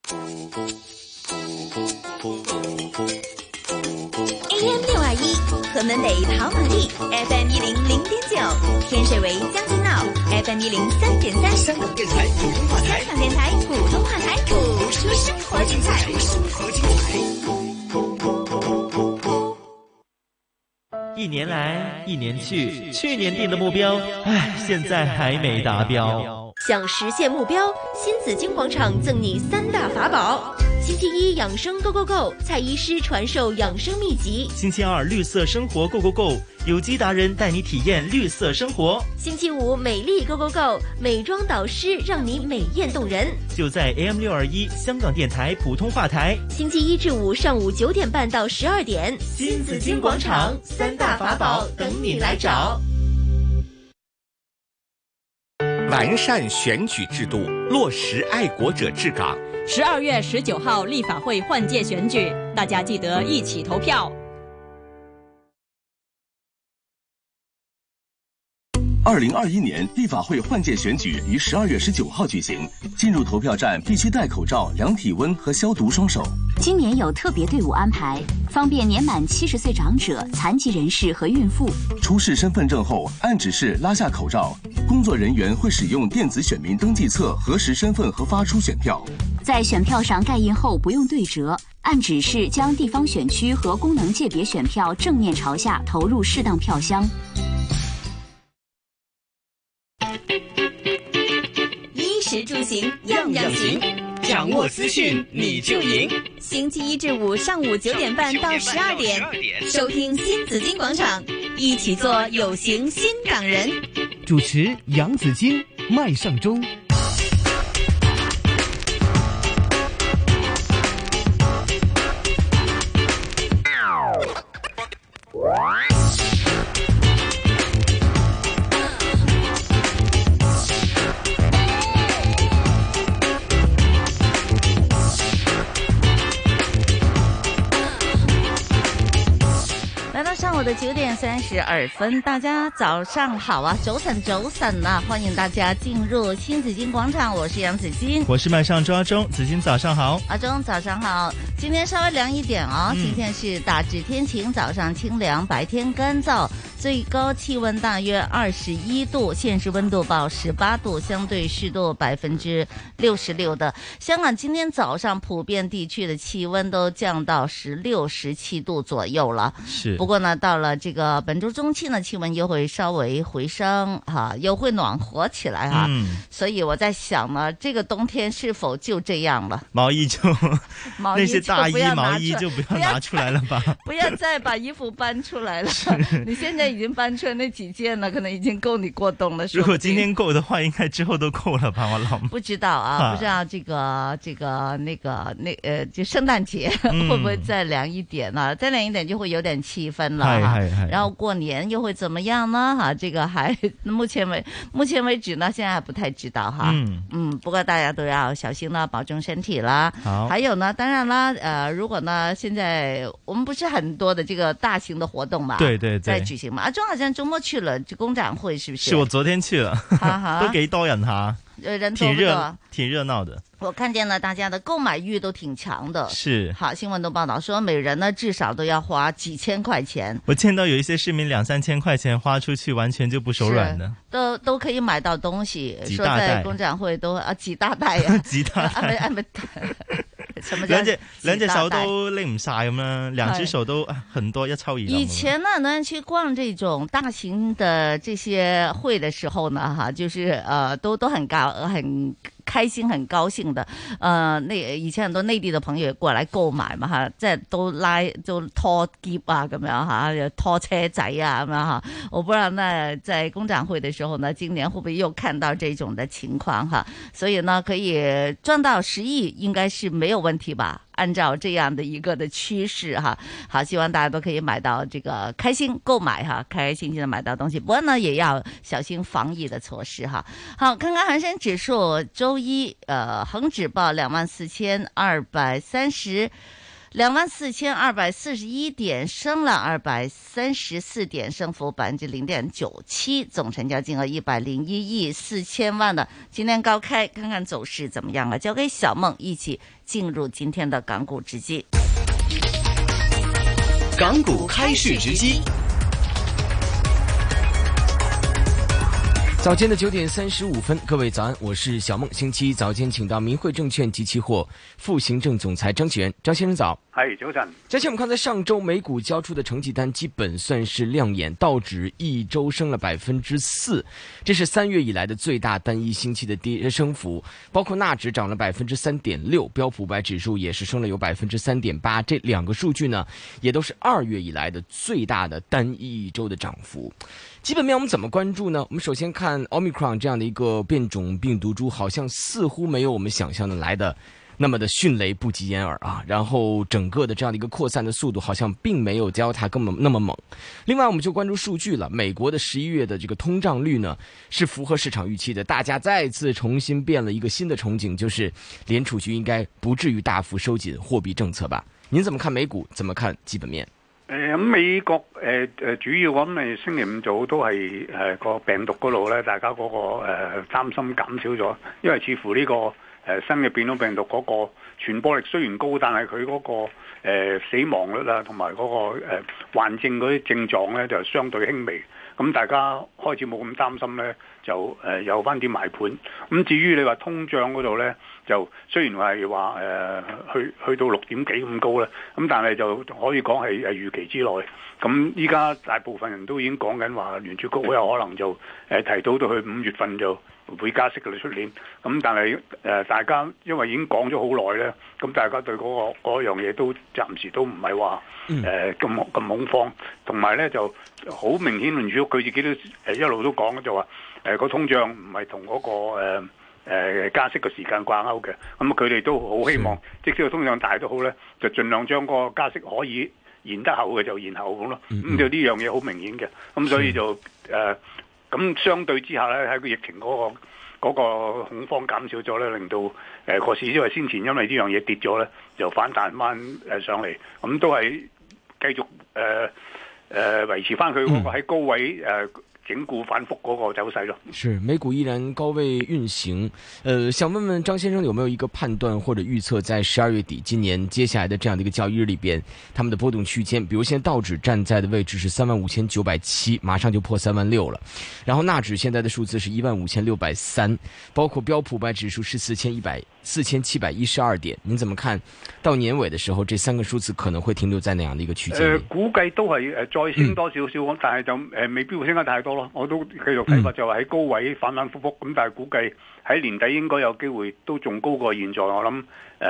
AM621 河门北跑马地 FM100.9 天水围将军澳 FM103.3 香港电台普通话台， 香港电台普通话台，谱出生活精彩。 一年来一年去，去年定的目标，现在还没达标。 想实现目标，新紫荆广场赠你3大法宝。星期一养生 Go Go Go， 蔡医师传授养生秘籍。 星期二绿色生活 Go Go Go， 有机达人带你体验绿色生活。 星期五美丽 Go Go Go， 美妆导师让你美艳动人。 就在 AM621 香港电台普通话台。 星期一至五上午9点半到12点， 新紫荆广场3大法宝等你来找。 完善选举制度，落实爱国者治港。 12月19号立法会换届选举，大家记得一起投票。 2021年立法会换届选举于12月19号举行，进入投票站必须戴口罩、量体温和消毒双手。 今年有特别队伍安排，方便年满70岁长者、残疾人士和孕妇。 出示身份证后，按指示拉下口罩，工作人员会使用电子选民登记册核实身份和发出选票。 在选票上盖印后不用对折，按指示将地方选区和功能界别选票正面朝下投入适当票箱。 衣食住行样样行， 掌握资讯你就赢。 星期一至五上午9点半到12点，收听新紫荆广场，一起做有型新港人。 主持杨紫荆、麦尚中。 上午的9点32分，大家早上好啊，早晨啊，欢迎大家进入新紫荆广场，我是杨紫荆， 我是麦上周阿忠，紫荆早上好。 阿忠早上好，今天稍微凉一点哦，今天是大致天晴，早上清凉，白天干燥，最高气温大约21度，现实温度报18度，相对湿度66%的。香港今天早上普遍地区的气温都降到16、17度左右了， 是。 不过呢，到了这个本周中期呢，气温又会稍微回升哈，又会暖和起来哈。所以我在想呢，这个冬天是否就这样了？ 毛衣就那些大衣、毛衣就不要拿出来了吧？ 不要再把衣服搬出来了。你现在已经搬出来那几件了，可能已经够你过冬了。 如果今天够的话，应该之后都够了吧？我老不知道啊，不知道就圣诞节会不会再凉一点呢？再凉一点就会有点气氛了哈。然后过年又会怎么样呢？哈，这个还目前为止呢，现在还不太知道哈。不过大家都要小心了，保重身体啦。 好， 还有呢，当然啦，如果呢，现在我们不是很多的这个大型的活动嘛， 对， 在举行嘛。阿忠好像周末去了这工展会，是不是？ 是我昨天去了，都几多人哈。 人多不多？ 挺热闹的。 我看见了大家的购买欲都挺强的。 是。 好，新闻都报道说，每人呢至少都要花几千块钱。 我见到有一些市民2、3千块钱花出去，完全就不手软的。 都可以买到东西。说在工展会都几大袋呀？ 幾大袋。 什么叫兩隻手都拎唔晒咁樣，2隻手都很多，一抽二。 以前呢，很多人去逛这种大型的这些会的时候呢，哈，就是都很开心很高兴的，以前很多內地的朋友也過來購買嘛哈，即係都拖篋啊咁樣哈，拖車仔啊咁樣哈。我不知道呢，在工展會的時候呢，今年會不會又看到這種的情況哈？所以呢，可以賺到10億，應該是沒有問題吧？按照這樣的一個的趨勢哈，好，希望大家都可以買到這個開心購買哈，開開心心的買到東西。不過呢，也要小心防疫的措施哈。好，看看恒生指數周一恒指報24,230， 24,241点，升了234点，升幅0.97%，总成交金额101亿4千万的。今天高开，看看走势怎么样啊？交给小梦一起进入今天的港股直击。 港股开市直击。 早间的9点35分，各位早安，我是小梦。星期一早间，请到明汇证券及期货副行政总裁张启元，张先生早。 嗨，早晨。 之前我们看，在上周美股交出的成绩单基本算是亮眼，道指一周升了4%，这是3月以来的最大单一星期的升幅。包括纳指涨了3.6%，标普500指数也是升了有3.8%，这两个数据呢，也都是2月以来的最大的单一周的涨幅。基本面我们怎么关注呢？我们首先看 Omicron 这样的一个变种病毒株，好像似乎没有我们想象的来的那么的迅雷不及掩耳啊，然后整个的这样的一个扩散的速度好像并没有 Delta 根本那么猛。另外我们就关注数据了，美国的11月的这个通胀率呢是符合市场预期的，大家再次重新变了一个新的憧憬，就是联储局应该不至于大幅收紧货币政策吧。您怎么看美股？怎么看基本面？ 美國主要咁你星期五早都係個病毒嗰度咧，大家嗰個擔心減少咗，因為似乎呢個新嘅變種病毒嗰個傳播力雖然高，但係佢嗰個死亡率啊同埋嗰個患症嗰啲症狀咧就相對輕微，咁大家開始冇咁擔心咧，就有翻啲買盤。咁至於你話通脹嗰度咧，就雖然係話去到6點幾咁高咧，咁但係就可以講係預期之內。咁依家大部分人都已經講緊話聯儲局好有可能就提到去5月份就會加息嘅啦出年。咁但係大家因為已經講咗好耐咧，咁大家對嗰樣嘢都暫時都唔係話咁恐慌，同埋咧就好明顯聯儲局佢自己都一路都講就話個通脹唔係同嗰個加息嘅時間掛鈎嘅，咁佢哋都好希望，即使個通脹大都好咧，就盡量將個加息可以延得後嘅就延後咁咯。咁就呢樣嘢好明顯嘅，咁所以就咁相對之下咧，喺個疫情嗰個恐慌減少咗咧，令到個市因為先前因為呢樣嘢跌咗咧，就反彈翻上嚟，咁都係繼續維持翻佢嗰個喺高位整固反覆嗰個走勢咯。 是美股依然高位運行，想問問張先生有沒有一個判斷或者預測，在12月底今年接下來的這樣的一個交易日裏邊，他們的波動區間，比如現在道指站在的位置是35,970，馬上就破36,000了，然後納指現在的數字是15,630，包括標普500指數是4,712點，您怎麼看到年尾的時候，這三個數字可能會停留在那樣的一個區間？ 估計都係再升多少少，但係就未必會升得太多咯。我都繼續睇法就係喺高位反反覆覆，咁但係估計喺年底應該有機會都仲高過現在，我諗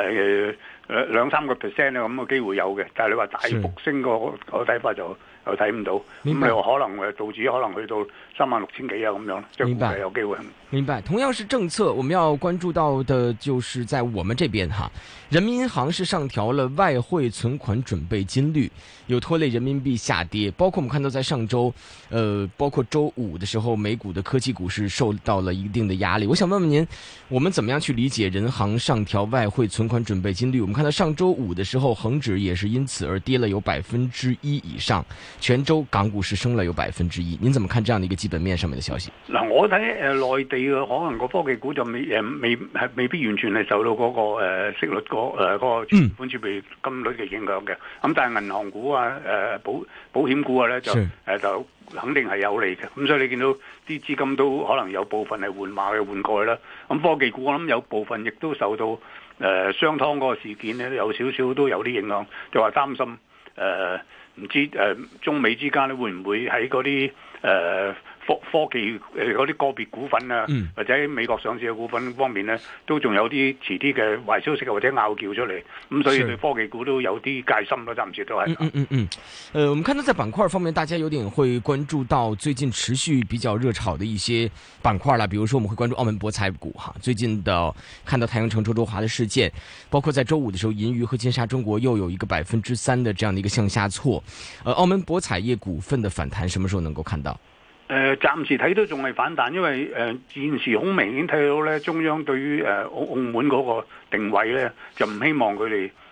2-3%咧咁嘅機會有嘅，但係你話大幅升個睇法就睇唔到。咁你話可能道指可能去到36,000幾啊咁樣，即係估計有機會。 明白。同樣是政策，我們要關注到的就是在我們這邊哈，人民銀行是上調了外匯存款準備金率，有拖累人民幣下跌。包括我們看到在上周，包括周五的時候，美股的科技股是受到了一定的壓力。我想問問您，我們怎麼樣去理解人行上調外匯存款準備金率？我們看到上周五的時候，恒指也是因此而跌了有1%以上，全周港股是升了有1%。您怎麼看這樣的一個基本面上面的消息？ 嗱，我睇內地嘅可能個科技股就未必完全係受到嗰個息率嗰個存款儲備金率嘅影響嘅。咁但係銀行股啊、保險股啊咧就肯定係有利嘅。咁所以你見到啲資金都可能有部分係換馬嘅換過去啦。咁科技股我諗有部分亦都受到商湯嗰個事件咧有少少都有啲影響，就話擔心唔知中美之間咧會唔會喺嗰啲科技嗰啲個別股份啊，或者喺美國上市嘅股份方面呢，都仲有啲遲啲嘅壞消息或者拗撬出嚟，咁所以對科技股都有啲戒心咯，暫時都係。 我們看到在板塊方面，大家有點會關注到最近持續比較熱炒的一些板塊啦，比如說我們會關注澳門博彩股哈，最近的看到太陽城周周華的事件，包括在周五的時候，銀娛和金沙中國又有一個3%的這樣的一個向下挫，澳門博彩業股份的反彈，什麼時候能夠看到？ 暫時睇都仲係反彈，因為現時好明顯睇到咧，中央對於澳門嗰個定位咧，就唔希望佢哋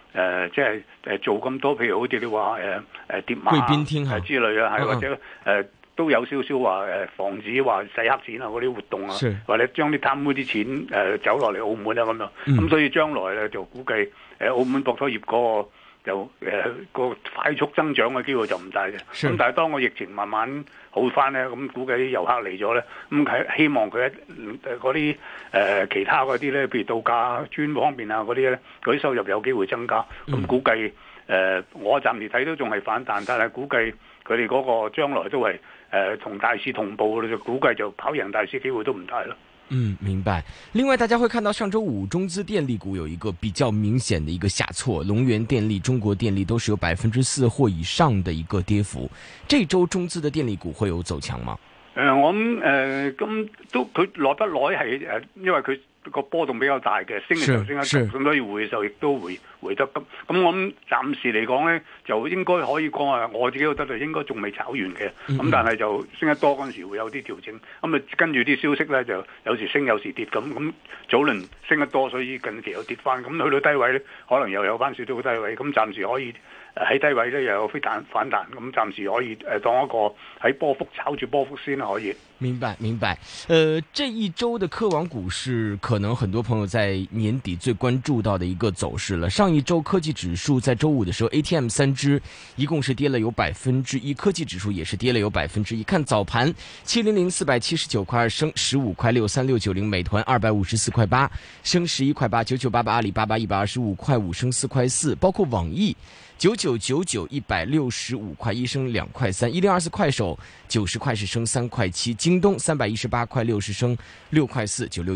即係做咁多，譬如好似你話疊碼貴賓廳之類啊，係或者都有少少話防止話洗黑錢啊嗰啲活動啊，或者將啲貪污啲錢走落嚟澳門啊咁樣。咁所以將來咧就估計澳門博彩業嗰個就個快速增長嘅機會就唔大嘅。咁但係當個疫情慢慢好翻咧，咁估計啲遊客嚟咗咧，咁係希望佢嗰啲其他嗰啲咧，譬如度假村方面啊嗰啲咧，嗰啲收入有機會增加。咁估計我暫時睇都仲係反彈，但係估計佢哋嗰個將來都係同大市同步，就估計就跑贏大市機會都唔大咯。 明白。另外，大家會看到上周五中資電力股有一個比較明顯的一個下挫，龍源電力、中國電力都是有4%或以上的一個跌幅。這周中資的電力股會有走強嗎？ 我諗咁都佢耐不耐係因為佢個波動比較大嘅，升嘅時候升得急，咁所以回嘅時候亦都回得急。咁我諗暫時嚟講咧，就應該可以講啊，我自己覺得就應該仲未炒完嘅。咁但係就升得多嗰陣時會有啲調整。咁啊跟住啲消息咧，就有時升有時跌咁。咁早輪升得多，所以近期又跌翻。咁去到低位咧，可能又有翻少少低位。咁暫時可以喺低位咧又有飛彈反彈。咁暫時可以當一個喺波幅炒住波幅先可以。 明白。這一周的科網股是可能很多朋友在年底最關注到的一個走勢了。上一周科技指數在周五的時候 ATM 3隻一共是跌了有1%，科技指數也是跌了有1%。看早盤700 479塊2升15塊6， 3690美團254塊8升11塊8，9988阿里巴巴125塊5升4塊4，包括網易9999 165塊1升2塊3，1024快手90塊是升3塊7，京東318塊6是升6塊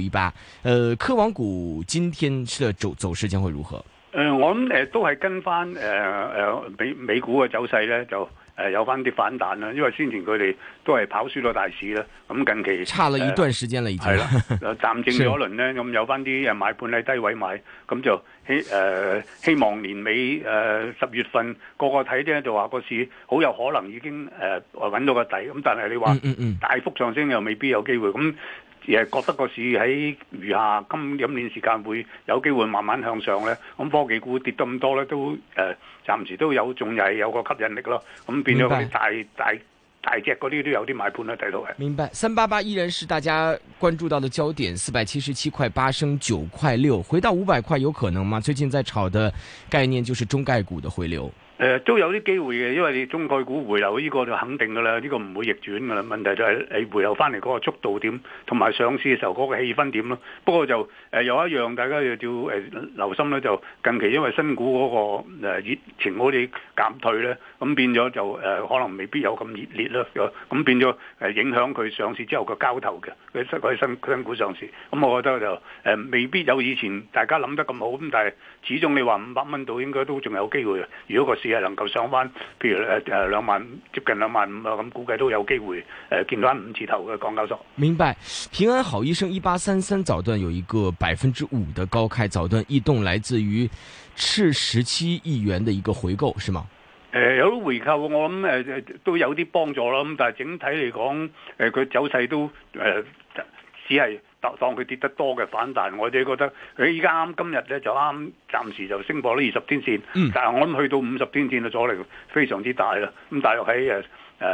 4，9618。科網股今天的走勢將會如何？ 我諗都係跟翻美股嘅走勢咧，就有翻啲反彈啦。因為先前佢哋都係跑輸咗大市啦，咁近期差了一段時間啦，已經係啦，暫靜咗輪咧，咁有翻啲買盤喺低位買，咁就希望年尾10月份個睇咧就話個市好有可能已經揾到個底，咁但係你話大幅上升又未必有機會咁。覺得個市喺餘下今年時間會有機會慢慢向上咧，咁科技股跌得咁多咧，都暫時都仲係有個吸引力咯。咁變咗嗰啲大隻嗰啲都有啲買盤啦，睇到係。 明白。388依然是大家關注到的焦點，477塊8升9塊6，回到500塊有可能嗎？最近在炒的概念就是中概股的回流。 都有啲機會嘅，因為你中概股回流呢個就肯定㗎啦，呢個唔會逆轉㗎啦。問題就係你回流翻嚟嗰個速度點，同埋上市嘅時候嗰個氣氛點咯。不過就有一樣大家要留心咧，就近期因為新股嗰個熱情好似減退咧，咁變咗就可能未必有咁熱烈啦。咁變咗影響佢上市之後個交投嘅佢新股上市。咁我覺得就未必有以前大家諗得咁好。咁但係始終你話500蚊到應該都仲有機會嘅。如果個市係能夠上翻，譬如2萬接近2萬5啊，咁估計都有機會見到5字頭嘅港交所。 明白。平安好醫生1833早段有一個5%的高開，早段異動來自於斥17億元的一個回購，是嗎？ 有啲回購，我諗都有啲幫助啦。咁但係整體嚟講，佢走勢都只係當佢跌得多嘅反彈。我哋覺得佢依家今日咧就暫時就升破咗20天線，但係我諗去到50天線嘅阻力非常之大啦。咁大約喺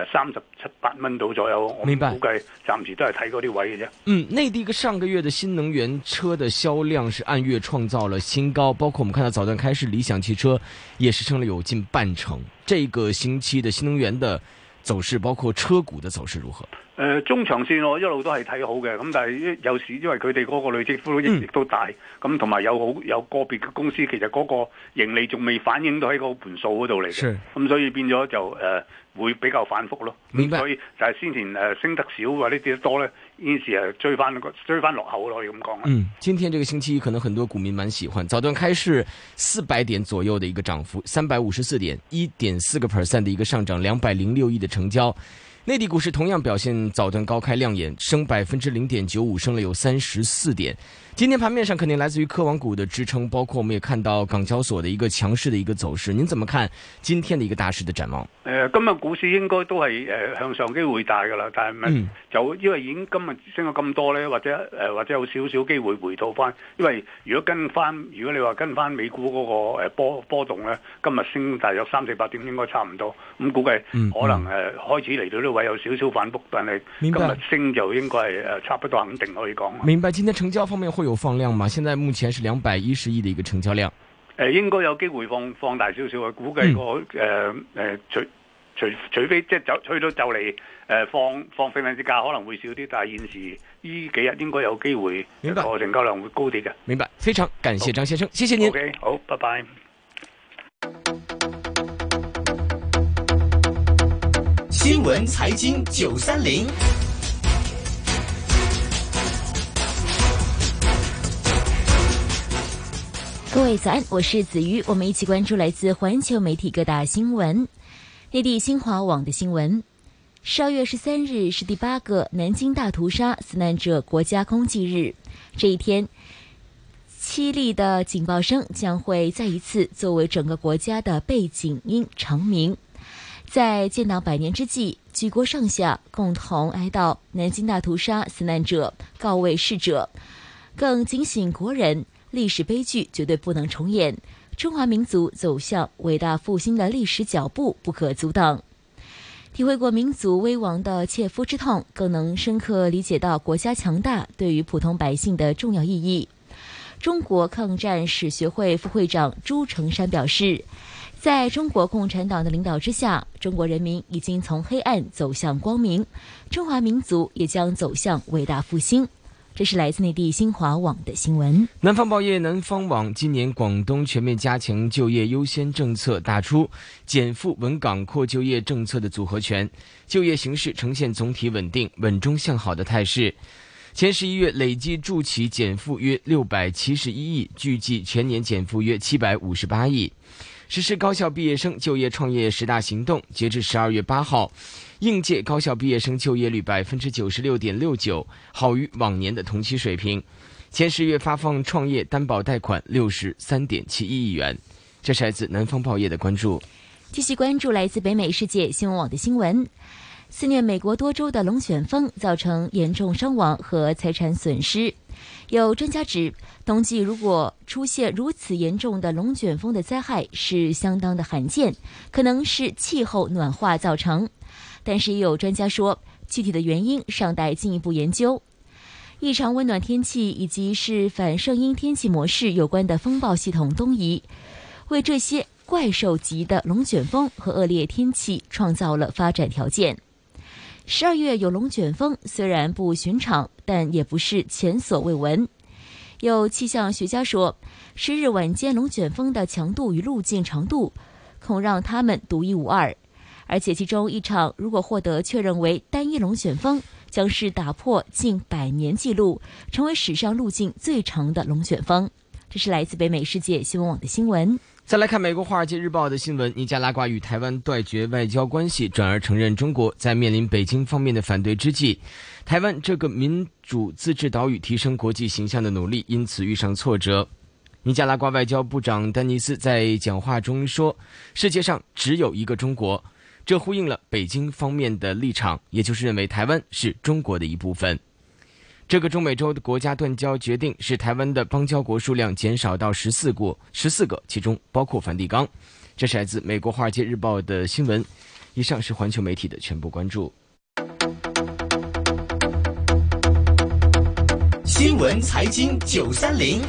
37、8蚊到左右，我估計暫時都係睇嗰啲位嘅啫。 內地上個月的新能源車的銷量是按月創造了新高，包括我們看到早段開市，理想汽車也是升了有近半成。這個星期的新能源的走勢，包括車股的走勢如何？ 中長線我一路都係睇好嘅，咁但係有時因為佢哋嗰個累積收益亦都大，咁同埋有個別嘅公司其實嗰個盈利仲未反映到喺個盤數嗰度嚟嘅，咁所以變咗就會比較反覆咯。 明白。 所以就係先前升得少或者跌得多咧，現時追翻落後咯，可以咁講。 今天這個星期一可能很多股民蠻喜歡，早段開市400點左右的一個漲幅，354點，1.4%的一個上漲，206億的成交。 内地股市同样表现早段高开亮眼，升0.95%，升了有34点。今天盘面上肯定来自于科网股的支撑，包括我们也看到港交所的一个强势的一个走势。您怎么看今天的一个大势的展望？ 今日股市應該都係向上機會大㗎啦，但係咪就因為已經今日升咗咁多咧，或者有少少機會回吐翻。因為如果你話跟翻美股嗰個波動咧，今日升大約300-400點應該差唔多。咁估計可能開始嚟到呢位有少少反覆，但係今日升就應該係差不多肯定可以講。 明白。今天成交方面會有放量嗎？現在目前是210億的一個成交量。 應該有機會放大少少嘅，估計除非即係去到就嚟放聖誕節假可能會少啲，但係現時呢幾日應該有機會個成交量會高啲嘅。 明白，非常感謝張先生，謝謝您。 OK， 好，拜拜。 新聞財經930。 各位早安，我是子瑜，我们一起关注来自环球媒体各大新闻。内地新华网的新闻，12月13日是第8个南京大屠杀死难者国家公祭日。这一天，凄厉的警报声将会再一次作为整个国家的背景音长鸣。在建党100年之际，举国上下共同哀悼南京大屠杀死难者，告慰逝者，更警醒国人。历史悲剧绝对不能重演，中华民族走向伟大复兴的历史脚步不可阻挡。体会过民族危亡的切肤之痛，更能深刻理解到国家强大对于普通百姓的重要意义。中国抗战史学会副会长朱成山表示，在中国共产党的领导之下，中国人民已经从黑暗走向光明，中华民族也将走向伟大复兴。这是来自内地新华网的新闻。 南方报业南方网今年广东全面加强就业优先政策，打出减负稳岗扩就业政策的组合拳，就业形势呈现总体稳定、稳中向好的态势。前11月累计助企减负约671亿，预计全年减负约758亿。实施高校毕业生就业创业10大行动，截至12月8号，应届高校毕业生就业率96.69%，好于往年的同期水平。前10月发放创业担保贷款63.71亿元。这是来自南方报业的关注。 继续关注来自北美世界新闻网的新闻。肆虐美国多州的龙卷风造成严重伤亡和财产损失。有专家指，冬季如果出现如此严重的龙卷风的灾害是相当的罕见，可能是气候暖化造成。但是也有专家说，具体的原因尚待进一步研究。异常温暖天气以及是反圣婴天气模式有关的风暴系统东移，为这些怪兽级的龙卷风和恶劣天气创造了发展条件。12月有龙卷风，虽然不寻常，但也不是前所未闻。有气象学家说，10日晚间龙卷风的强度与路径长度恐让它们独一无二，而且其中一场如果获得确认为单一龙卷风，将是打破近100年纪录，成为史上路径最长的龙卷风。这是来自北美世界新闻网的新闻。 再来看美国《华尔街日报》的新闻，尼加拉瓜与台湾断绝外交关系，转而承认中国。在面临北京方面的反对之际，台湾这个民主自治岛屿提升国际形象的努力因此遇上挫折。尼加拉瓜外交部长丹尼斯在讲话中说，世界上只有一个中国，这呼应了北京方面的立场，也就是认为台湾是中国的一部分。这个中美洲的国家断交决定使台湾的邦交国数量减少到14个，其中包括梵蒂冈。这是来自美国《华尔街日报》的新闻。以上是环球媒体的全部关注。 新闻财经930。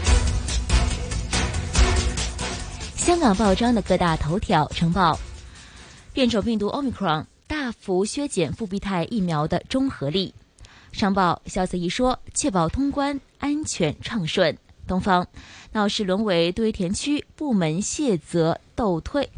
香港报章的各大头条呈报：变种病毒 Omicron 大幅削减复必泰疫苗的中和力。商报消息一说，确保通关安全畅顺。东方闹市沦为堆填区，部门卸责斗推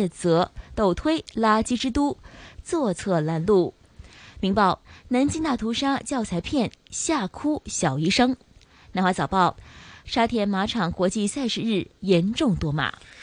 垃圾之都，作策拦路。明报南京大屠杀教材片吓哭小医生。南华早报沙田马场国际赛事日严重多骂。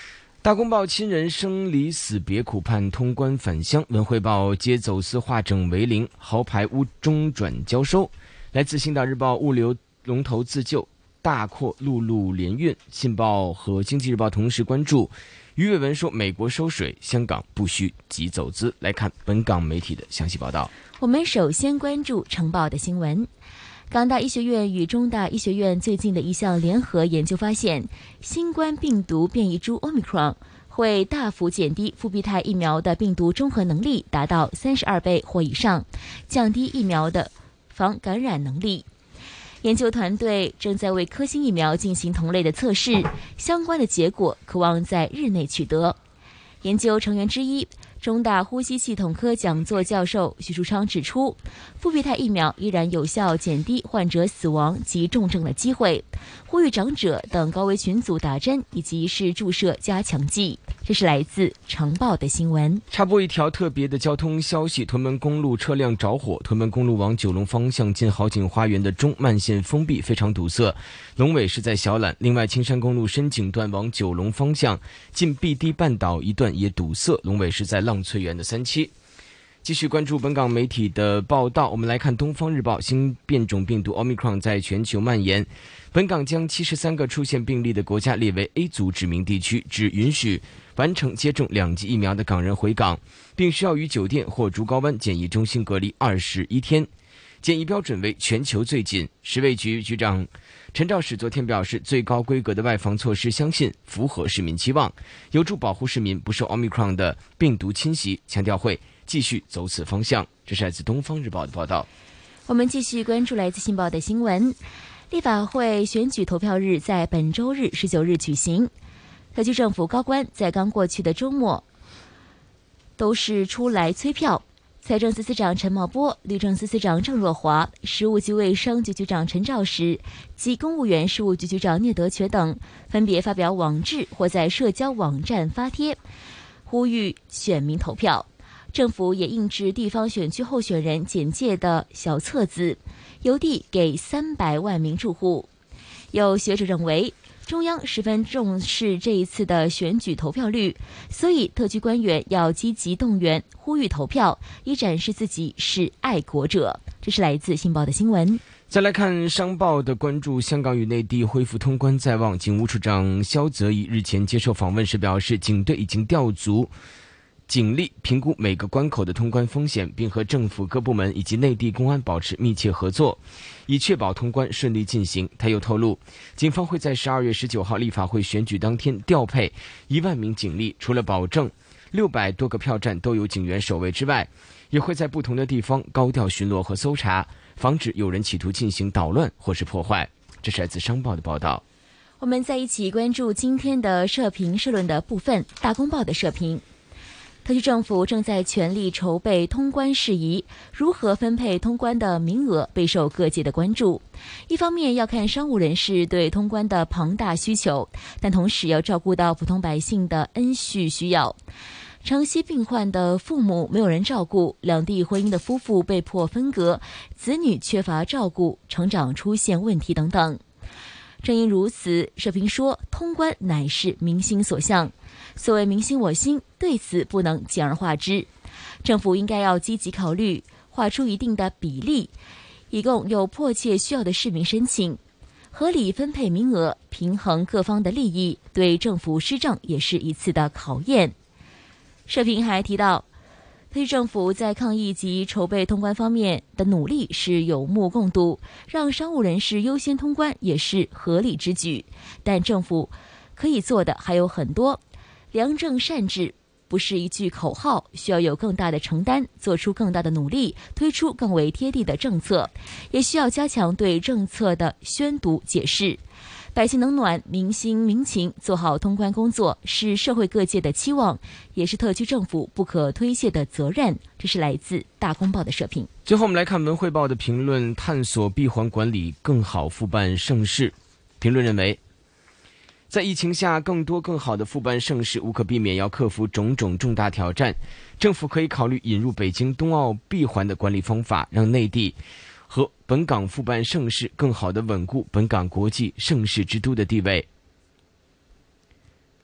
大公报亲人生离死别苦盼通关返乡，文汇报接走私化整为零，豪排屋中转交收。来自星岛日报物流龙头自救，大扩陆路联运。信报和经济日报同时关注余伟文说美国收水，香港不需急走资。来看本港媒体的详细报道。 我们首先关注晨报的新闻。港大医学院与中大医学院最近的一项联合研究发现，新冠病毒变异株 Omicron 会大幅减低复必泰疫苗的病毒中和能力，达到32倍或以上，降低疫苗的防感染能力。研究团队正在为科兴疫苗进行同类的测试，相关的结果可望在日内取得。研究成员之一，中大呼吸系统科讲座教授徐树昌指出，复必泰疫苗依然有效减低患者死亡及重症的机会，呼吁长者等高危群组打针以及是注射加强剂。这是来自晨报的新闻。 插播一条特别的交通消息，屯门公路车辆着火，屯门公路往九龙方向进好景花园的中慢线封闭，非常堵塞。龙尾是在小榄，另外青山公路深井段往九龙方向进碧堤半岛一段也堵塞，龙尾是在浪翠园的3期。继续关注本港媒体的报道，我们来看东方日报，新变种病毒 Omicron 在全球蔓延，本港将73个出现病例的国家列为 A 组指明地区，只允许完成接种2剂疫苗的港人回港，并需要于酒店或竹篙湾检疫中心隔离21天，检疫标准为全球最紧。食卫局局长陈肇始昨天表示，最高规格的外防措施相信符合市民期望，有助保护市民不受 Omicron 的病毒侵袭，强调会继续走此方向。这是来自东方日报的报道。 我们继续关注来自信报的新闻。立法会选举投票日在本周日19日举行，特区政府高官在刚过去的周末都是出来催票。财政司司长陈茂波、律政司司长郑若骅、食物及卫生局局长陈肇始及公务员事务局局长聂德权等分别发表网志或在社交网站发帖，呼吁选民投票。政府也印制地方选区候选人简介的小册子，邮递给300万名住户。有学者认为，中央十分重视这一次的选举投票率，所以特区官员要积极动员，呼吁投票，以展示自己是爱国者。这是来自信报的新闻。 再来看商报的关注，香港与内地恢复通关在望。警务处长萧泽颐日前接受访问时表示，警队已经调足警力评估每个关口的通关风险，并和政府各部门以及内地公安保持密切合作，以确保通关顺利进行。他又透露，警方会在12月19号立法会选举当天调配1万名警力，除了保证600多个票站都有警员守卫之外，也会在不同的地方高调巡逻和搜查，防止有人企图进行捣乱或是破坏。这是来自商报的报道。 我们在一起关注今天的社评社论的部分。大公报的社评，特区政府正在全力筹备通关事宜，如何分配通关的名额备受各界的关注。一方面要看商务人士对通关的庞大需求，但同时要照顾到普通百姓的恩恤需要。长期病患的父母没有人照顾，两地婚姻的夫妇被迫分隔，子女缺乏照顾，成长出现问题等等。正因如此，社评说，通关乃是民心所向。所谓民心我心，对此不能简而化之。政府应该要积极考虑，划出一定的比例，以供有迫切需要的市民申请，合理分配名额，平衡各方的利益，对政府施政也是一次的考验。社评还提到，特区政府在抗疫及筹备通关方面的努力是有目共睹，让商务人士优先通关也是合理之举，但政府可以做的还有很多。良政善治不是一句口号，需要有更大的承担，做出更大的努力，推出更为贴地的政策，也需要加强对政策的宣读解释。百姓冷暖，民心民情，做好通关工作是社会各界的期望，也是特区政府不可推卸的责任。这是来自大公报的社评。 最后我们来看文汇报的评论，探索闭环管理更好复办盛事。评论认为，在疫情下，更多更好的复办盛事无可避免要克服种种重大挑战。政府可以考虑引入北京冬奥闭环的管理方法，让内地和本港复办盛事更好地稳固本港国际盛事之都的地位。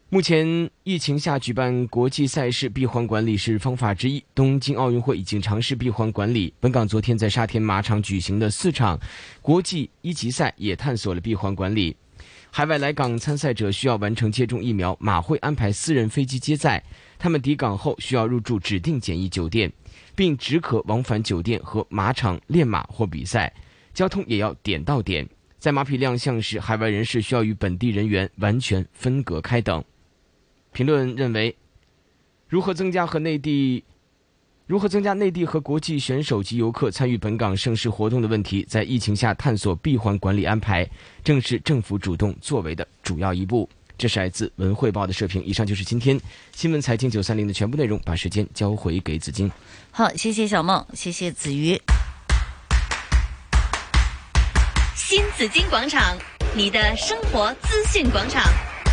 目前疫情下举办国际赛事闭环管理是方法之一，东京奥运会已经尝试闭环管理。本港昨天在沙田马场举行的4场国际1级赛也探索了闭环管理。海外来港参赛者需要完成接种疫苗，马会安排私人飞机接载，他们抵港后需要入住指定检疫酒店，并只可往返酒店和马场练马或比赛，交通也要点到点。在马匹亮相时，海外人士需要与本地人员完全分隔开等。评论认为，如何增加内地和国际选手及游客参与本港盛事活动的问题，在疫情下探索闭环管理安排，正是政府主动作为的主要一步。这是来自文汇报的社评。以上就是今天新闻财经930的全部内容，把时间交回给子金。 好，谢谢小梦，谢谢子瑜。 新紫金广场，你的生活资讯广场。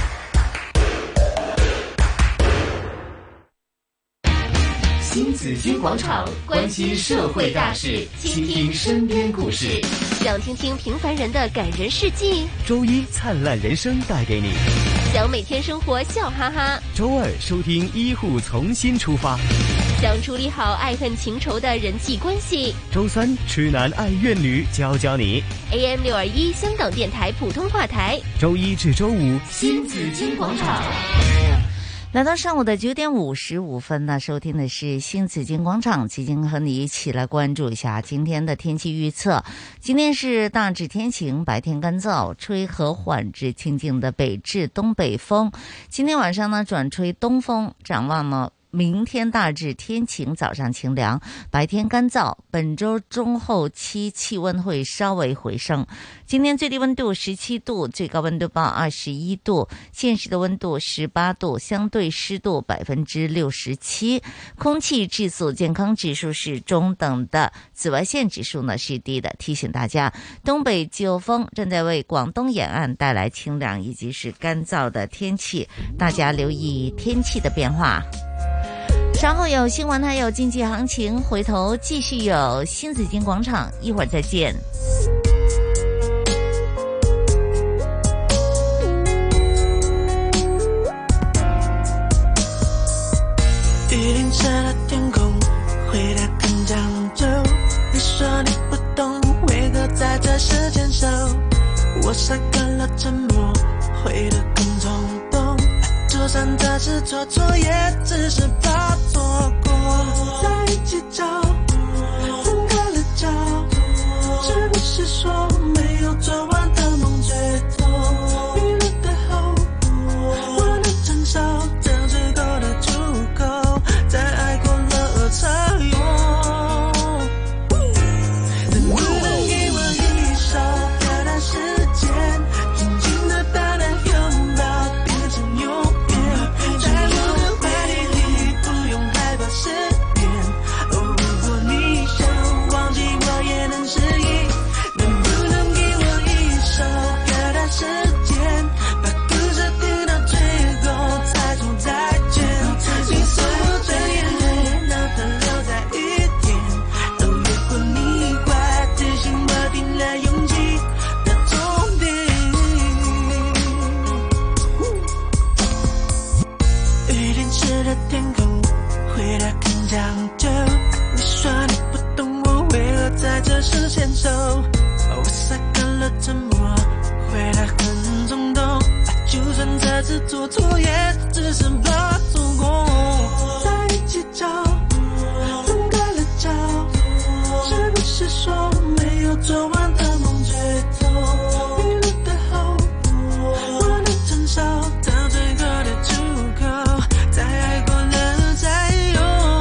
新紫金广场，关心社会大事，倾听身边故事。 想听听平凡人的感人事迹？ 周一灿烂人生带给你。 想每天生活笑哈哈？ 周二收听医护重新出发。 想处理好爱恨情仇的人际关系？ 周三痴男爱怨女，教教你。 AM 621香港电台普通话台。 周一至周五，新紫金广场。 来到上午的9点55分呢，收听的是新紫金广场，即将和你一起来关注一下今天的天气预测。今天是大致天晴，白天干燥，吹和缓至清劲的北至东北风。今天晚上呢转吹东风，展望呢明天大致天晴，早上清凉，白天干燥。本周中后期气温会稍微回升。今天最低温度17度，最高温度报21度，现时的温度18度，相对湿度67%，空气质素健康指数是中等的，紫外线指数呢是低的。提醒大家，东北季候风正在为广东沿岸带来清凉以及是干燥的天气，大家留意天气的变化。稍后有新闻，还有经济行情，回头继续有新紫金广场，一会儿再见。 107的天空回答更讲究，你说你不懂为何在这时牵手，我晒干了沉默，回得更冲动，就算这次做错也只是怕错过，在一起找分开了找，是不是说没有做完的梦最痛，迷路的后我能承受这最后的出口，在爱过了才用，能不能给我一首表达时间，紧紧的大胆拥抱变成永远，在我的怀里不用害怕失眠，哦，如果你想忘记我也能适应，能不能给我一首表达时间，把故事听到最后才说再见，你所有尊严最难分留在雨天，哦，如果你快提醒我定了勇气的终点，雨淋湿的天空回答更讲究，你说你不懂我为何在这时牵手，我晒干了沉默，回答很冲动，就算这次做错也只是怕错过，在一起找分开了找，是不是说没有做完的梦最痛，迷路的后我能承受到最后的出口，在爱过了才用，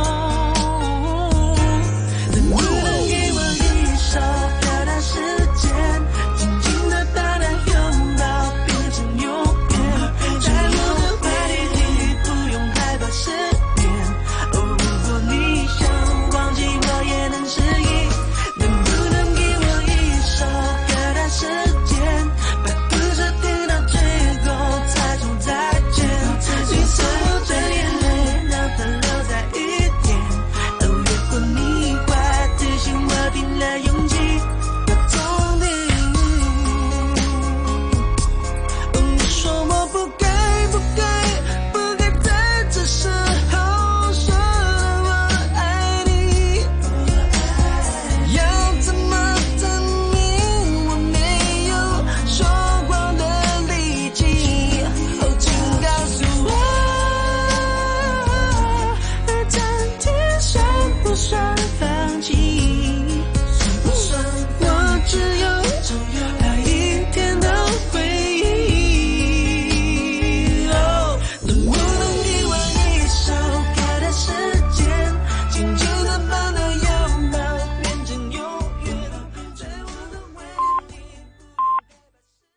能不能给我一首表达时间，紧紧的大胆拥抱变成永远，在我的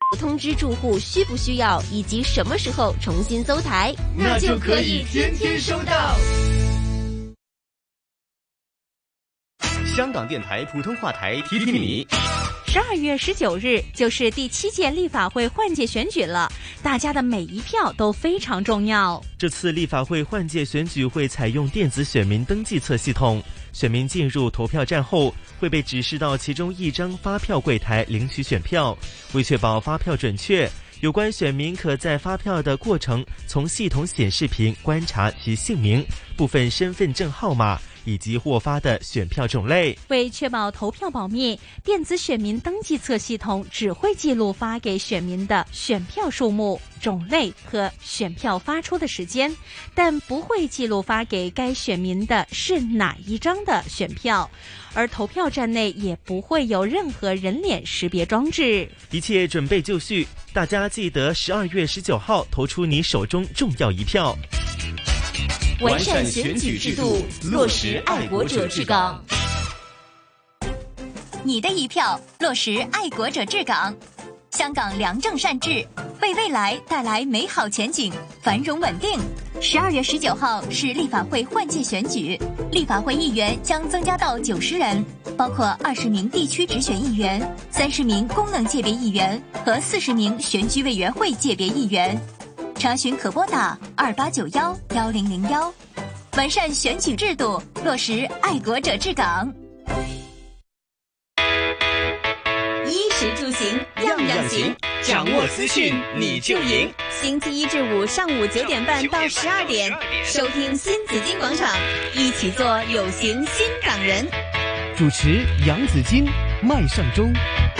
通知住户需不需要以及什么时候重新搜台， 那就可以天天收到。 香港电台普通话台提提你 ，12月19日就是第7届立法会换届选举了，大家的每一票都非常重要。 这次立法会换届选举会采用电子选民登记册系统，选民进入投票站后会被指示到其中一张发票柜台领取选票。为确保发票准确，有关选民可在发票的过程从系统显示屏观察其姓名、部分身份证号码以及获发的选票种类。 为确保投票保密，电子选民登记册系统只会记录发给选民的选票数目、种类和选票发出的时间，但不会记录发给该选民的是哪一张的选票。而投票站内也不会有任何人脸识别装置。 一切准备就绪，大家记得12月19号投出你手中重要一票。 完善选举制度，落实爱国者治港。 你的一票，落实爱国者治港。香港良政善治，为未来带来美好前景、繁荣稳定。12月19号是立法会换届选举，立法会议员将增加到90人，包括20名地区直选议员、30名功能界别议员和40名选举委员会界别议员。查询可拨打28911001。完善选举制度，落实爱国者治港。 衣食住行样样行，掌握资讯你就赢。 星期一至五上午9点半到12点，收听新紫金广场，一起做有型新港人。 主持杨紫金、麦尚中。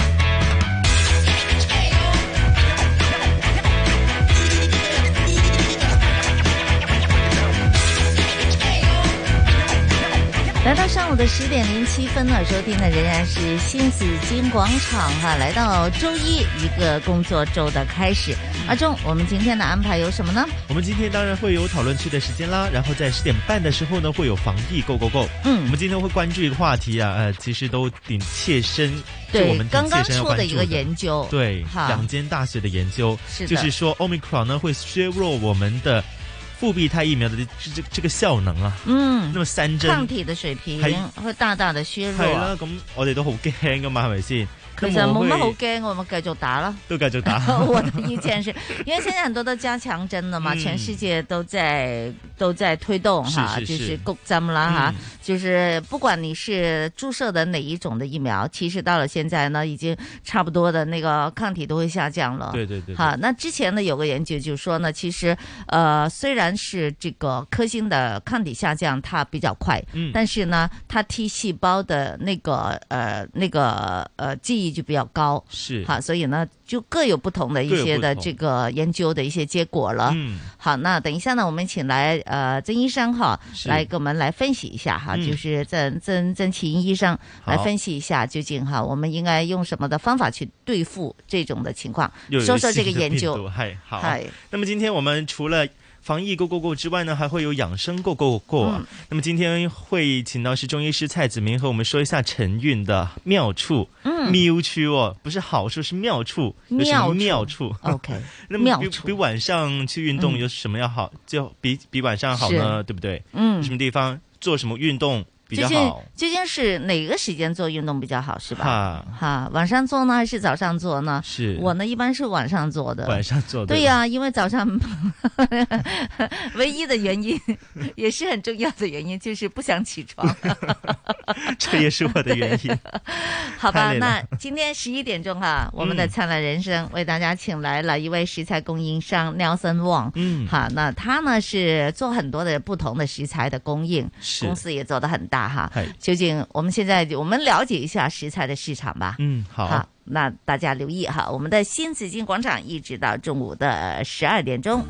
来到上午的10点07分呢，收听的仍然是新紫金广场哈。来到周一一个工作周的开始，阿忠，我们今天的安排有什么呢？ 我们今天当然会有讨论区的时间啦，然后在10点半的时候呢，会有防疫 Go Go Go。我们今天会关注一个话题啊，其实都挺切身， 对， 我们刚刚出的一个研究， 对，2间大学的研究， 是的， 就是说 Omicron 呢会削弱我们的复必泰疫苗的这个效能啊，那麼3針抗體嘅水平會大大的削弱。 係啦，咁我哋都好驚噶嘛，係咪先？ 其實冇乜好驚，我們繼續打了， 都繼續打。 我的意見是，因為現在很多都加強針了嘛，全世界都在推動哈，就是谷針啦哈，就是不管你是注射的哪一種的疫苗，其實到了現在呢，已經差不多的那個抗體都會下降了。 對對對。 好，那之前呢有個研究就說呢，其實雖然是這個科興的抗體下降它比較快，但是呢，它 T 細胞的那個記憶就比較高， 是好，所以呢就各有不同的一些的這個研究的一些結果了。好，那等一下呢，我們請來曾醫生哈，來給我們來分析一下哈，就是曾啟英醫生來分析一下究竟哈，我們應該用什麼的方法去對付這種的情況，說說這個研究。 好，那麼今天我們除了防疫 Go Go Go 之外呢，還會有養生 Go Go Go。那麼今天會請到是中醫師蔡梓銘和我們說一下晨運的妙處。妙處哦，不是好處，是妙處。有什麼妙處 ？OK， 那麼比晚上去運動有什麼要好？就比晚上好呢，對不對？有什麼地方做什麼運動比較好？ 究竟是哪個時間做運動比較好，是吧？哈，晚上做呢，還是早上做呢？ 是我呢，一般是晚上做的。 晚上做的。 對呀，因為早上唯一的原因，也是很重要的原因，就是不想起床。 這也是我的原因。 好吧，那今天11點鐘哈，我們的燦爛人生為大家請來了一位食材供應商 Nelson Wong。好，那他呢是做很多的不同的食材的供應，公司也做得很大哈。究竟我們現在我們了解一下食材的市場吧。好，那大家留意哈，我們的新紫金廣場一直到中午的12點鐘。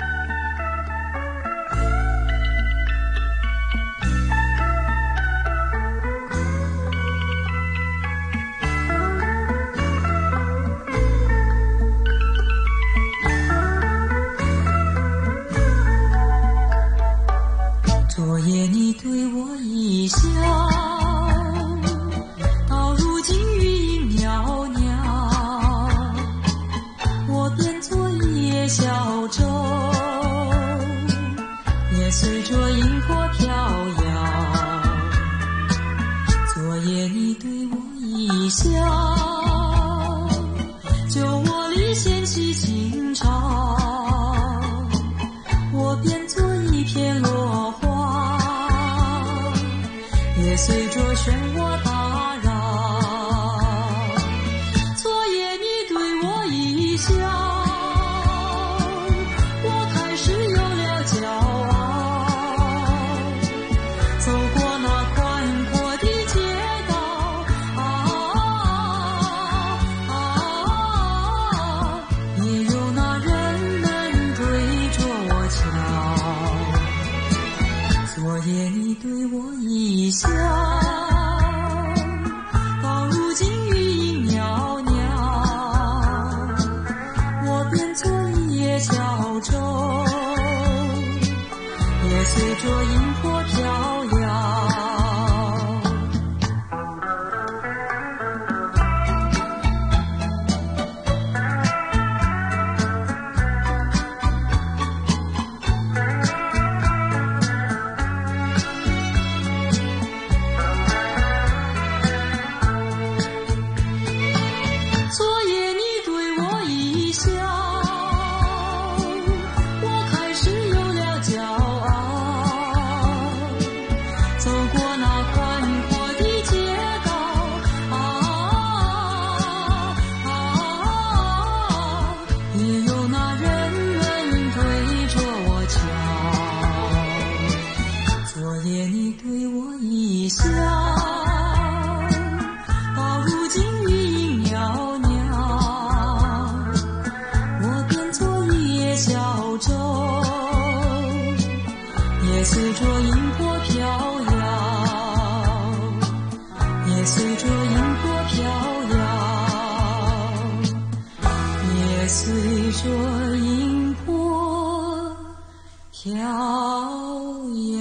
昨夜你對我一笑，到如今雲影裊裊， 一笑，酒窝里掀起清潮，我变作一片落花，也随着漩涡打扰。昨夜你对我一笑，我开始有了骄傲，走过那宽阔的街道，也有那人们对着我瞧。昨夜你对我一笑，到如今余音袅袅，我变作一叶小舟，也随着银波飘摇。昨夜你对我一笑，我开始有了骄傲，走过那宽阔的街道，也有那人们对着我瞧。昨夜你对我一笑，到如今余音袅袅，我变作一叶小舟，也随着银波飘摇，也随着银波飘摇，也随着银波飘摇。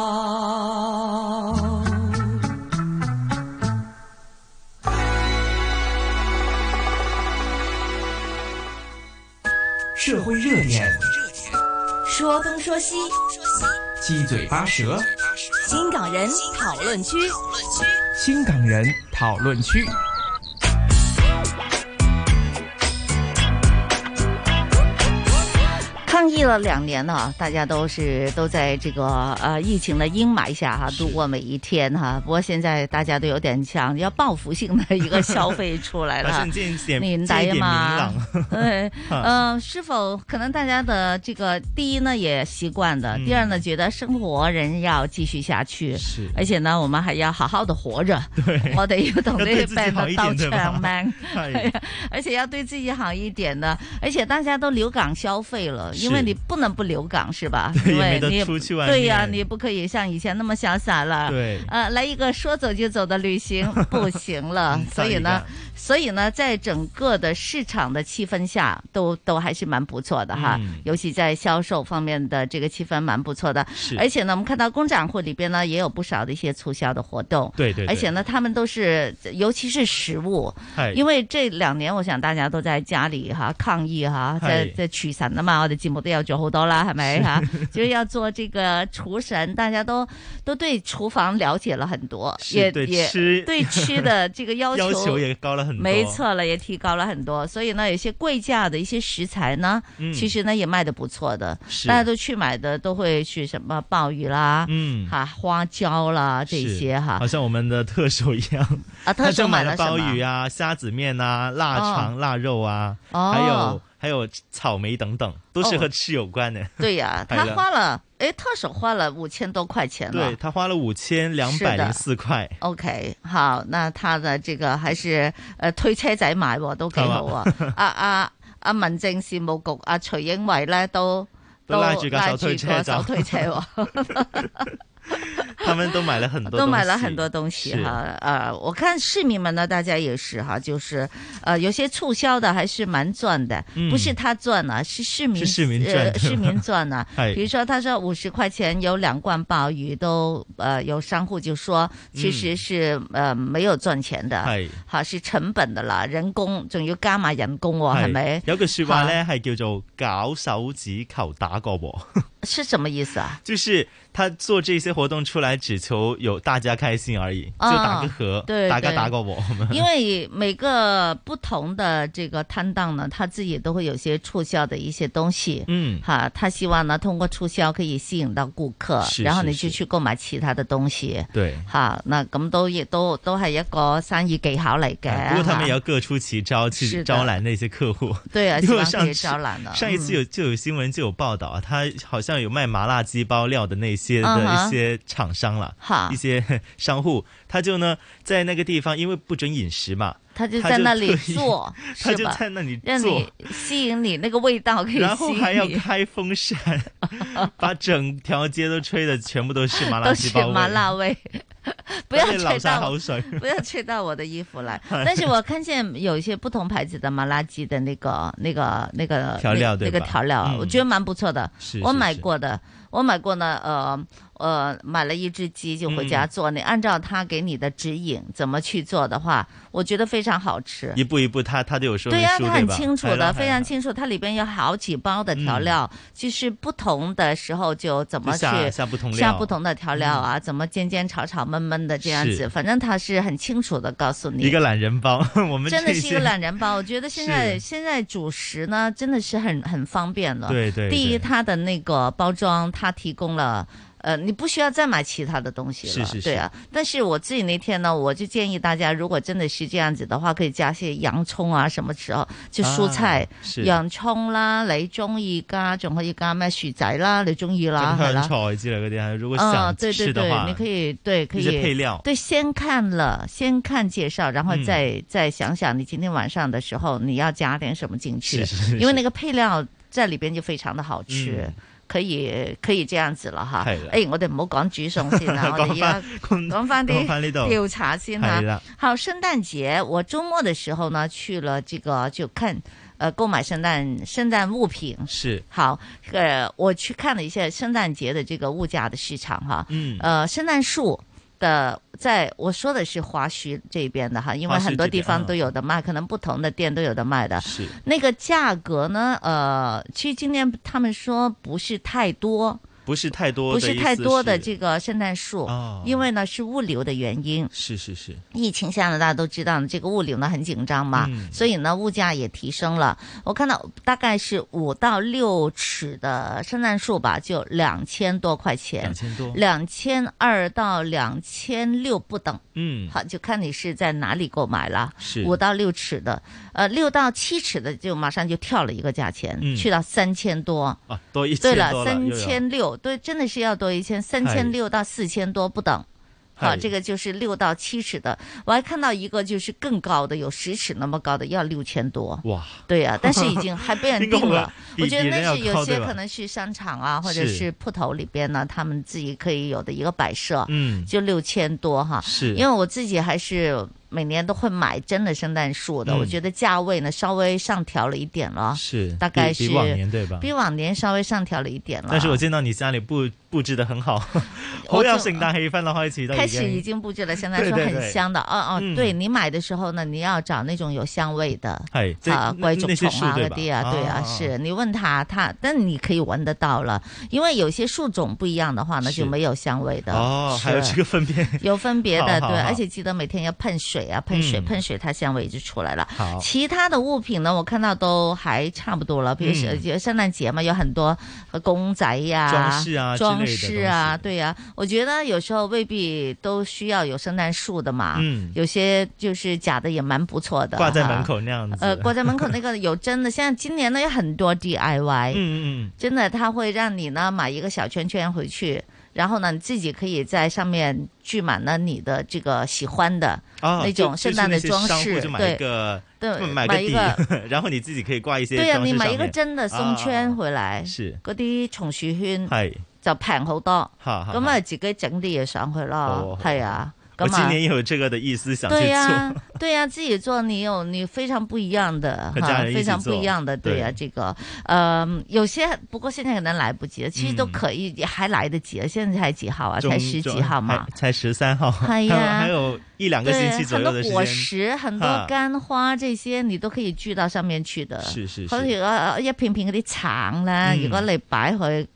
社会热点， 说东说西， 七嘴八舌， 新港人讨论区。 新港人讨论区。 抗疫了2年了，大家都在这个疫情的阴霾下哈度过每一天哈。不过现在大家都有点像要报复性的一个消费出来了，年代嘛，对，是否可能大家的这个第一呢也习惯的，第二呢觉得生活人要继续下去，是，而且呢我们还要好好的活着，对，我哋要同呢啲病毒鬥長命，而且要對自己好一點的，而且大家都留港消費了。因為你不能不留港是吧？因為你對呀，你不可以像以前那麼瀟灑了。對，來一個說走就走的旅行不行了。所以呢，在整個的市場的氣氛下，都還是蠻不錯的哈。尤其在銷售方面的這個氣氛蠻不錯的。而且呢，我們看到工展會裏邊呢，也有不少的一些促銷的活動。對。而且呢，他們都是，尤其是食物，因為這2年，我想大家都在家裏哈抗疫哈，在廚神啊嘛，我哋節目都有做好多啦，係咪哈？就是要做這個廚神，大家都對廚房了解了很多，也對吃的這個要求也高了很多，沒錯了，也提高了很多。所以呢，有些貴價的一些食材呢，其實呢也賣得不錯的，大家都去買的都會去什麼鮑魚啦，花椒啦這些哈， 好像我們的特首一樣啊，特首買了鮑魚啊、蝦子麵啊、臘腸、臘肉啊，還有草莓等等，都是和吃有關的。對呀，他花了，特首花了5000多塊錢了。對，他花了5204塊。OK， 好，那他的這個還是推車仔買都幾好啊。阿民政事務局阿徐英偉咧都拉住個手推車走。他們都買了很多東西哈，我看市民們呢，大家也是哈，就是有些促銷的還是蠻賺的，不是他賺啊，是市民賺啊。比如說他說50塊錢有2罐鮑魚，都有商戶就說其實是沒有賺錢的，是成本的啦，人工仲要加埋人工喎，係咪？有句說話咧係叫做搞手指求打個和。 是什么意思啊？ 就是他做这些活动出来，只求有大家开心而已，就打个和， 对， 大家打个我们。 因为每个不同的这个摊档呢，他自己都会有些促销的一些东西，他希望呢通过促销可以吸引到顧客，然後你就去購買其他的東西。 對， 那咁都係一個生意技巧嚟嘅。 不過他們也要各出奇招去招攬那些客戶。 對啊， 因為希望可以招攬了。 上一次就有新聞就有報道啊，他好像有賣麻辣雞包料的那些的一些廠商啦，一些商戶，他就呢在那個地方，因為不准飲食嘛。 他就在那裏做， 他就在那裏做， 讓你吸引你那個味道可以吸引你， 然後還要開風扇，把整條街都吹得全部都是麻辣雞包味， 都是麻辣味。不要吹到不要吹到我的衣服來。但是我看見有一些不同牌子的麻辣雞的那個調料， 那個調料，我覺得蠻不錯的。我買過的，呢，買了一隻雞就回家做，你按照他給你的指引怎麼去做的話，我覺得非常好吃。 一步一步他都有說明書， 對啊，他很清楚的，非常清楚，它裏邊有好幾包的調料，就是不同的時候就怎麼去下不同的調料啊，怎麼煎炒炒燜燜的這樣子，反正他是很清楚的告訴你。 一個懶人包，我們真的是一個懶人包。我覺得現在主食呢，真的是很方便了。 對對。 第一，它的那個包裝，它提供了。你不需要再買其他的東西了，對啊。但是我自己那天呢，我就建議大家，如果真的是這樣子的話，可以加些洋蔥啊，什麼時候就蔬菜，洋蔥啦，你中意加，仲可以加咩薯仔啦，你中意啦，係啦。 香菜之類嗰啲，如果想吃的話， 你可以可以一些配料， 對，先看介紹，然後再想想你今天晚上的時候你要加點什麼進去，因為那個配料在裏邊就非常的好吃。可以這樣子啦嚇，我哋唔好講煮餸先啦，我哋而家講翻啲調查先啦。好，聖誕節我週末的時候呢，去了這個就看購買聖誕物品。 是好，我去看了一下聖誕節的這個物價的市場哈，聖誕樹的，在我說的是華胥這邊的哈，因為很多地方都有的賣，可能不同的店都有的賣的。 是那個價格呢？其實今年他們說不是太多。不是太多的這個聖誕樹，因為呢是物流的原因。 是。 疫情下呢，大家都知道這個物流呢很緊張嘛，所以呢物價也提升了。我看到大概是5到6尺的聖誕樹吧，就2000多塊錢，2200到2600不等。好，就看你是在哪裡購買了。是5到6尺的，6到7尺的就馬上就跳了一個價錢，去到3000多。 多1000多了。 對了，3600。對，真的是要多1000，3600到4000多不等。好，這個就是6到7尺的。我還看到一個就是更高的，有10尺那麼高的，要6000多。哇！對啊，但是已經還被人訂了。我覺得那是有些可能是商場啊，或者是鋪頭裡邊呢，他們自己可以有的一個擺設。就6000多哈。是。因為我自己還是每年都會買真的聖誕樹的，我覺得價位呢稍微上調了一點了。是。大概是比往年對吧？ 比往年稍微上調了一點了。 但是我見到你家裡布置得很好，好有聖誕氣氛了，開始已經布置了聖誕樹，很香的。對，你買的時候呢，你要找那種有香味的，龜竹蟲啊嗰啲啊，對啊，是你問他，但你可以聞得到了，因為有些樹種不一樣的話呢，就沒有香味的。 還有這個分別？有分別的，對，而且記得每天要噴水啊，噴水，它香味就出來了。其他的物品呢，我看到都還差不多了，比如說聖誕節嘛，有很多公仔呀、裝飾啊，對啊，我覺得有時候未必都需要有聖誕樹的嘛，有些就是假的也蠻不錯的， 掛在門口那樣子。 掛在門口那個有真的，現在今年呢有很多 DIY，真的，它會讓你呢買一個小圈圈回去，然後呢你自己可以在上面聚滿了你的這個喜歡的那種聖誕的裝飾， 對，買一個，然後你自己可以掛一些。 對啊，你買一個真的鬆圈回來，嗰啲松樹圈就平好多，咁咪自己整啲嘢上去咯，係啊。 我今年也有這個的意思，想去做。 對呀，自己做你非常不一樣的，非常不一樣的，對呀，這個有些不過現在可能來不及了，其實都可以，還來得及。現在才幾號啊？才10幾號嘛？ 才13號。 係呀， 還有1-2個星期左右的時間。 很多果實、很多乾花，這些你都可以聚到上面去的。 是。 好似一片片嗰啲橙啦，如果你擺去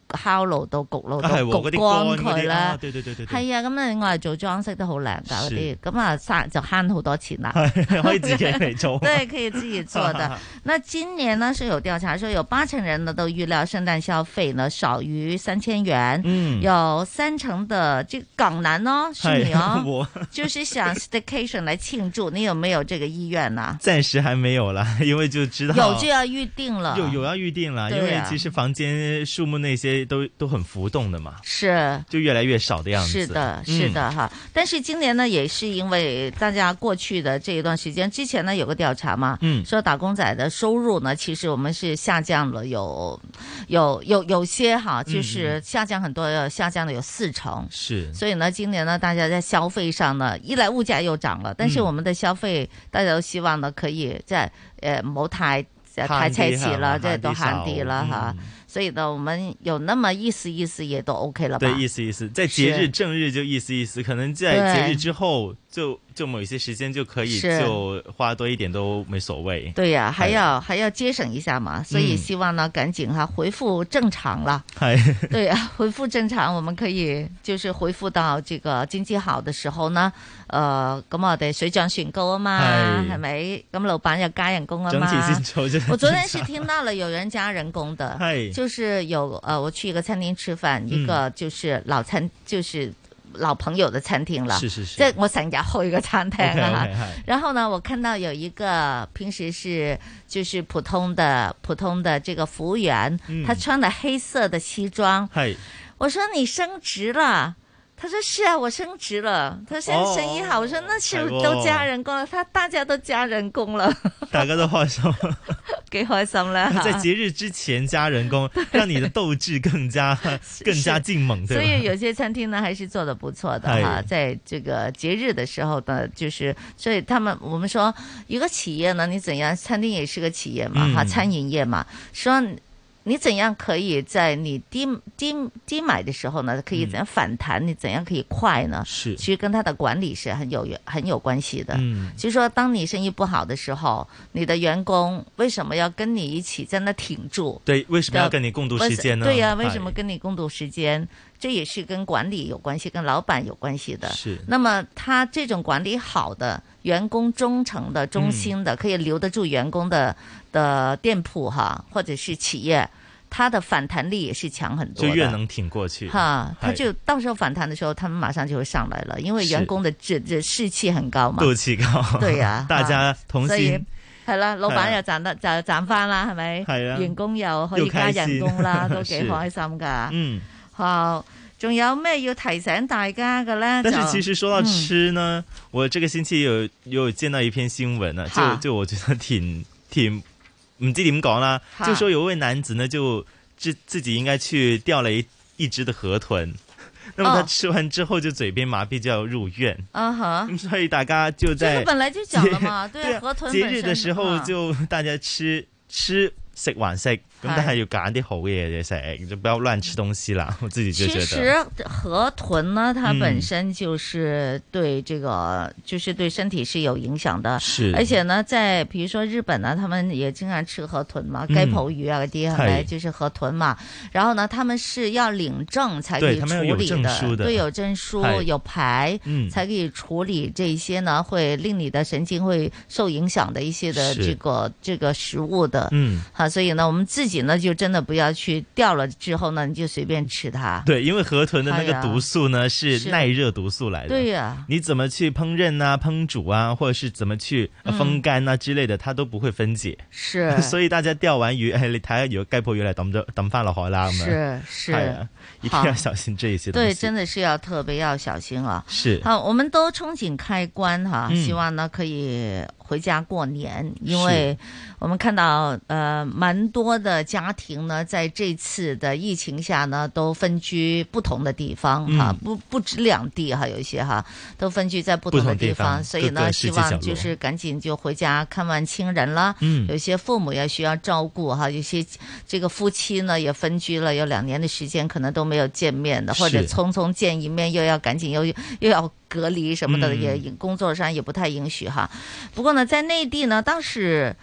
烤爐度、焗爐度焗乾佢啦。 對， 係啊，咁我哋做裝飾都好靚㗎嗰啲，咁啊就慳好多錢啦。 可以自己嚟做。 對，可以自己做的。那今年呢是有調查說有80%人呢都預料聖誕消費呢少於3000元，有30%的這個港男哦，是你哦，就是想 staycation 來慶祝，你有沒有這個意願呢？ 暫時還沒有啦，因為就知道有就要預定了， 有要預定了，因為其實房間數目那些都很浮動的嘛， 是就越來越少的樣子。 是的哈。但是今年呢，也是因為大家過去的這一段時間，之前呢有個調查嘛，說打工仔的收入呢，其實我們是下降了有些哈，就是下降很多，下降了有40%。 是， 所以呢，今年呢，大家在消費上呢，一來物價又漲了，但是我們的消費，大家都希望呢，可以在唔好太奢侈啦，即係都慳啲啦哈。所以呢，我們有那麼意思也都 OK 了吧？ 對，意思，在節日正日就意思，可能在節日之後就某一些時間就可以就花多一點都沒所謂。 對呀，還要節省一下嘛，所以希望呢趕緊哈恢復正常啦。對呀，恢復正常，我們可以就是恢復到這個經濟好的時候呢，咁我哋水漲船高啊嘛，係咪？咁老闆又加人工啊嘛。我昨天是聽到了有人加人工的，就是有我去一個餐廳吃飯，一個就是老朋友的餐廳了，即係我成日去個餐廳啊。然後呢，我看到有一個平時是就是普通的這個服務員，他穿了黑色的西裝。我說你升職了。他說是啊，我升職了。他現在生意好，我說那是都加人工了，大家都加人工了， 大家都開心， 幾開心啦！ 在節日之前加人工，讓你的鬥志更加勁猛，對吧？ 所以有些餐廳呢，還是做得不錯的哈。在這個節日的時候呢，就是所以我們說一個企業呢，你怎樣？餐廳也是個企業嘛，哈，餐飲業嘛，說。你怎樣可以在你低買的時候呢，可以怎樣反彈？你怎樣可以快呢？ 是， 其實跟他的管理是很有關係的。就是說當你生意不好的時候，你的員工為什麼要跟你一起在那挺住？ 對，為什麼要跟你共度時間呢？ 對呀，為什麼跟你共度時間？這也是跟管理有關係，跟老闆有關係的。 是。那麼他這種管理好的員工忠誠的、忠心的，可以留得住員工的店鋪哈，或者是企業，它的反彈力也是強很多的， 就越能挺過去哈。他就到時候反彈的時候，他們馬上就會上來了，因為員工的這士氣很高嘛， 鬥氣高。 對呀， 大家同心。 係啦，老闆又賺翻啦，係咪？係啊，員工又可以加人工啦，都幾開心噶。好，仲有咩要提醒大家嘅呢？ 但是其實說到吃呢，我這個星期有見到一篇新聞啊，就我覺得挺唔知點講啦，就說有位男子呢就自己應該去釣了一隻的河豚，那麼他吃完之後就嘴邊麻痹就要入院。所以大家就在這個本來就講了嘛，對，河豚節日的時候就大家吃還食，咁但係要揀啲好嘢食，就不要亂吃東西啦。我自己就覺得， 其實河豚呢，它本身就是對這個，就是對身體是有影響的。 是， 而且呢，在譬如說日本呢，他們也經常吃河豚嘛，雞泡魚啊嗰啲，係咪就是河豚嘛？然後呢，他們是要領證才可以處理的，對，有證書、有牌，才可以處理這些呢，會令你的神經會受影響的一些的這個食物的，所以呢，我們自己呢就真的不要去釣了之後呢，你就隨便吃它。 對，因為河豚的那個毒素呢是耐熱毒素來的。 對呀， 你怎麼去烹飪啊、烹煮啊，或者是怎麼去風乾啊之類的，它都不會分解。 是， 所以大家釣完魚，你睇下如果雞泡魚嚟抌翻落海啦咁樣。 是， 一定要小心這一些東西。 對，真的是要特別要小心啊。 是。 好，我們都憧憬開關哈，希望呢可以回家過年，因為我們看到蠻多的家庭呢，在這次的疫情下呢，都分居不同的地方哈，不止兩地哈，有一些哈都分居在不同的地方，所以呢，希望就是趕緊就回家看望親人啦。有些父母也需要照顧哈，有些這個夫妻呢也分居了有2年的時間，可能都沒有見面的，或者匆匆見一面又要趕緊又要隔離什麼的，也工作上也不太允許哈。不過呢，在內地呢，倒是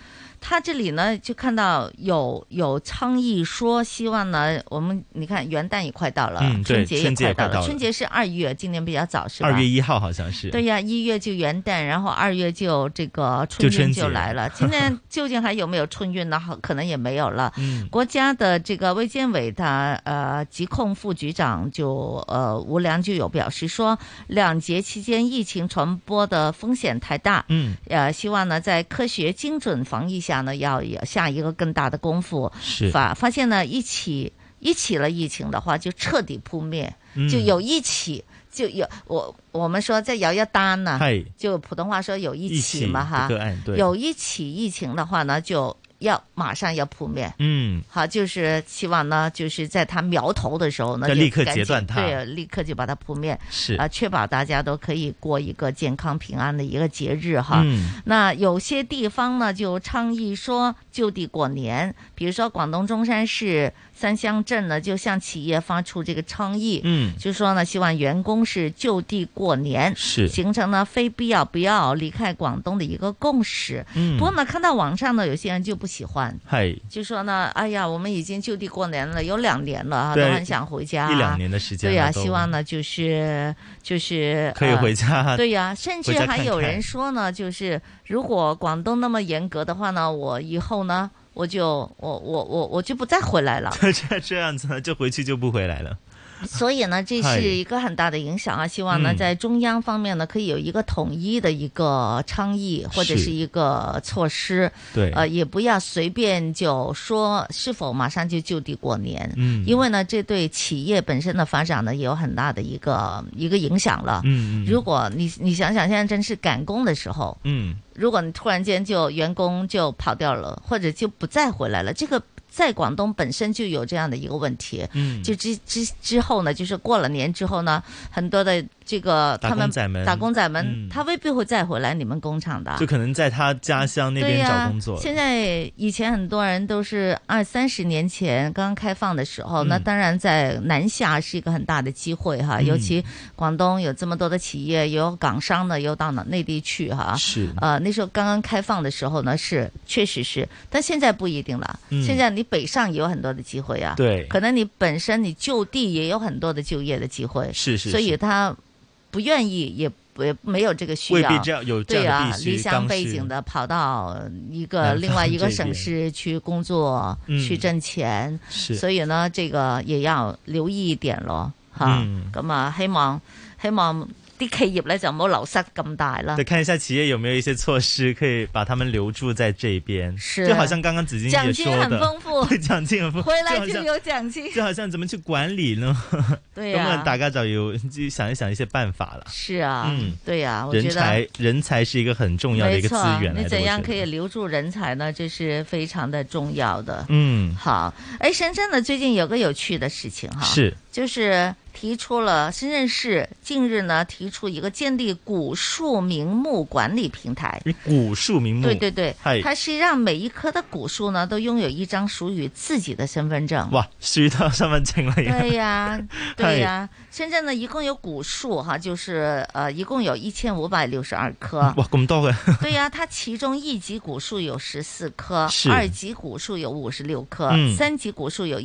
他这里呢就看到有倡议说，希望呢我们你看元旦也快到了，春节也快到了，春节是2月，今年比较早是吧 ？2月1号好像是。 对呀，1月就元旦，然后2月就这个春运就来了。今年究竟还有没有春运呢？可能也没有了。国家的这个卫健委的疾控副局长就吴良就有表示说，2节期间疫情传播的风险太大，希望呢在科学精准防疫下呢要下一个更大的功夫。 是发现呢一起了疫情的话就彻底扑灭，就有一起。就有我们说在有一單呢，就普通話說有一起嘛哈，有一起疫情的話呢，就要馬上要撲滅。好，就是希望呢，就是在它苗頭的時候呢， 就立刻截斷它， 對，立刻就把它撲滅， 是確保大家都可以過一個健康平安的一個節日哈。那有些地方呢就倡議說就地過年，比如說廣東中山市三鄉鎮呢就向企業發出這個倡議，就說呢希望員工是就地過年， 是形成呢非必要不要離開廣東的一個共識。不過呢看到網上呢有些人就不喜歡，就說呢哎呀我們已經就地過年了有2年了，都很想回家 ，1-2年的時間， 對呀，希望呢就是可以回家， 對呀，甚至還有人說呢就是如果廣東那麼嚴格的話呢，我以後呢我就不再回來了。 這樣子呢，就回去就不回來了。 所以呢，這是一個很大的影響啊！希望呢，在中央方面呢，可以有一個統一的一個倡議或者是一個措施。 對， 也不要隨便就說是否馬上就地過年。因為呢，這對企業本身的發展呢，也有很大的一個影響了。如果你想想，現在真是趕工的時候，如果你突然間就員工就跑掉了，或者就不再回來了，這個在廣東本身就有這樣的一個問題，就之後呢，就是過了年之後呢，很多的這個他們打工仔們，他未必會再回來你們工廠的， 就可能在他家鄉那邊找工作。 現在以前很多人都是20-30年前剛剛開放的時候，那當然在南下是一個很大的機會哈，尤其廣東有這麼多的企業，有港商呢，又到內地去哈。 是那時候剛剛開放的時候呢，是確實是，但現在不一定了。現在你北上也有很多的機會啊， 對， 可能你本身你就地也有很多的就業的機會， 是， 所以他不願意也沒有這個需要， 未必這樣有這樣的必須， 離鄉背井的跑到另外一個省市去工作，去掙錢，所以呢，這個也要留意一點咯，咁啊，希望啲企業咧就唔好流失咁大啦。 對，看一下企業有沒有一些措施可以把他們留住在這邊。 是， 就好像剛剛子矜也說的， 獎金很豐富， 獎金很豐富， 回來就有獎金。 就好像怎麼去管理呢？ 對呀， 咁大家就要想一想一些辦法了。 是啊，對呀，我覺得人才是一個很重要的一個資源。 你怎樣可以留住人才呢？這是非常的重要的。好，深圳呢最近有個有趣的事情哈， 是， 就是提出了深圳市近日呢提出一個建立古樹名木管理平台。 古樹名木， 對，它是讓每一棵的古樹呢都擁有一張屬於自己的身份證。 哇，樹都有身份證啦！ 對呀，深圳呢一共有古樹哈，就是一共有1562棵。 哇，咁多嘅？ 對呀，它其中1級古樹有14棵，2級古樹有56棵，3級古樹有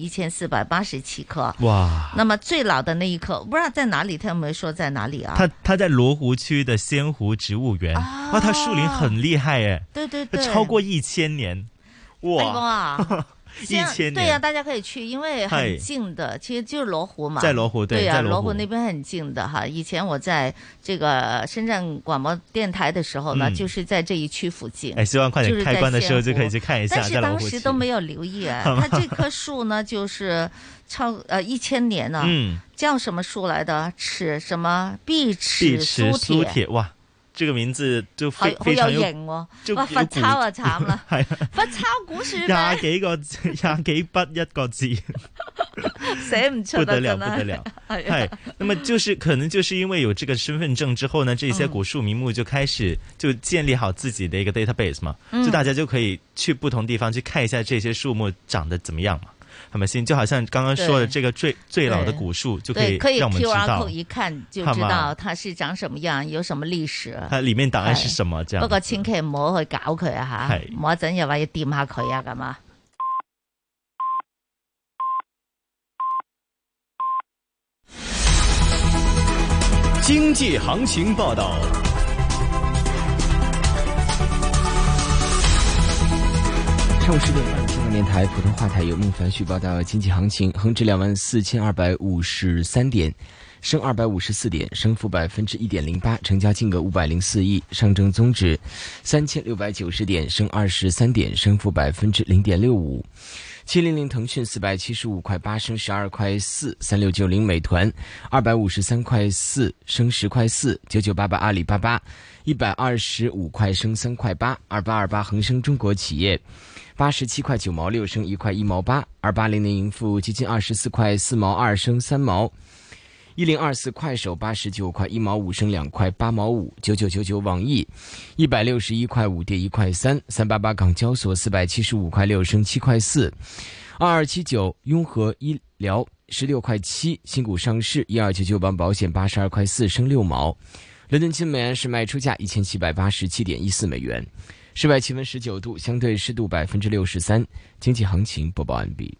1487棵。 哇， 那麼最老的那一棵不知道在哪裡，他有沒有說在哪裡啊？ 他在羅湖區的仙湖植物園。哇，他樹齡很厲害耶！ 對， 超過1000年。哇！1000年， 對呀，大家可以去，因為很近的，其實就是羅湖嘛。 在羅湖， 對呀，羅湖那邊很近的哈。以前我在這個深圳廣播電台的時候呢，就是在這一區附近。 希望快點開關的時候就可以去看一下。 但是當時都沒有留意啊，它這棵樹呢，就是1000年呢，叫什麼樹來的？什麼碧池蘇鐵？ 哇！這個名字就非常有型喎，哇！罰抄啊慘啦，罰抄古樹咩 ？20幾筆一個字， 寫唔出， 不得了。係，那麼就是可能就是因為有這個身份證之後呢，這些古樹名木就開始就建立好自己的一個 database 嘛，就大家就可以去不同地方去看一下這些樹木長得怎麼樣嘛。 他们就好像刚刚说的这个最老的古树，就可以让我们知道 QR code 一看就知道它是長什麼樣，有什麼歷史， 它裡面檔案是什麼這樣。 不過千祈唔好去搞佢啊嚇，唔好一陣又話要掂下佢啊咁啊。 經濟行情報道。 上午10點半，香港電台普通話台由孟凡旭報道經濟行情，恒指24,253點，升254點，升幅1.08%，成交金額504億。上證綜指3,690點，升23點，升幅0.65%。700騰訊475塊8升12塊4，3690美團253塊4升10塊4，9988阿里巴巴125塊升3塊8，2828恒生中國企業87塊9毛6升1塊1毛8，2800盈富基金24塊4毛2升3毛，1024快手89塊1毛5升2塊8毛5，9999網易161塊5跌1塊3，388港交所475塊6升7塊4，2279雍和醫療16塊7新股上市，1299邦保險82塊4升6毛。倫敦金每安士賣出價1787.14美元。室外氣溫19度，相對濕度63%。經濟行情播報完畢。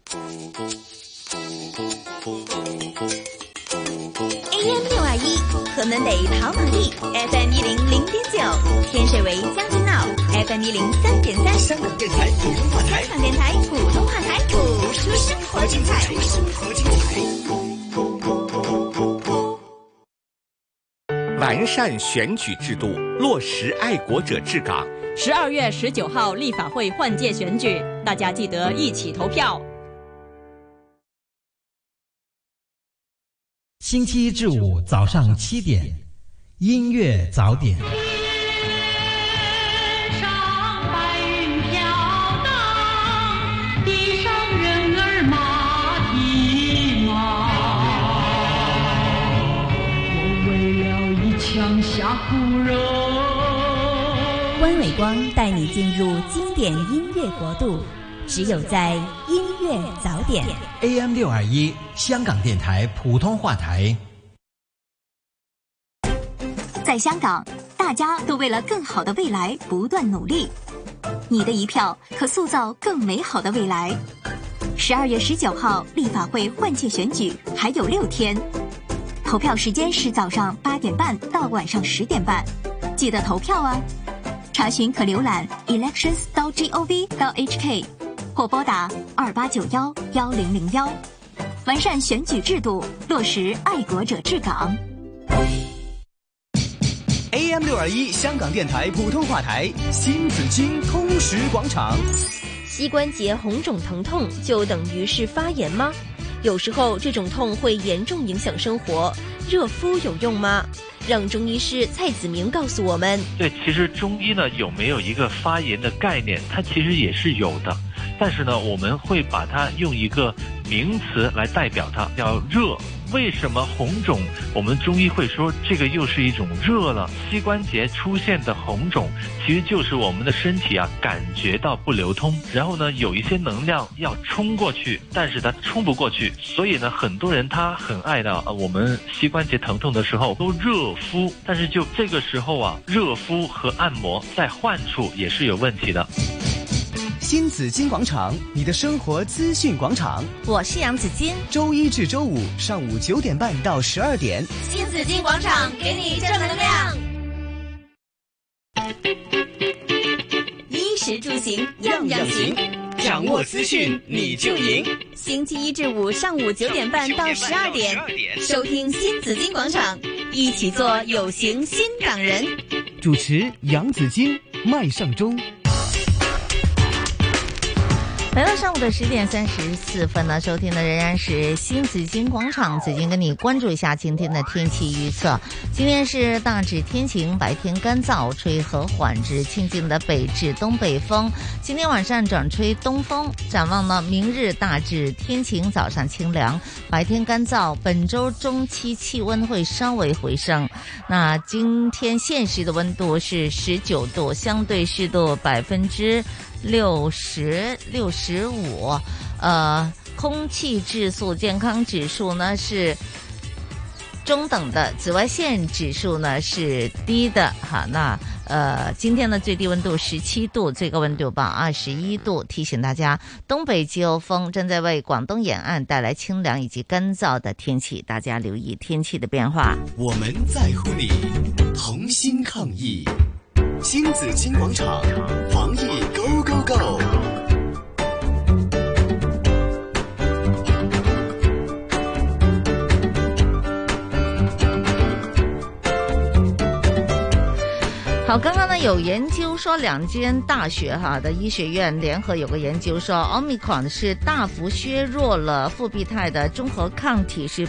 AM621河門北陶猛地 FM 100.9，天水圍將軍澳 FM 103.3， 香港電台普通話台， 香港電台普通話台，播出生活精彩， 生活精彩。 完善選舉制度，落實愛國者治港。 12月19號立法會換屆選舉，大家記得一起投票。 星期一至五早上7點，音樂早點。 温伟光帶你進入經典音樂國度，只有在音樂早點。 AM621香港電台普通話台。 在香港，大家都為了更好的未來不斷努力。你的一票可塑造更美好的未來。12月19號立法會換屆選舉還有6天，投票時間是早上8點半到晚上10點半，記得投票啊！查詢可瀏覽 elections.gov.hk 或撥打28911001，完善選舉制度，落實愛國者治港。 AM621香港電台普通話台，新紫荊通識廣場。 膝關節紅腫疼痛就等於是發炎嗎？有時候這種痛會嚴重影響生活，熱敷有用嗎？讓中醫師蔡子明告訴我們。 對，其實中醫呢有沒有一個發炎的概念？它其實也是有的，但是呢我們會把它用一個名詞來代表它，叫熱。為什麼紅腫我們中醫會說這個又是一種熱呢？膝關節出現的紅腫其實就是我們的身體感覺到不流通，然後呢有一些能量要衝過去，但是它衝不過去，所以呢很多人他很愛的我們膝關節疼痛的時候都熱敷，但是就這個時候熱敷和按摩在患處也是有問題的。 新紫荊廣場，你的生活資訊廣場， 我是楊子矜。 周一至周五上午9點半到12點， 新紫荊廣場給你正能量。 衣食住行樣樣行，掌握資訊你就贏。星期一至五上午9點半到12點，收聽新紫荊廣場，一起做有型新港人。 主持楊子矜、麥尚中。 来到上午的10點34分呢，收聽的仍然是新紫荊廣場，紫荊跟你關注一下今天的天氣預測。今天是大致天晴，白天乾燥，吹和緩至清勁的北至東北風。今天晚上轉吹東風。展望呢，明日大致天晴，早上清涼，白天乾燥。本周中期氣溫會稍微回升。那今天現時的溫度是19度，相對濕度65%。 空氣質素健康指數呢是中等的，紫外線指數呢是低的。好，那今天的最低溫度17度，最高溫度21度。提醒大家，東北季候風正在為廣東沿岸帶來清涼以及乾燥的天氣，大家留意天氣的變化。 我們在乎你，同心抗疫。新紫荊廣場，防疫 Go Go Go！ 好，刚刚呢有研究说2間大學的醫學院聯合有個研究說 Omicron 是大幅削弱了復必泰的中和抗體是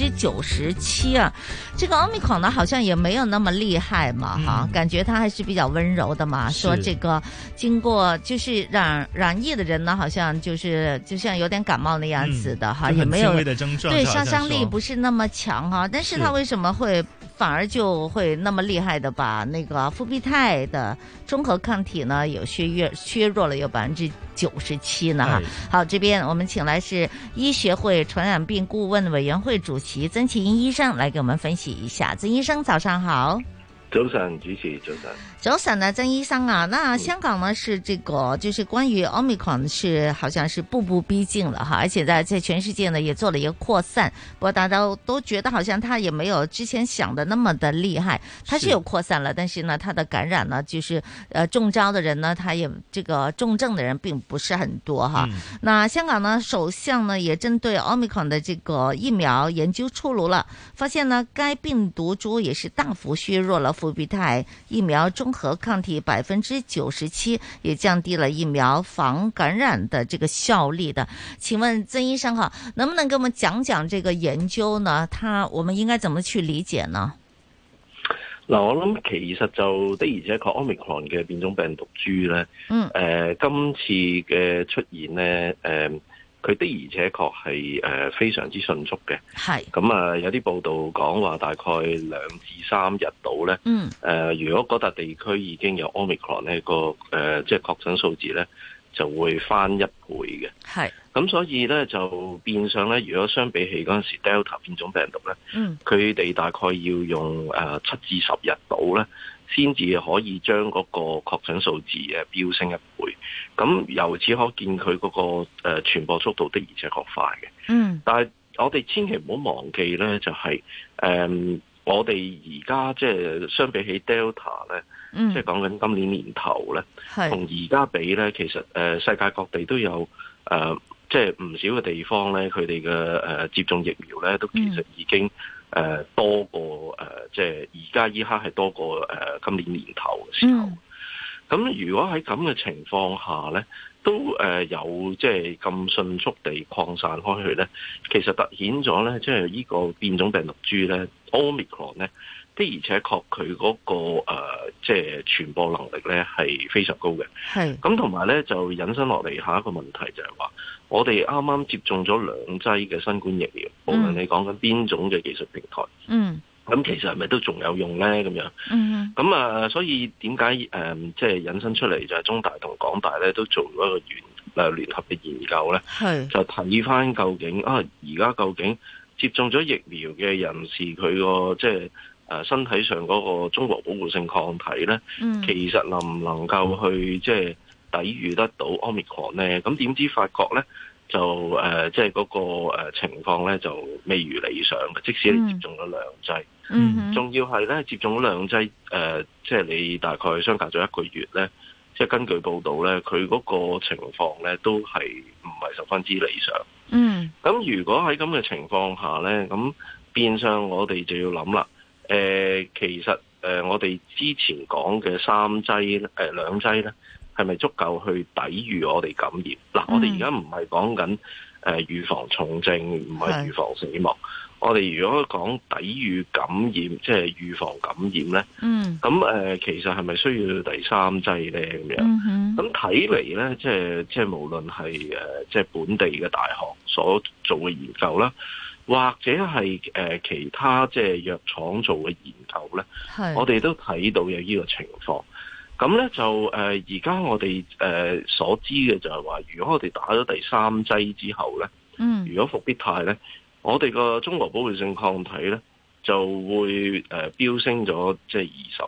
97%啊。這個 Omicron 呢好像也沒有那麼厲害嘛，感覺它還是比較溫柔的嘛。說這個經過就是染疫的人呢，好像就像有點感冒那樣子的也沒有對殺傷力不是那麼強但是它為什麼會反而就會那麼厲害的把那個復必泰的中和抗體呢有削弱了有97%呢好，這邊我們請來是醫學會傳染病顧問委員會主席曾祈殷醫生來給我們分析一下。曾醫生早上好。 早晨，主持早晨。 早晨呢，曾醫生啊，那香港呢是這個就是關於 Omicron 是好像是步步逼近了而且在全世界呢也做了一個擴散，不過大家都覺得好像它也沒有之前想的那麼的厲害，它是有擴散了，但是呢它的感染呢就是中招的人呢，它也這個重症的人並不是很多那香港呢首相呢也針對 Omicron 的這個疫苗研究出爐了，發現呢該病毒株也是大幅削弱了復必泰疫苗中和抗體97%，也降低了疫苗防感染的這個效力的。請問曾醫生能不能給我們講講這個研究呢？我們應該怎麼去理解呢？ 嗱，我諗其實就的而且確 Omicron 嘅變種病毒株咧，今次嘅出現咧，佢的而且確係非常之迅速嘅。係咁有啲報道講話大概2至3日到咧。如果嗰笪地區已經有 Omicron 咧，即係確診數字咧就會翻1倍嘅。係咁，所以咧就變相咧，如果相比起嗰陣時 Delta 變種病毒咧，佢哋大概要用7至10日到咧，先至可以將嗰個確診數字飆升1倍。咁由此可見佢嗰個傳播速度的而且確快嘅。但係我哋千祈唔好忘記咧，就係我哋而家即係相比起 Delta 咧，即係講緊今年年頭咧，同而家比咧，其實世界各地都有即係唔少嘅地方咧，佢哋嘅接種疫苗咧，都其實已經多過即係而家依刻係多過今年年頭嘅時候。咁如果喺咁嘅情況下咧，都有即係咁迅速地擴散開去咧，其實凸顯咗咧，即係呢個變種病毒株咧 Omicron 咧，的而且確佢嗰個即係傳播能力咧係非常高嘅。係咁同埋咧就引申落嚟下一個問題就係話，我哋啱啱接種咗2劑嘅新冠疫苗，無論你講緊邊種嘅技術平台。咁其實係咪都仲有用咧？咁樣，咁所以點解即係引申出嚟就係中大同港大咧都做咗一個聯合嘅研究咧，就睇翻究竟而家究竟接種咗疫苗嘅人士佢個即係身體上嗰個中和保護性抗體咧，其實能唔能夠去即係抵禦得到 Omicron 咧？咁點知發覺咧？就即係嗰個情況咧就未如理想嘅，即使你接種咗2劑，仲要係咧接種咗2劑，即係你大概相隔咗1個月咧，即係根據報道咧，佢嗰個情況咧都係唔係十分之理想。咁如果喺咁嘅情況下咧，咁變相我哋就要諗啦。其實我哋之前講嘅2劑咧。係咪足夠去抵禦我哋感染？嗱，我哋而家唔係講緊預防重症，唔係預防死亡。我哋如果講抵禦感染，即係預防感染咧，咁其實係咪需要第3劑咧？咁樣咁睇嚟咧，即係無論係即係本地嘅大學所做嘅研究啦，或者係其他即係藥廠做嘅研究咧，我哋都睇到有呢個情況。咁咧就而家我哋所知嘅就係話，如果我哋打咗第3劑之後咧， 如果復必泰咧，我哋個中和保護性抗體咧就會飆升咗即係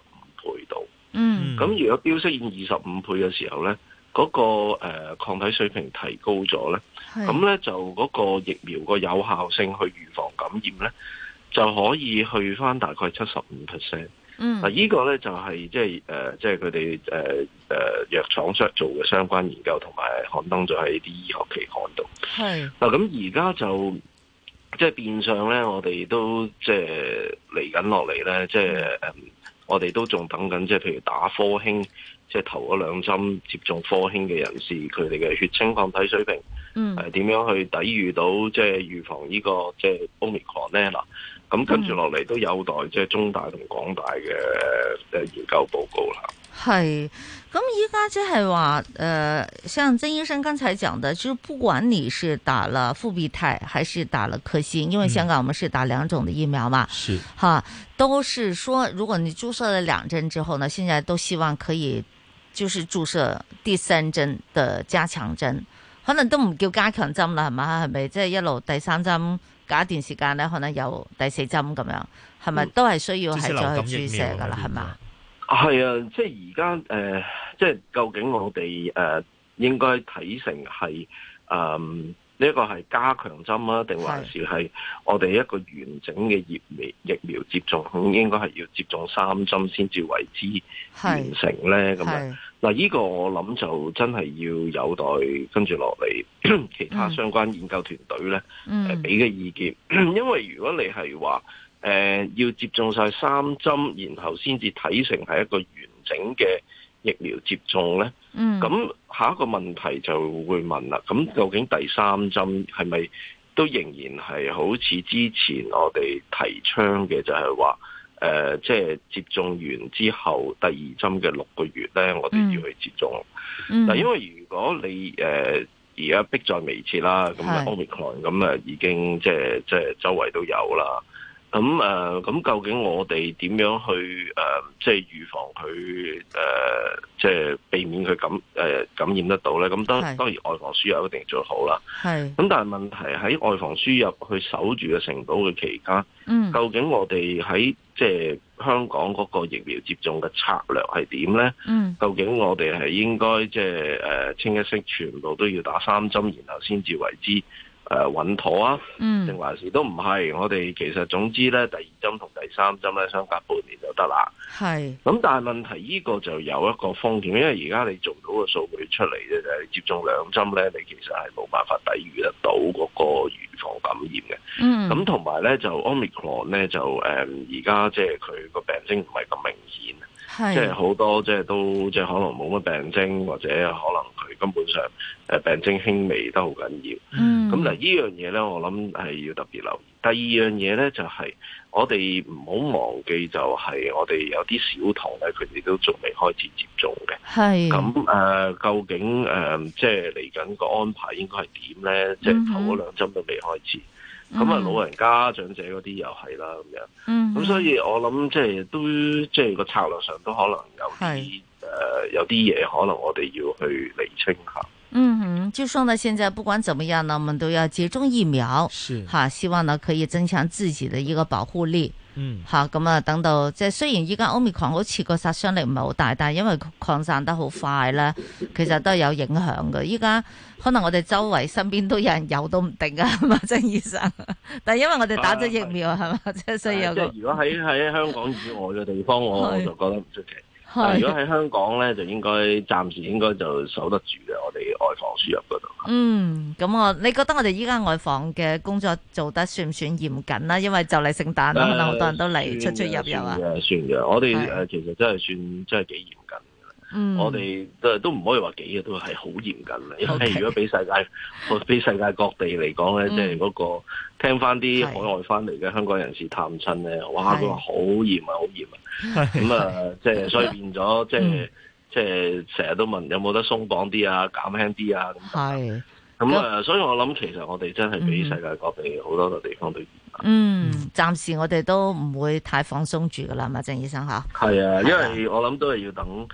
25倍度。咁如果飆升25倍嘅時候咧，嗰個抗體水平提高咗咧，咁咧就嗰個疫苗個有效性去預防感染咧，就可以去翻大概75%。嗱，呢個咧就係即係佢哋藥廠做嘅相關研究，同埋刊登咗喺啲醫學期刊度。嗱，咁而家就即係變相咧，我哋都即係嚟緊落嚟咧，即係我哋都仲等緊，即係譬如打科興，即係頭嗰2針接種科興嘅人士，佢哋嘅血清抗體水平，點樣去抵禦到即係預防呢個即係 Omicron 咧？嗱，咁跟住落嚟都有待即係中大同港大嘅研究報告啦。 係，咁依家即係話，像曾醫生剛才講的，就是不管你是打了復必泰還是打了科興，因為香港我們是打2種的疫苗嘛，是哈，都是說如果你注射了2針之後呢，現在都希望可以就是注射第3針的加強針，可能都唔叫加強針啦，係嘛？係咪即係一路第3針隔一段時間呢，可能有第4針咁樣，係咪都係需要係再去注射噶啦，係嘛？ 係啊，即係而家即係究竟我哋應該睇成係呢一個係加強針啊，定還是係我哋一個完整嘅疫苗接種，應該係要接種3針先至為之完成咧？咁樣嗱，呢個我諗就真係要有待跟住落嚟其他相關研究團隊咧俾嘅意見，因為如果你係話要接種晒3針，然後先至睇成係一個完整嘅疫苗接種咧，咁下一個問題就會問啦，咁究竟第3針係咪都仍然係好似之前我哋提倡嘅，就係話即係接種完之後第2針嘅6個月咧，我哋要去接種。嗱，因為如果你而家迫在眉睫啦，咁 Omicron 咁已經即係周圍都有啦。咁究竟我哋點樣去即係預防佢即係避免佢感染得到咧？咁當然外防輸入一定做好啦。咁但係問題喺外防輸入去守住嘅城堡嘅期間，究竟我哋喺即係香港嗰個疫苗接種嘅策略係點咧？究竟我哋係應該即係清一色全部都要打3針，然後先至為之穩妥啊，定還是都唔係？我哋其實總之咧，第2針同第3針咧相隔半年就得啦。咁但係問題呢個就有一個風險，因為而家你做到個數據出嚟咧，就係接種2針咧，你其實係冇辦法抵禦得到嗰個預防感染嘅。咁同埋咧就 Omicron 咧就而家即係佢個病徵唔係咁明顯。即係好多即係都即係可能冇乜病徵，或者可能佢根本上病徵輕微都好緊要。咁嗱，呢樣嘢咧，我諗係要特別留意。第二樣嘢咧就係我哋唔好忘記，就係我哋有啲小童咧，佢哋都仲未開始接種嘅。咁究竟即係嚟緊個安排應該係點咧？即係頭嗰2針都未開始。咁老人家長者嗰啲又係啦，咁樣。咁所以我諗即係都即係個策略上都可能有啲嘢可能我哋要去釐清下。 就說呢，現在不管怎麼樣呢，我們都要接種疫苗，希望呢可以增強自己的一個保護力。咁啊，等到即係雖然依家 Omicron 好似個殺傷力唔係好大，但係因為擴散得好快咧，其實都有影響嘅。依家可能我哋周圍身邊都有人有都唔定啊，係嘛，曾醫生？但係因為我哋打咗疫苗係嘛，即係所以有個。 如果喺香港以外嘅地方，我就覺得唔出奇。如果喺香港咧，就應該暫時應該就守得住嘅，我哋外防輸入嗰度。 咁你覺得我哋依家外防嘅工作做得算唔算嚴謹啦？因為就嚟聖誕啦，可能好多人都嚟出入入啊。 算嘅，我哋其實真係算幾嚴謹。我哋都唔可以話幾嘅，都係好嚴謹啦。因為如果俾世界各地嚟講咧，即係嗰個聽翻啲海外翻嚟嘅香港人士探親咧，哇！佢話好嚴啊，好嚴啊。咁即係所以變咗，即係成日都問有冇得鬆綁啲啊，減輕啲啊。咁所以我諗其實我哋真係比世界各地好多個地方都嚴謹。 暫時我哋都唔會太放鬆住噶啦，嘛，鄭醫生嚇。 係啊，因為我諗都係要等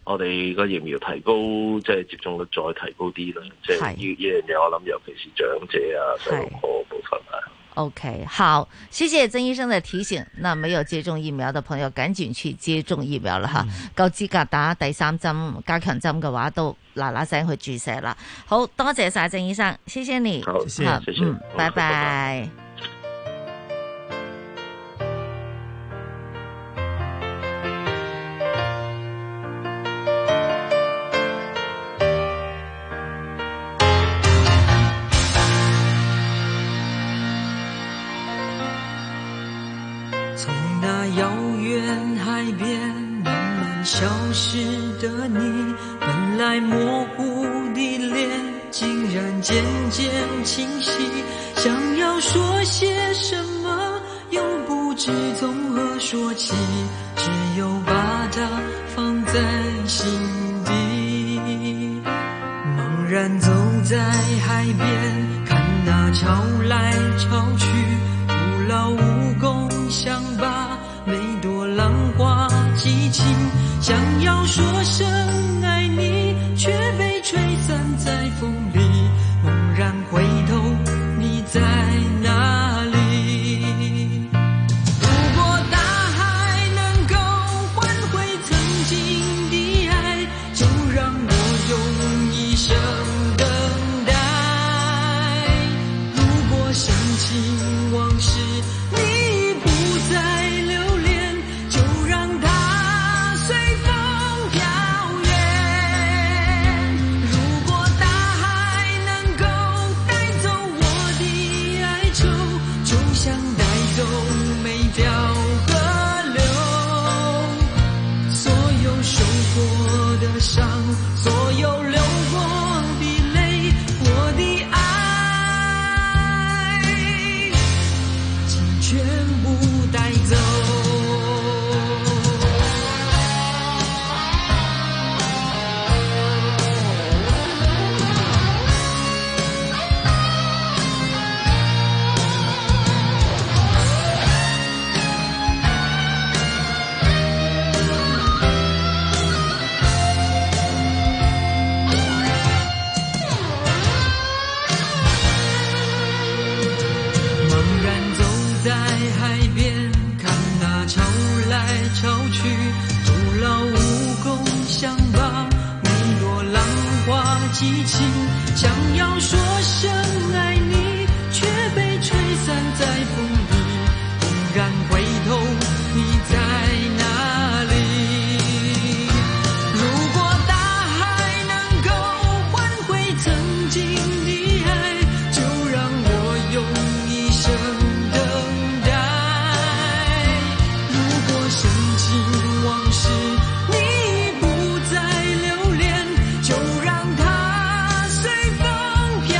我哋個疫苗提高，即係接種率再提高啲啦。即係呢樣嘢，我諗尤其是長者啊、細路哥部分啊。 OK， 好，謝謝曾醫生的提醒。那沒有接種疫苗的朋友，趕緊去接種疫苗啦吓，夠資格打第3針加強針嘅話，都嗱聲去注射啦。好多謝晒曾醫生，謝謝你， 好，謝謝， 拜拜。 消失的你，本来模糊的脸，竟然渐渐清晰。想要说些什么，又不知从何说起，只有把它放在心底。茫然走在海边，看那潮来潮去，徒劳无功，想把每朵浪花记清。想要说声爱你，却被吹散在风里。猛然回头，你在哪里？如果大海能够换回曾经的爱，就让我用一生等待。如果深情往事你不再留恋，就让它随风飘远。如果大海能够带走我的哀愁，就像带走每条河流。所有受过的伤，所有流过的泪，我的爱请全部带走。潮去，徒劳无功，想把每朵浪花记清。想要说声爱你，却被吹散在风里。猛然回头，你在哪里？如果大海能够换回曾经的爱，就让我用一生等待。深情往事你不再留恋，就让它随风飘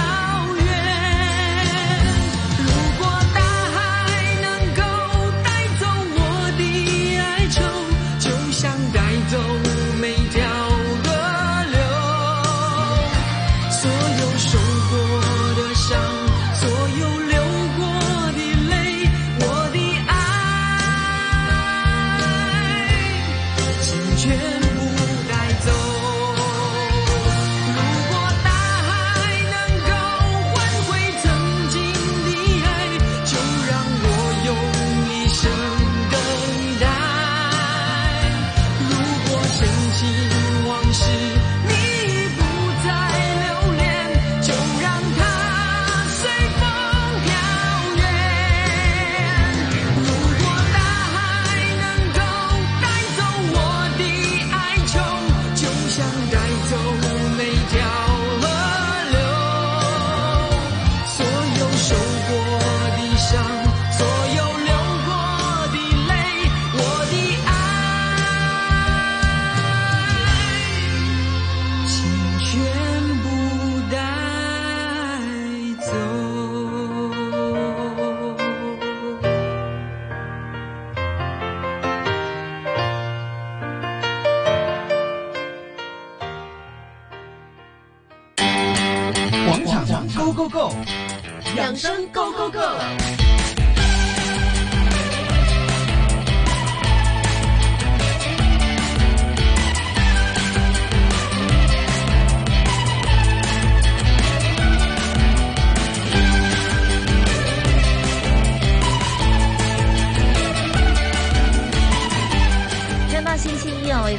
远。如果大海能够带走我的哀愁，就像带走每条河流。所有受过的伤，所有流过的泪，我的爱全部带走。如果大海能够换回曾经的爱，就让我用一生等待。如果深情往事你不再留恋，就让它随风飘远。如果大海能够带走我的哀愁，就像带走每条河流。所有受过的伤，所有流过的泪，我的爱请全部带走。 广场 Go Go Go， 养生 Go Go Go。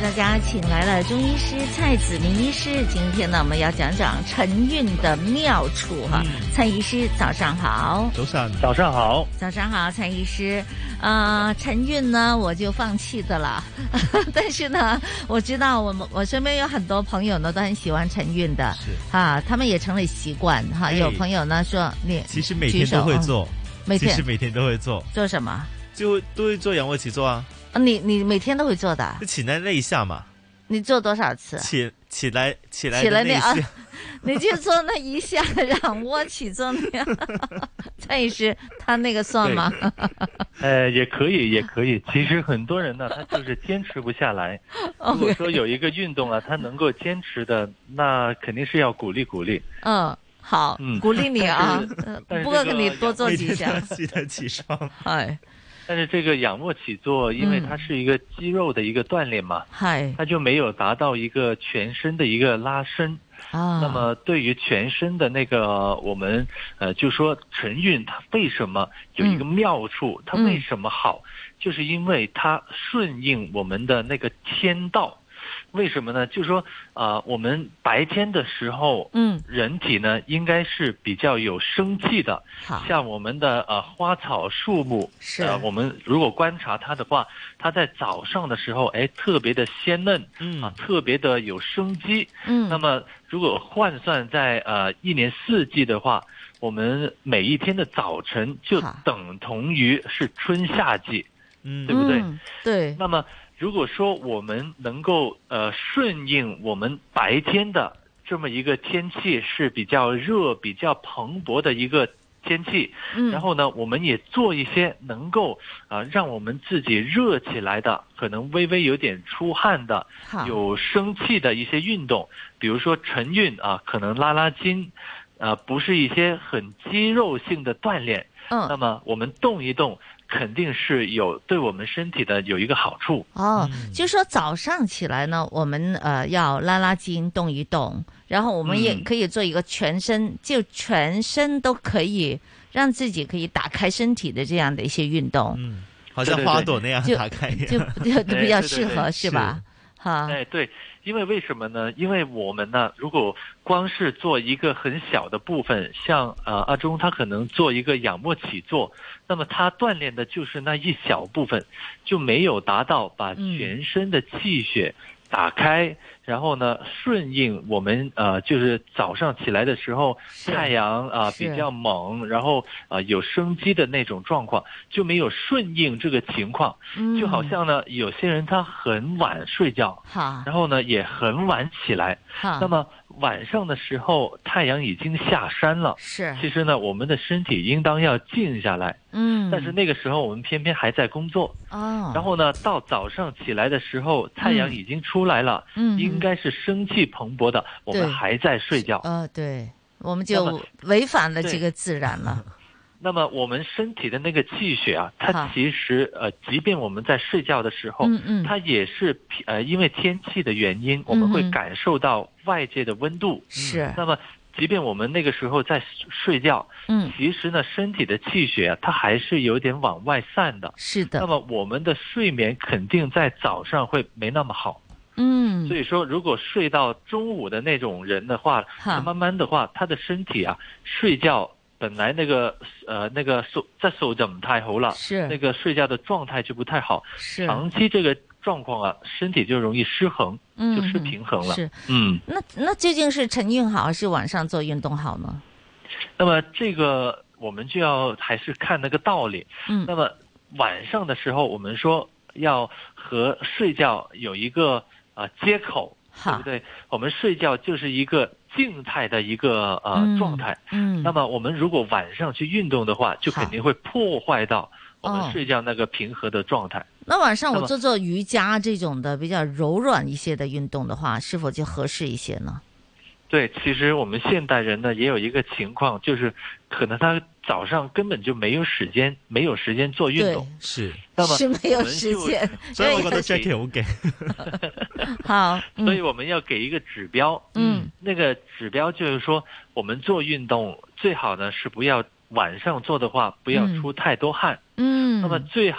大家请来了中医师蔡子明医师，今天呢我们要讲讲晨运的妙处哈。蔡医师早上好。 早上好。 早上好，蔡医师。晨运呢我就放弃的了，但是呢我知道我身边有很多朋友呢都很喜欢晨运的，他们也成了习惯哈。有朋友呢说你其实每天都会做， 其实每天都会做。 做什么？ 就都会做仰卧起坐啊。 你每天都会做的？ 就起来那一下嘛。 你做多少次？ 起来的那一下。 你就做那一下仰卧起坐那样。蔡医师，他那个算吗？ 也可以。其实很多人呢，他就是坚持不下来。如果说有一个运动啊，他能够坚持的，那肯定是要鼓励。 好，鼓励你啊！不过跟你多做几下。 记得起床。 但是这个仰卧起坐，因为它是一个肌肉的一个锻炼嘛，它就没有达到一个全身的一个拉伸。那么对于全身的那个我们就说晨运它为什么有一个妙处，它为什么好，就是因为它顺应我们的那个天道。为什么呢？就是说我们白天的时候人体呢应该是比较有生气的，像我们的花草树木，我们如果观察它的话，它在早上的时候特别的鲜嫩，特别的有生机。那么如果换算在一年四季的话，我们每一天的早晨就等同于是春夏季，对不对？ 对。 那么如果说我们能够顺应我们白天的这么一个天气是比较热比较蓬勃的一个天气，然后呢我们也做一些能够让我们自己热起来的，可能微微有点出汗的，有生气的一些运动，比如说晨运可能拉筋，不是一些很肌肉性的锻炼，那么我们动一动肯定是有对我们身体的有一个好处。 就说早上起来呢，我们要拉筋动一动，然后我们也可以做一个全身都可以让自己可以打开身体的这样的一些运动。 好像花朵那样打开就比较适合是吧？ 对，因为为什么呢？因为我们呢，如果光是做一个很小的部分，像阿忠他可能做一个仰卧起坐，那么他锻炼的就是那一小部分，就没有达到把全身的气血打开，然后呢顺应我们就是早上起来的时候太阳比较猛，然后有生机的那种状况，就没有顺应这个情况。就好像呢有些人他很晚睡觉，然后呢也很晚起来，那么晚上的时候太阳已经下山了，其实呢我们的身体应当要静下来，但是那个时候我们偏偏还在工作，然后呢到早上起来的时候太阳已经出来了，应该是生气蓬勃的，我们还在睡觉， 对，我们就违反了这个自然了。 那么我们身体的那个气血它其实即便我们在睡觉的时候，它也是因为天气的原因，我们会感受到外界的温度，那么即便我们那个时候在睡觉，其实呢身体的气血它还是有点往外散的，那么我们的睡眠肯定在早上会没那么好。所以说如果睡到中午的那种人的话，慢慢的话他的身体睡觉本来那个手就不太好了，那个睡觉的状态就不太好，长期这个状况身体就容易失衡，就失平衡了。 那究竟是晨运好还是晚上做运动好呢？ 那么这个我们就要还是看那个道理。那么晚上的时候我们说要和睡觉有一个接口，对不对？我们睡觉就是一个静态的一个状态，那么我们如果晚上去运动的话，就肯定会破坏到我们睡觉那个平和的状态。 那晚上我做瑜伽这种的比较柔软一些的运动的话，是否就合适一些呢？ 对，其实我们现代人呢也有一个情况，就是可能他早上根本就没有时间做运动，那么是没有时间， 所以我覺得 Jackie 好勁。 好， 所以我们要给一个指标，那个指标就是说，我们做运动最好呢是不要晚上做的话，不要出太多汗，那么最好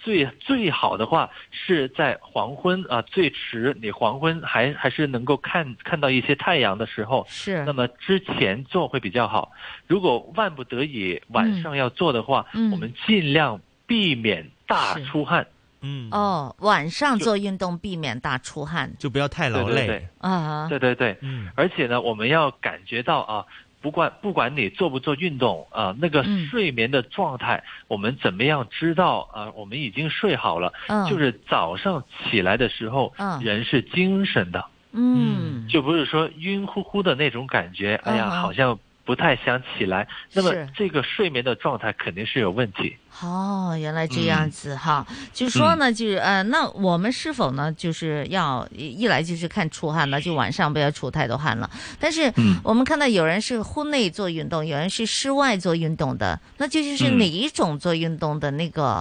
最好的话是在黄昏啊，最迟你黄昏还是能够看到一些太阳的时候， 是。 那么之前做会比较好。如果万不得已晚上要做的话，我们尽量避免大出汗。 晚上做运动避免大出汗， 就不要太劳累。 对，而且呢，我们要感觉到啊。不管你做不做运动啊，那个睡眠的状态，我们怎么样知道啊？我们已经睡好了，就是早上起来的时候，人是精神的，就不是说晕乎乎的那种感觉，哎呀，好像不太想起来。那么这个睡眠的状态肯定是有问题。 原来这样子哈，就是说呢，就是那我们是否呢，就是要一来就是看出汗了，就晚上不要出太多汗了。但是我们看到有人是户内做运动，有人是室外做运动的，那就是哪一种做运动的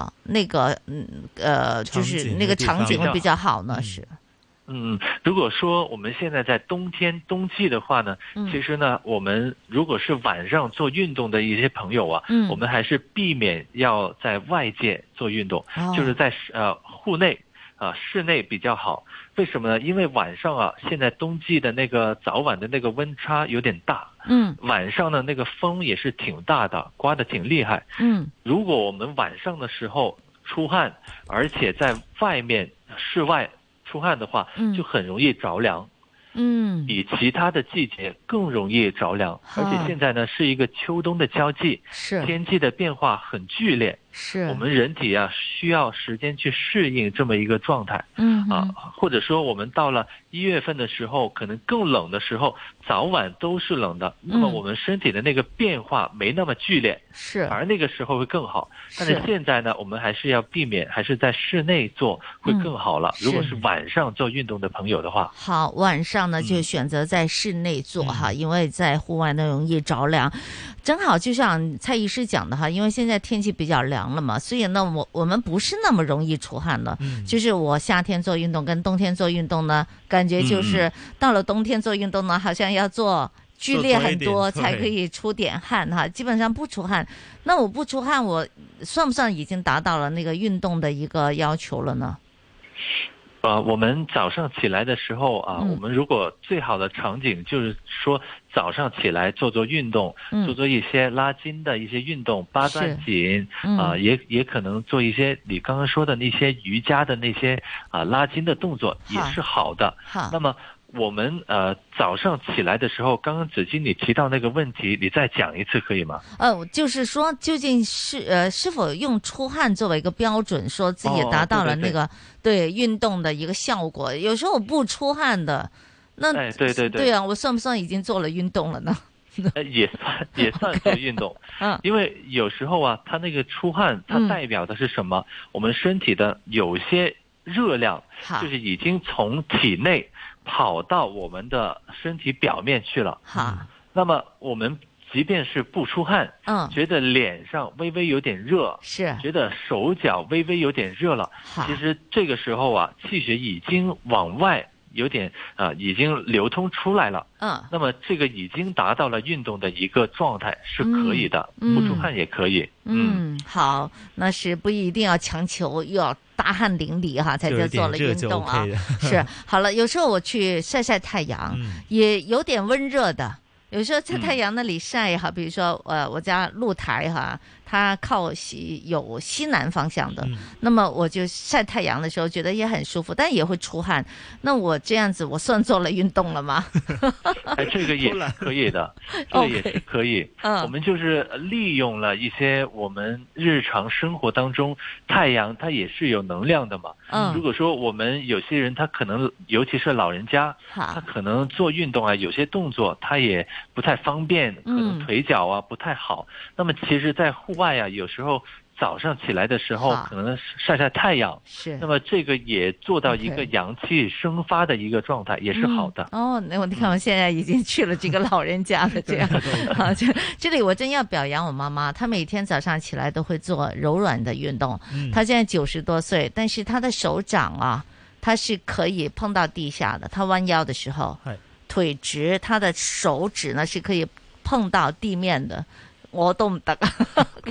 就是那个场景会比较好呢？是。 如果说我们现在在冬季的话呢，其实呢，我们如果是晚上做运动的一些朋友啊，我们还是避免要在外界做运动，就是在户内室内比较好。为什么呢？因为晚上啊，现在冬季的那个早晚的那个温差有点大，晚上呢那个风也是挺大的，刮得挺厉害。如果我们晚上的时候出汗，而且在外面室外出汗的话，就很容易着凉。比其他的季节更容易着凉，而且现在呢是一个秋冬的交际，天气的变化很剧烈，我们人体啊需要时间去适应这么一个状态。或者说我们到了1月份的时候，可能更冷的时候，早晚都是冷的，那么我们身体的那个变化没那么剧烈，而那个时候会更好。但是现在呢，我们还是要避免，还是在室内做会更好了。如果是晚上做运动的朋友的话， 好，晚上呢就选择在室内做哈，因为在户外呢容易着凉。正好就像蔡医师讲的哈，因为现在天气比较凉了嘛，所以呢我们不是那么容易出汗了。就是我夏天做运动跟冬天做运动呢，感觉就是到了冬天做运动呢，好像要做剧烈很多才可以出点汗哈，基本上不出汗。那我不出汗，我算不算已经达到了那个运动的一个要求了呢？ 我们早上起来的时候啊，我们如果最好的场景就是说早上起来做运动，做一些拉筋的一些运动，八段锦也可能做一些你刚刚说的那些瑜伽的那些拉筋的动作也是好的。那么我们早上起来的时候，刚刚子金你提到那个问题，你再讲一次可以吗？ 就是说究竟是否用出汗作为一个标准，说自己达到了那个对运动的一个效果？有时候我不出汗的，那对啊，我算不算已经做了运动了呢？ 也算做运动。因为有时候啊，它那个出汗，它代表的是什么？我们身体的有些热量就是已经从体内跑到我们的身体表面去了。那么我们即便是不出汗，觉得脸上微微有点热，觉得手脚微微有点热了，其实这个时候啊，气血已经往外有点已经流通出来了。那么这个已经达到了运动的一个状态，是可以的，不出汗也可以。 好，那是不一定要强求又要大汗淋漓哈，才叫做了运动啊。是，好了，有时候我去晒晒太阳，也有点温热的。有时候在太阳那里晒哈，比如说我家露台哈，它靠有西南方向的，那么我就晒太阳的时候觉得也很舒服，但也会出汗。那我这样子，我算做了运动了吗？ 这个也是可以的，这个也是可以。我们就是利用了一些我们日常生活当中，太阳它也是有能量的嘛。如果说我们有些人他可能，尤其是老人家，他可能做运动啊，有些动作他也不太方便，可能腿脚啊不太好。那么其实在户外啊，有时候早上起来的时候可能晒晒太阳，那么这个也做到一个阳气生发的一个状态，也是好的。 那我看我现在已经去了这个老人家了，这样这里我真要表扬我妈妈，她每天早上起来都会做柔软的运动。她现在90多岁，但是她的手掌啊，她是可以碰到地下的，她弯腰的时候腿直，她的手指呢是可以碰到地面的。我都唔得。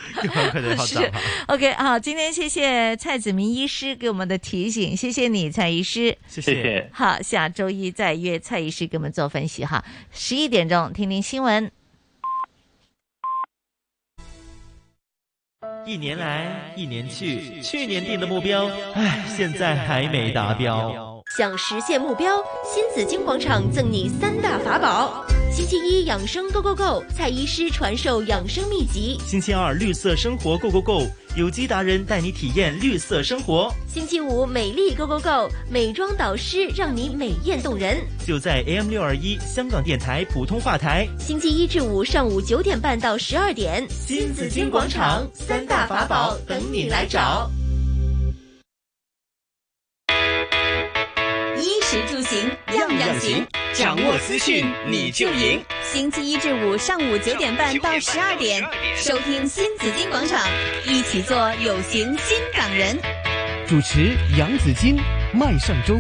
可能好早。 OK 好，今天谢谢蔡子明医师给我们的提醒，谢谢你蔡医师， 谢谢。 好，下周一再约蔡医师给我们做分析哈。11点钟听听新闻。 一年来一年去，去年定的目标，现在还没达标。 想实现目标，新紫荆广场赠你3大法宝。星期一养生 Go Go Go， 蔡医师传授养生秘籍。 星期二绿色生活 Go Go Go， 有机达人带你体验绿色生活。 星期五美丽 Go Go Go， 美妆导师让你美艳动人。 就在 AM621 香港电台普通话台。 星期一至五上午9点半到12点， 新紫荆广场3大法宝等你来找。衣食住行样样行， 掌握资讯你就赢。 星期一至五上午9点半到12点，收听新紫荆广场，一起做有型新港人。 主持杨紫金、麦尚中。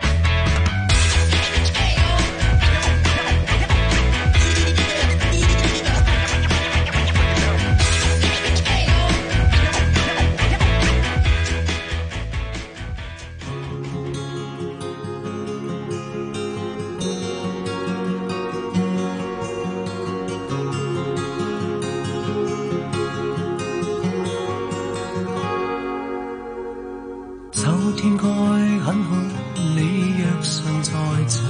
天該很好，你若尚在場，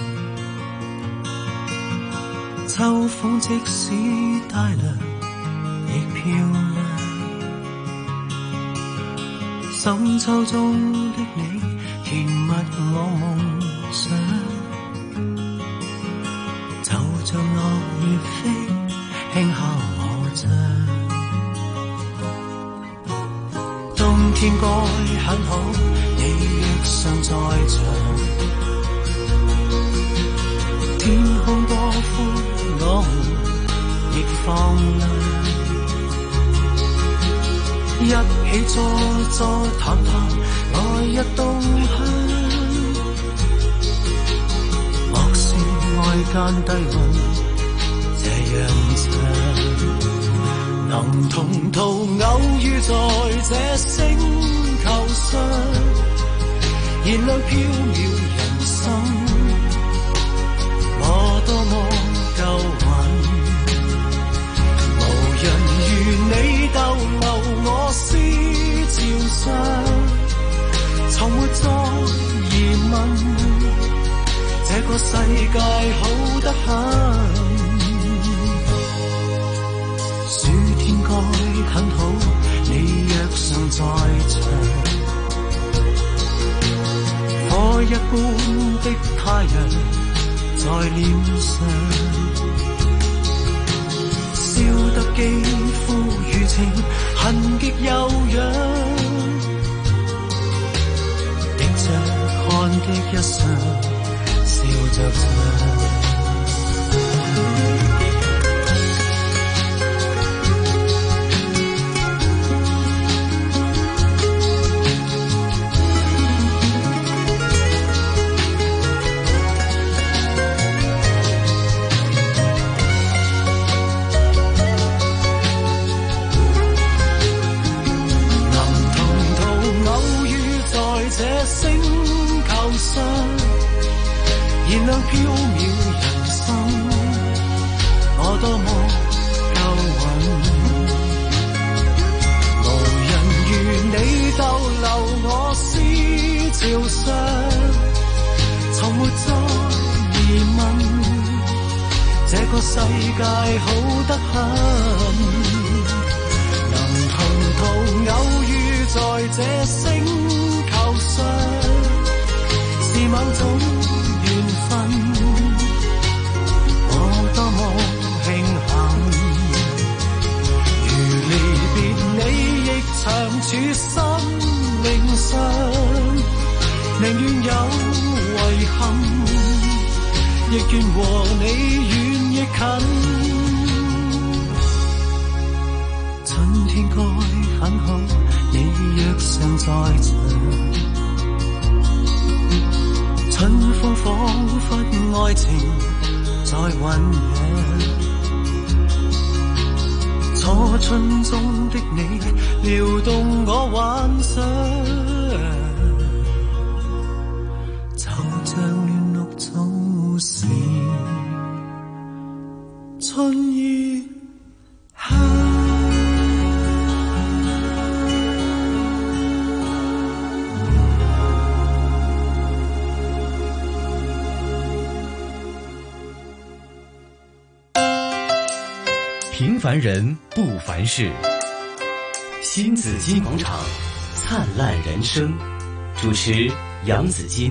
秋風即使帶涼亦漂亮。深秋中的你，甜蜜我夢想，就像落葉飛，輕敲我窗。冬天該很好，你若尚在場，天空多寬，我們亦放亮。一起坐坐談談，來日動向。莫說愛間低溫，這樣長，能同途偶遇在這星球上，燃亮飄渺人生。我多麼夠運，無人如你逗留我思潮上，從沒再疑問，這個世界好得很。暑天該很好，你若尚在場，火一般的太陽在臉上，燒得肌膚如情，痕極悠揚，滴着汗的一雙，笑着唱。燃亮飄渺人生，我多麼夠運，無人如你逗留我思潮上，從沒再疑問，這個世界好得很，能同途偶遇在這星球上，是某種緣分，我多麼慶幸，如離別你亦長處生命上，寧願有遺憾，亦願和你遠亦近。春天該很好，你若尚在場，春風彷彿愛情在醖釀， 初春中的你撩動我幻想，就像亂綠草時春意香。 平凡人不凡事，新紫金广场，灿烂人生。主持杨紫金。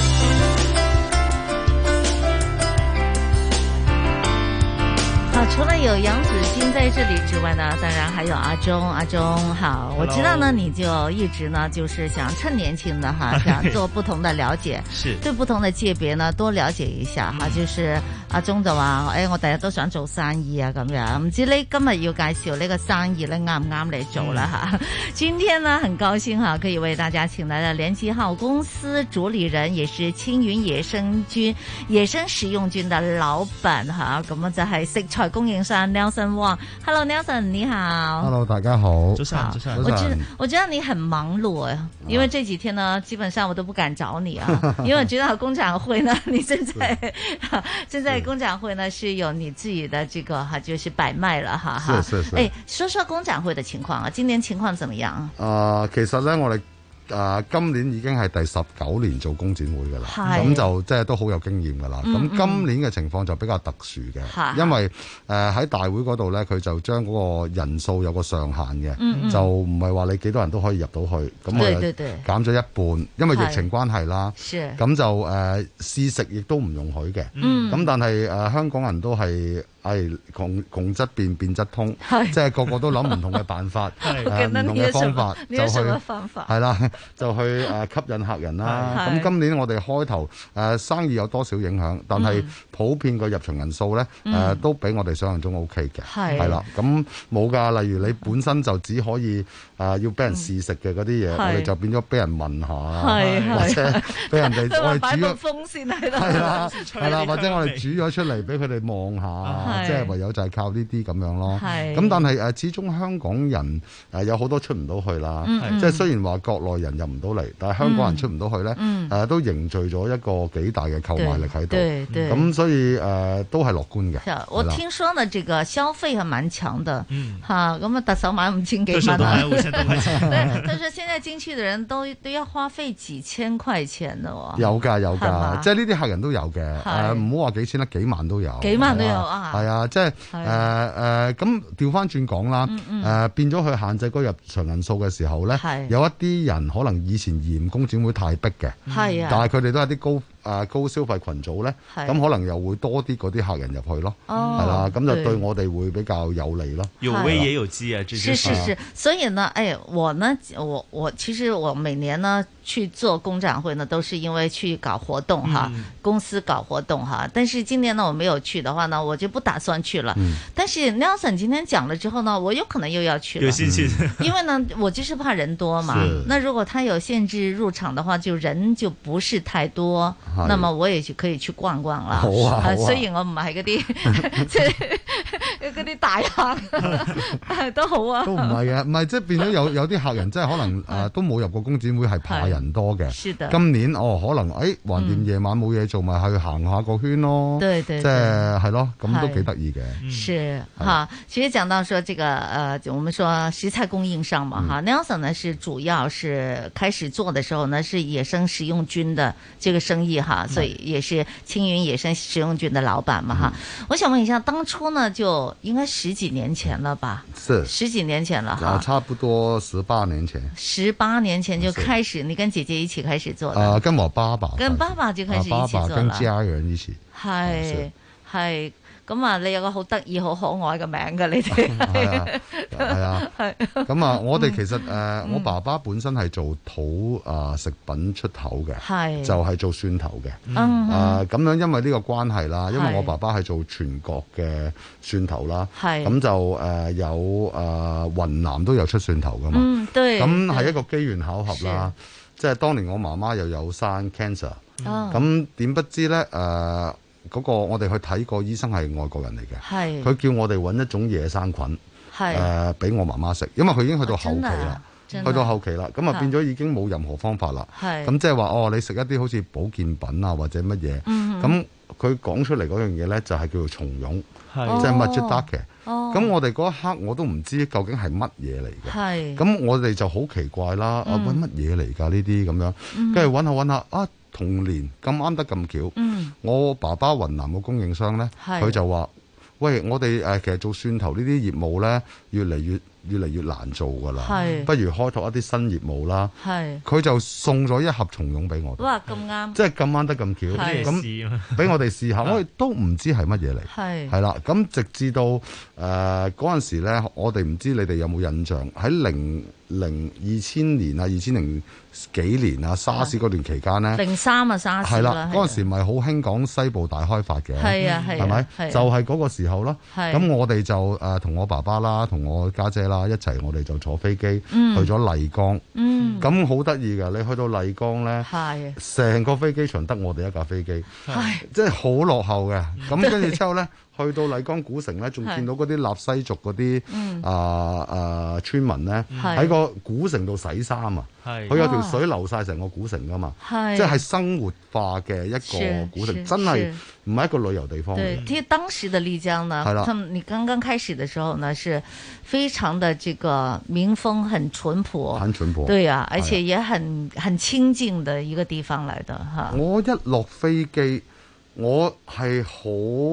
除了有杨紫金在这里之外呢，当然还有阿忠。阿忠好，我知道呢，你就一直呢就是想趁年輕的哈，想做不同的了解， 是對不同的界別呢多了解一下哈。就是阿忠就話，我第日都想做生意啊咁樣，唔知你今日要介紹呢個生意咧啱唔啱你做啦哈。今天呢很高興哈，可以為大家請來了聯記號公司主理人，也是青雲野生食用菌的老闆哈，咁啊就係食材供應商 Nelson Wong。Hello Nelson， 你好。 Hello， 大家好。 早上。 我知道你很忙碌啊，因為這幾天呢，基本上我都不敢找你啊，因為我知道工展會呢，你正在工展會呢是有你自己的這個哈，就是擺賣了哈。 是。 說說工展會的情況啊，今年情況怎麼樣？ 其實呢，我哋今年已經係第19年做工展會㗎啦，咁就即係都好有經驗㗎啦。咁今年嘅情況就比較特殊嘅，因為喺大會嗰度咧，佢就將嗰個人數有個上限嘅，就唔係話你幾多人都可以入到去，咁我減咗一半，因為疫情關係啦。咁就試食亦都唔容許嘅。咁但係香港人都係窮則變，變則通，即係個個都諗唔同嘅辦法，唔同嘅方法，就去係啦。就去吸引客人啦。咁今年我哋開頭生意有多少影響，但係普遍個入場人數咧都比我哋想象中 OK 嘅。係啦，咁冇㗎。例如你本身就只可以要俾人試食嘅嗰啲嘢，我哋就變咗俾人聞下，或者俾人哋我哋煮咗風扇喺度， 係啦，或者我哋煮咗出嚟俾佢哋望下，即係唯有就係靠呢啲咁樣咯。咁但係始終香港人有好多出唔到去啦，即係雖然話國內人入唔到嚟，但係香港人出唔到去咧，都凝聚咗一個幾大嘅購買力喺度。咁所以都係樂觀嘅。 我聽說呢，這個消費還蠻強的，哈，咁啊特首買5000幾萬啊，對，但是現在進去的人都要花費幾千塊錢的喎。 有㗎，即係呢啲客人都有嘅，唔好話幾千啦，幾萬都有。 幾萬都有啊？ 係啊，即係咁調翻轉講啦，變咗去限制嗰入場人數嘅時候咧，有一啲人可能以前嫌工展會太逼嘅，但係佢哋都係啲高消費群組咧，咁可能又會多啲嗰啲客人入去咯，係啦，咁就對我哋會比較有利咯。 有危也有機啊， 是，所以呢，我其實我每年呢去做工展會呢，都是因為去搞活動哈，公司搞活動哈。但是今年呢我沒有去的話呢，我就不打算去了。但是 Nelson 今天講了之後呢，我有可能又要去了， 有興趣， 因為呢我就是怕人多嘛。那如果他有限制入場的話，就人就不是太多。那麼我也就可以去逛逛啦。好啊，雖然我唔係嗰啲即係嗰啲大客，都好啊。 都唔係嘅，唔係即係變咗有啲客人真係可能都冇入過工展會，係怕人多嘅。今年可能橫掂夜晚冇嘢做，咪去行下個圈咯。對，即係係咯，咁都幾得意嘅。 是哈，其實講到說這個我們說食材供應商嘛哈，Nelson 呢是主要是開始做的時候呢是野生食用菌的這個生意哈，所以也是青雲野生食用菌的老闆嘛哈。我想問一下，當初呢就應該10幾年前了吧？是10幾年前了哈， 差不多18年前。 18年前就開始，你跟姐姐一起開始做的？ 跟我爸爸。 跟爸爸就開始一起做了。 跟家人一起。 係。咁啊，你有個好得意、好可愛嘅名㗎，你哋係啊，咁啊，我哋其實我爸爸本身係做土食品出口嘅，就係做蒜頭嘅。咁樣因為呢個關係啦，因為我爸爸係做全國嘅蒜頭啦，咁就有雲南都有出蒜頭㗎嘛。咁係一個機緣巧合啦，即係當年我媽媽又有生 cancer，咁點不知咧嗰個我哋去睇個醫生係外國人嚟嘅，佢叫我哋揾一種野生菌， 俾我媽媽食，因為佢已經去到後期啦。去到後期啦，咁啊變咗已經冇任何方法啦。咁即係話你食一啲好似保健品啊或者乜嘢，咁佢講出嚟嗰樣嘢咧就係叫做松茸，即係 Majidake 嘅。咁我哋嗰一刻我都唔知究竟係乜嘢嚟嘅。咁我哋就好奇怪啦，喂乜嘢嚟㗎呢啲咁樣？跟住揾下啊，同年咁啱得咁巧，我爸爸雲南嘅供應商咧，佢就話：喂，我哋其實做蒜頭呢啲業務咧，越嚟越難做㗎啦，不如開拓一啲新業務啦。佢就送咗一盒松茸俾我哋。 哇，咁啱！ 即係咁啱得咁巧，咁俾我哋試下，我哋都唔知係乜嘢嚟。係啦，咁直至到嗰陣時咧，我哋唔知你哋有冇印象喺2000年啊，2000幾年啊，沙士嗰段期間咧 ，03啊沙士係啦，嗰陣時咪好興講西部大開發嘅，係咪？就係嗰個時候咯。咁我哋就同我爸爸啦，同我家姐啦一齊，我哋就坐飛機去咗麗江。咁好得意㗎，你去到麗江咧，成個飛機場得我哋一架飛機，即係好落後嘅。咁跟住之後咧，去到麗江古城咧，仲見到嗰啲納西族嗰啲村民咧，喺個古城度洗衫啊！佢有條水流晒成個古城噶嘛，即係生活化嘅一個古城，真係唔係一個旅遊地方。 對，其實當時的麗江呢，你剛剛開始的時候呢，是非常的這個民風很淳樸， 很淳樸， 對啊，而且也很清靜的一個地方來的哈。 我一落飛機，我係好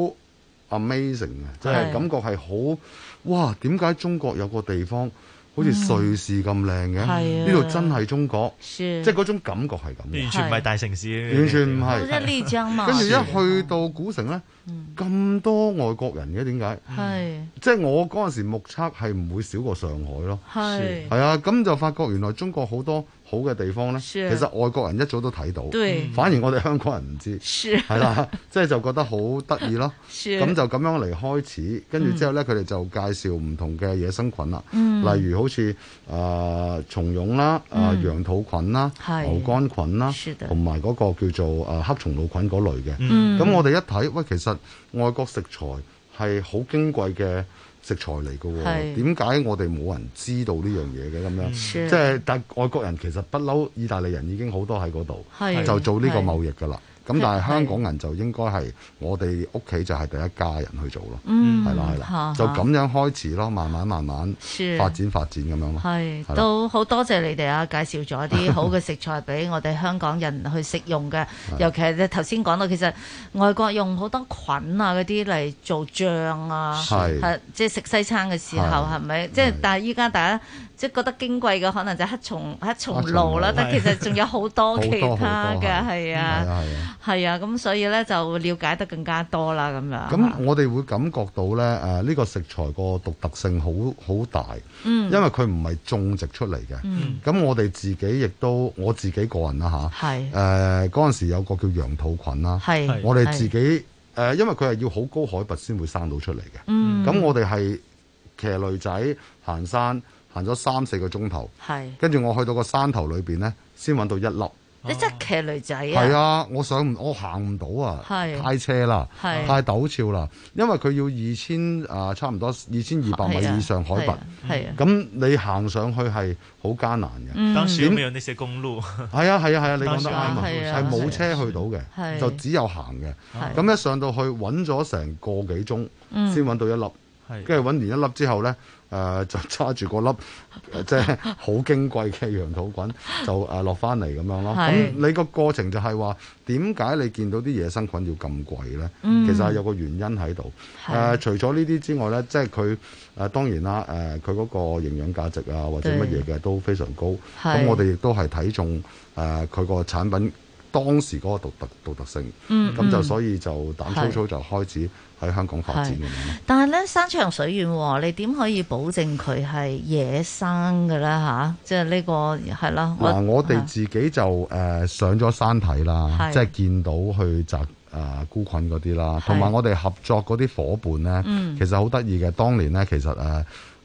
amazing 嘅，即係感覺係好哇！點解中國有個地方好似瑞士咁靚嘅？呢度真係中國，即係嗰種感覺係咁， 完全唔係大城市， 完全唔係。 麗江嘛， 跟住一去到古城咧，咁多外國人嘅，點解？即係我嗰陣時目測係唔會少過上海咯。係啊，咁就發覺原來中國好多好嘅地方咧，其實外國人一早都睇到，反而我哋香港人唔知，係啦，即係就覺得好得意咯。咁就咁樣嚟開始，跟住之後咧，佢哋就介紹唔同嘅野生菌啦，例如好似松茸啦、羊肚菌啦、牛肝菌啦，同埋嗰個叫做黑松露菌嗰類嘅。咁我哋一睇，喂，其實外國食材係好矜貴嘅食材嚟嘅喎，點解我哋冇人知道呢樣嘢嘅咁樣？即係但外國人其實不嬲，意大利人已經好多喺嗰度，就做呢個貿易㗎啦。咁但係香港人就應該係我哋屋企就係第一家人去做咯，係啦，就咁樣開始咯，慢慢發展咁樣咯。 係都好多謝你哋啊，介紹咗啲好嘅食材俾我哋香港人去食用嘅，尤其係你頭先講到，其實外國用好多菌啊嗰啲嚟做醬啊，係即係食西餐嘅時候係咪？即係但係依家大家即係覺得矜貴嘅可能就黑松露啦，但其實仲有好多其他嘅，係啊。係啊，咁所以咧就了解得更加多啦，咁樣。 咁我哋會感覺到咧，呢個食材個獨特性好大，因為佢唔係種植出嚟嘅。咁我哋自己亦都我自己個人啦嚇，嗰陣時有個叫羊肚菌啦，我哋自己因為佢係要好高海拔先會生到出嚟嘅。咁我哋係騎驢仔行山，行咗3-4個鐘頭，跟住我去到個山頭裏邊咧，先揾到一粒。 你真係騎驢仔啊！ 係啊，我行唔到啊，太斜啦，太陡峭啦，因為佢要差唔多2200米以上海拔，咁你行上去係好艱難嘅。 當時沒有那些公路。 係啊，你講得啱啊，係冇車去到嘅，就只有行嘅。咁一上到去揾咗成個幾鐘，先揾到一粒，跟住揾完一粒之後咧。就揸住個粒即係好矜貴嘅羊肚菌，就落翻嚟咁樣咯。咁你個過程就係話點解你見到啲野生菌要咁貴咧？其實係有個原因喺度。除咗呢啲之外咧，即係佢當然啦，佢嗰個營養價值啊或者乜嘢嘅都非常高。咁我哋亦都係睇中佢個產品當時嗰個獨特性。咁就所以就膽粗粗就開始喺香港發展咁樣。 但係咧山長水遠，你點可以保證佢係野生嘅咧嚇？即係呢個係咯。 嗱，我哋自己就上咗山睇啦，即係見到去摘菇菌嗰啲啦，同埋我哋合作嗰啲伙伴咧，其實好得意嘅。當年咧，其實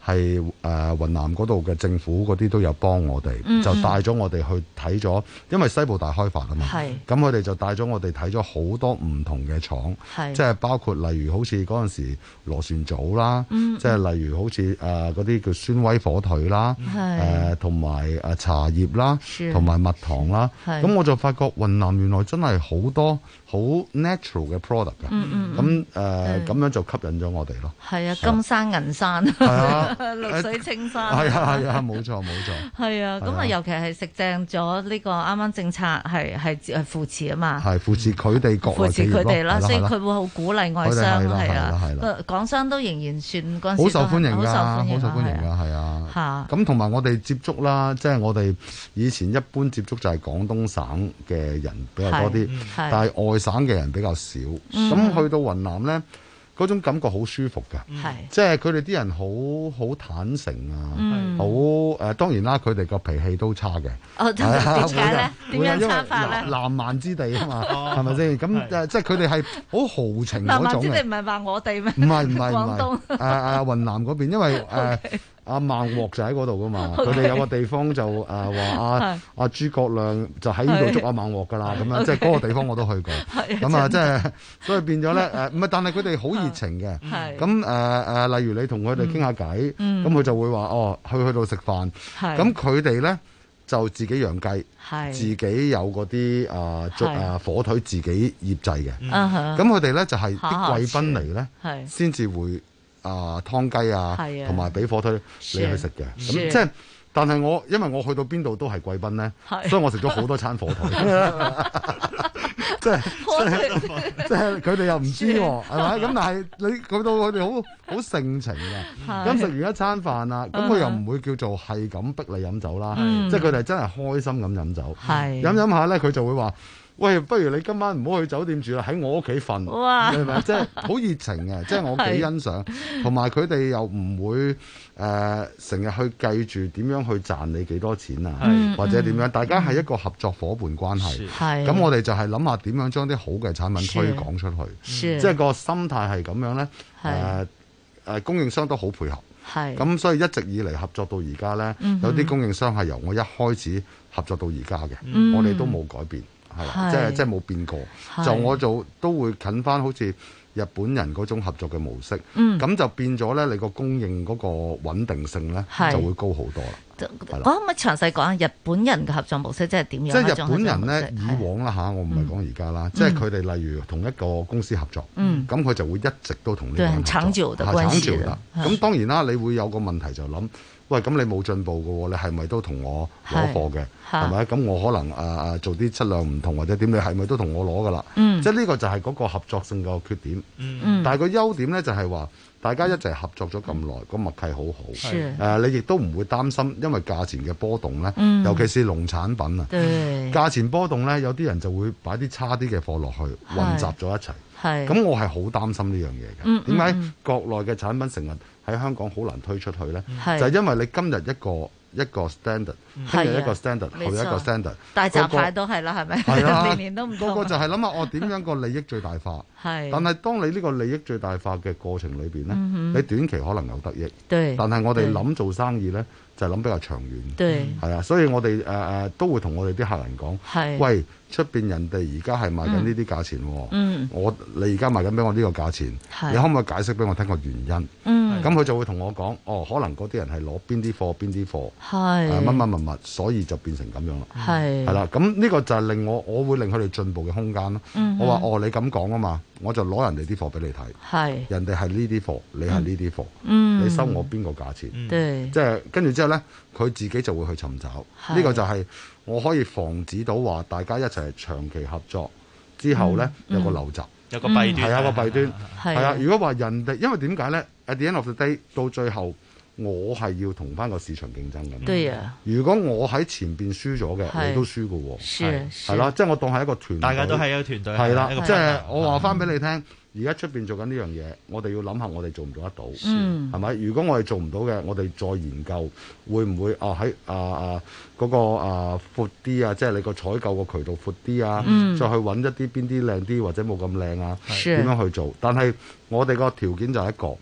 係雲南嗰度嘅政府嗰啲都有幫我哋，就帶咗我哋去睇咗，因為西部大開發啊嘛，咁佢哋就帶咗我哋睇咗好多唔同嘅廠，即係包括例如好似嗰陣時螺旋藻啦，即係例如好似嗰啲叫酸威火腿啦，同埋茶葉啦，同埋蜜糖啦，咁我就發覺雲南原來真係好多好 natural 嘅 product 㗎，咁咁樣就吸引咗我哋咯。 係啊，金山銀山，綠水青山。係啊，冇錯。 係啊，咁啊，尤其係食正咗呢個啱啱政策係扶持啊嘛。係扶持佢哋國內企業咯。扶持佢哋啦，所以佢會好鼓勵外商係啊。港商都仍然算嗰陣時好受歡迎㗎， 好受歡迎㗎，係啊。咁同埋我哋接觸啦，即係我哋以前一般接觸就係廣東省嘅人比較多啲，但係外省嘅人比較少。咁去到雲南咧，嗰種感覺好舒服嘅，即係佢哋啲人好坦誠啊，好當然啦，佢哋個脾氣都差嘅。 點解咧？點樣差法咧？ 南蠻之地啊嘛，係咪先？咁即係佢哋係好豪情嗰種。 南蠻之地唔係話我哋咩？ 唔係廣東雲南嗰邊，因為阿孟獲就喺嗰度噶嘛，佢哋有個地方就話阿諸葛亮就喺呢度捉阿孟獲噶啦，咁樣即係嗰個地方我都去過，咁啊即係所以變咗咧唔係，但係佢哋好熱情嘅，咁例如你同佢哋傾下偈，咁佢就會話去到食飯，咁佢哋咧就自己養雞，自己有嗰啲火腿自己醃製嘅，咁佢哋咧就係啲貴賓嚟咧，先至會。湯雞啊，同埋俾火腿你去食嘅，咁即係，但係因為我去到邊度都係貴賓咧，所以我食咗好多餐火腿，即係佢哋又唔知喎，係咪？咁但係你去到佢哋好盛情嘅，咁食完一餐飯啊，咁佢又唔會叫做係咁逼你飲酒啦，即係佢哋真係開心咁飲酒，飲下咧佢就會話。喂，不如你今晚唔好去酒店住啦，喺我屋企瞓，係咪？即係好熱情嘅，即係我幾欣賞。同埋佢哋又唔會成日去計住點樣去賺你幾多錢啊，或者點樣？大家係一個合作伙伴關係。咁我哋就係諗下點樣將啲好嘅產品推廣出去。即係個心態係咁樣咧。供應商都好配合。咁所以一直以嚟合作到而家咧，有啲供應商係由我一開始合作到而家嘅，我哋都冇改變。係即係冇變過，就我都會近翻好似日本人嗰種合作嘅模式，咁就變咗咧，你個供應嗰個穩定性咧就會高好多啦。 我可唔可以詳細講下日本人嘅合作模式即係點樣？ 即係日本人咧，以往啦我唔係講而家啦，即係佢哋例如同一個公司合作，咁佢就會一直都同呢個人合作，長久的關係啦。咁當然啦，你會有個問題就諗。喂，咁你冇進步嘅喎，你係咪都同我攞貨嘅？係咪？咁我可能做啲質量唔同或者點，你係咪都同我攞㗎啦？即係呢個就係嗰個合作性嘅缺點。但係個優點咧就係話，大家一齊合作咗咁耐，個默契好好。你亦都唔會擔心，因為價錢嘅波動咧，尤其是農產品啊，價錢波動咧，有啲人就會擺啲差啲嘅貨落去，混雜咗一齊。咁我係好擔心呢樣嘢嘅。點解國內嘅產品成日喺香港好難推出去咧？就係因為你今日一個 standard， 聽日一個 standard， 後日一個 standard， 大閘蟹都係啦，係咪？ 係啊， 年年都唔同。 個個就係諗下點樣個利益最大化。但係當你呢個利益最大化嘅過程裏邊咧，你短期可能有得益。但係我哋諗做生意咧，就係諗比較長遠。係啊，所以我哋都會同我哋啲客人講，喂，出邊人哋而家係賣緊呢啲價錢，你而家賣緊俾我呢個價錢，你可唔可以解釋俾我聽個原因？咁佢就會同我講，可能嗰啲人係攞邊啲貨，乜，所以就變成咁樣啦。係啦，咁呢個就係我會令佢哋進步嘅空間咯。我話你咁講啊嘛，我就攞人哋啲貨俾你睇。人哋係呢啲貨，你係呢啲貨，你收我邊個價錢？即係跟住之後咧，佢自己就會去尋找。呢個就係我可以防止到話大家一齊長期合作之後咧有個陋習， 有個弊端， 係啊個弊端，係啊。如果話人哋，因為點解咧？At the end of the day， 到最後我係要同翻個市場競爭嘅。 對啊。 如果我喺前邊輸咗嘅，你都輸嘅喎。係啦，即係我當係一個團隊， 大家都係一個團隊。 係啦，即係我話翻俾你聽，而家出邊做緊呢樣嘢，我哋要諗下我哋做唔做得到，係咪？如果我哋做唔到嘅，我哋再研究會唔會喺嗰個闊啲啊，即係你個採購個渠道闊啲啊，再去揾一啲邊啲靚啲或者冇咁靚啊，點樣去做？但係我哋個條件就係一個，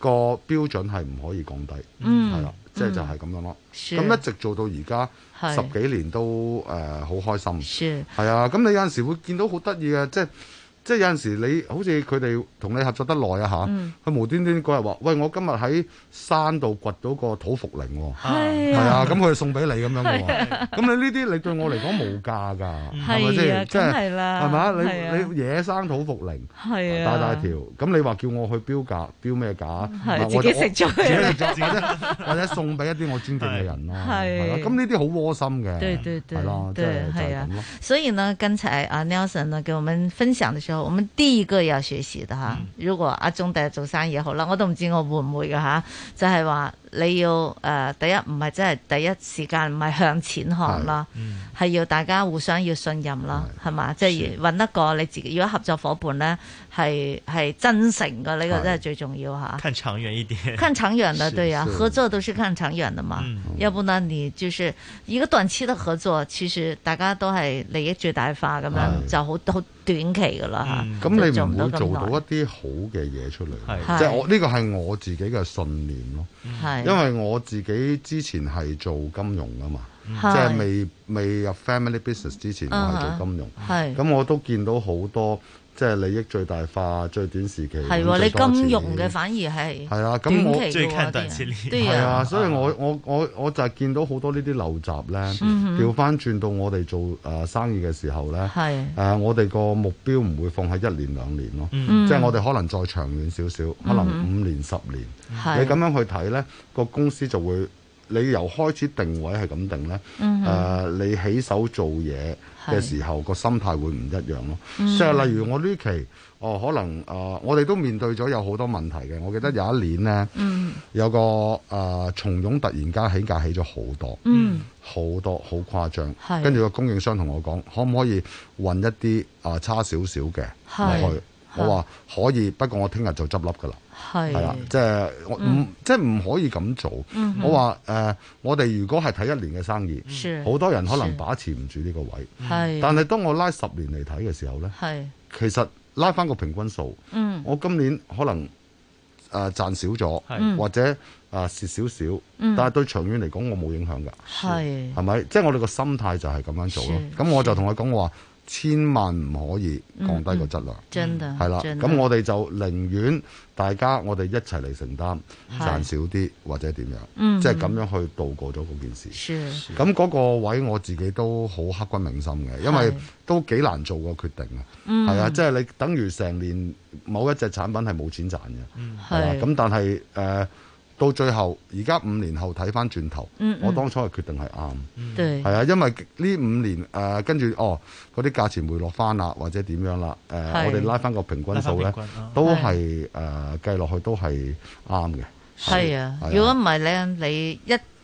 個標準係唔可以降低，係啦，即係就係咁樣咯。咁一直做到而家10幾年都好開心，係啊。咁你有陣時會見到好得意嘅，即係有陣時你好似佢哋同你合作得耐啊嚇，佢無端端嗰日話：喂，我今日喺山度掘到個土茯苓喎，係啊，咁佢就送俾你咁樣嘅喎。咁你呢啲你對我嚟講冇價㗎，係咪先？即係係嘛？你野生土茯苓，大條，咁你話叫我去標價，標咩價？ 自己食咗， 自己食咗，或者送俾一啲我尊敬嘅人咯，係啦。咁呢啲好窩心嘅，係咯，即係咁咯。 所以呢，剛才阿 Nelson 呢，給我們分享的時候，我們第一個要學習的哈，如果阿鍾第日做生意好啦，我都唔知我會唔會嘅吓，就係話你要第一唔係真係第一時間唔係向錢看啦，係要大家互相要信任啦，係嘛？即係揾一個你自己，如果合作夥伴咧係真誠嘅，呢個真係最重要吓。 看長遠一點， 看長遠的，對呀，合作都是看長遠的嘛。要不呢，你就是一個短期的合作，其實大家都係利益最大化咁樣，就好短期噶啦嚇。 咁你唔會做到一啲好嘅嘢出嚟，即係我呢個係我自己嘅信念咯。因為我自己之前係做金融噶嘛，即係未入 family business 之前，我係做金融。咁我都見到好多即係利益最大化、最短時期。 係喎，你金融嘅反而係啊， 咁我最看短期利益。 係啊，所以我就係見到好多呢啲陋習咧，調翻轉到我哋做生意嘅時候咧，我哋個目標唔會放喺1年2年咯，即係我哋可能再長遠少少，可能5年10年。你咁樣去睇咧，個公司就會你由開始定位係咁定咧，你起手做嘢嘅時候個心態會唔一樣咯。即係例如我呢期可能我哋都面對咗有好多問題嘅。我記得有一年咧，有個松茸突然間起價起咗好多，好多好誇張。跟住個供應商同我講，可唔可以運一啲差少少嘅落去？我話可以，不過我聽日就執笠㗎啦。係啦，即係唔可以咁做。我話我哋如果係睇1年嘅生意，好多人可能把持唔住呢個位。但係當我拉10年嚟睇嘅時候咧，其實拉翻個平均數，我今年可能賺少咗，或者蝕少少，但係對長遠嚟講我冇影響㗎。係咪？即係我哋個心態就係咁樣做咯。咁我就同佢講，我話千萬唔可以降低個質量，係啦。咁我哋就寧願大家我哋一齊嚟承擔，賺少啲或者點樣，即係咁樣去度過咗嗰件事。咁嗰個位我自己都好刻骨銘心嘅，因為都幾難做個決定啊。係啊，即係你等於成年某一隻產品係冇錢賺嘅，係啊。咁但係到最後，而家5年後睇翻轉頭，我當初嘅決定係啱，係啊，因為呢5年跟住嗰啲價錢回落翻啦，或者點樣啦，我哋拉翻個平均數咧，都係計落去都係啱嘅。 係啊，如果唔係咧，你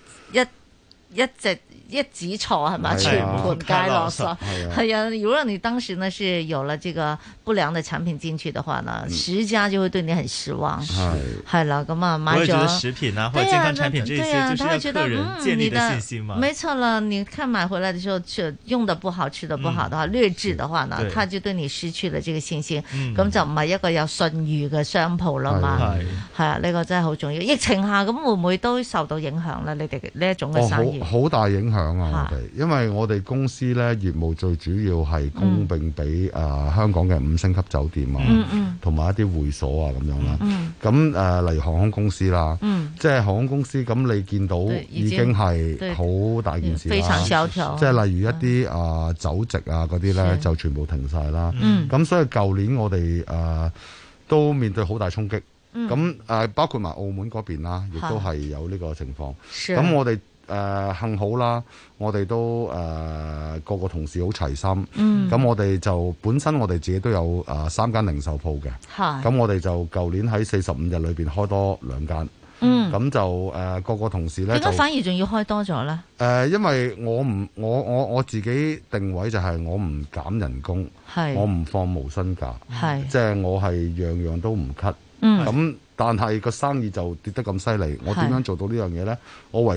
一指錯係嘛，全盤皆落索。係啊，如果你當時呢是有了這個不良的產品進去的話呢，10家就會對你很失望。係啦，咁啊買咗。我覺得食品啊或者健康產品這些，就是要客人建立的信心嘛。 沒錯了，你看買回來的時候，用得不好，吃得不好的話，劣質的話呢，他就對你失去了這個信心。咁就唔係一個有信譽嘅商鋪啦嘛。係啊，呢個真係好重要。疫情下咁會唔會都受到影響咧？你哋呢一種嘅生意？ 好大影響。我哋，因為我哋公司咧業務最主要係供應俾香港嘅5星級酒店啊，同埋一啲會所啊咁樣啦。咁例如航空公司啦，即係航空公司咁你見到已經係好大件事啦， 非常蕭條。 即係例如一啲酒席啊嗰啲咧就全部停晒啦。咁所以舊年我哋都面對好大衝擊。咁包括埋澳門嗰邊啦，亦都係有呢個情況。咁我哋幸好啦，我哋都個個同事好齊心。咁我哋就本身我哋自己都有3間零售鋪嘅。咁我哋就舊年喺45日裏邊開多2間。咁就個個同事咧， 點解反而仲要開多咗咧？ 因為我自己定位就係我唔減人工，我唔放無薪假，即係我係樣樣都唔 cut。咁但係個生意就跌得咁犀利，我點樣做到呢樣嘢咧？我唯有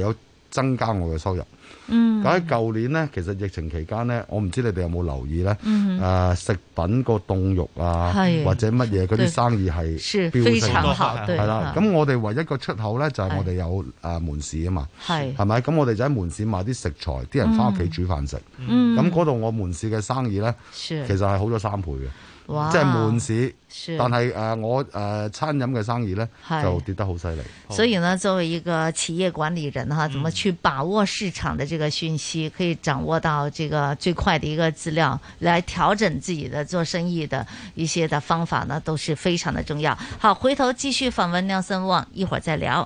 增加我嘅收入。咁喺舊年呢，其實疫情期間呢，我唔知你哋有冇留意呢？食品個凍肉啊，或者乜嘢嗰啲生意係飆升，係啦。咁我哋唯一個出口呢，就係我哋有門市啊嘛，係咪？咁我哋就喺門市買啲食材，啲人翻屋企煮飯食。咁嗰度我門市嘅生意呢，其實係好咗3倍嘅。即係門市，但係我餐飲嘅生意呢就跌得好犀利。 所以呢，作為一個企業管理人哈，怎麼去把握市場的這個訊息，可以掌握到這個最快的一個資料，來調整自己的做生意的一些的方法呢，都是非常的重要。好，回頭繼續訪問 Nelson Wong，一會兒再聊。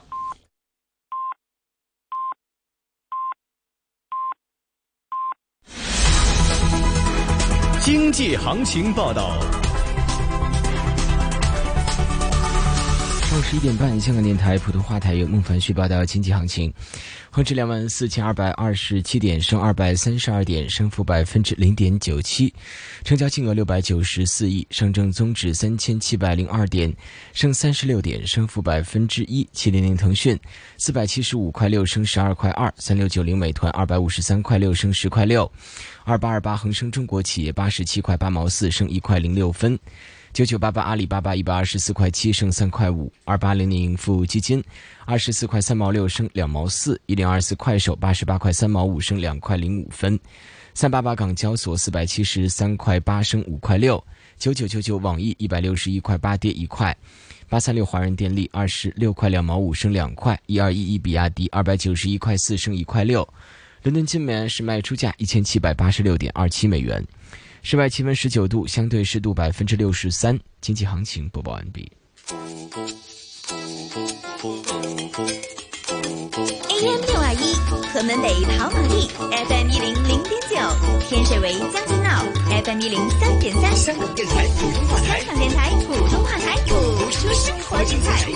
經濟行情報道。 上午11點半，香港電台普通話台由孟凡旭報道經濟行情。恒指24,227點，升232點，升幅0.97%，成交金額694億。上證綜指3,702點，升36點，升幅1%。700騰訊475塊6，升12塊2。3690美團253塊6，升10塊6。2828恒生中國企業87塊8毛4，升1塊06分。9988阿里巴巴124塊7，升3塊5。2800盈富基金24塊3毛6，升2毛4。1024快手88塊3毛5，升2塊05分。388港交所473塊8，升5塊6。9999網易161塊8，跌1塊。836華潤電力26塊2毛5，升2塊。1211比亞迪291塊4，升1塊6。倫敦金每安士賣出價1786.27美元。室外氣溫19度，相對濕度63%。經濟行情播報完畢。 AM621，河門北跑馬地 ，FM 100.9，天水圍將軍澳 ，FM 103.3，香港電台普通話台，香港電台普通話台，播出生活精彩。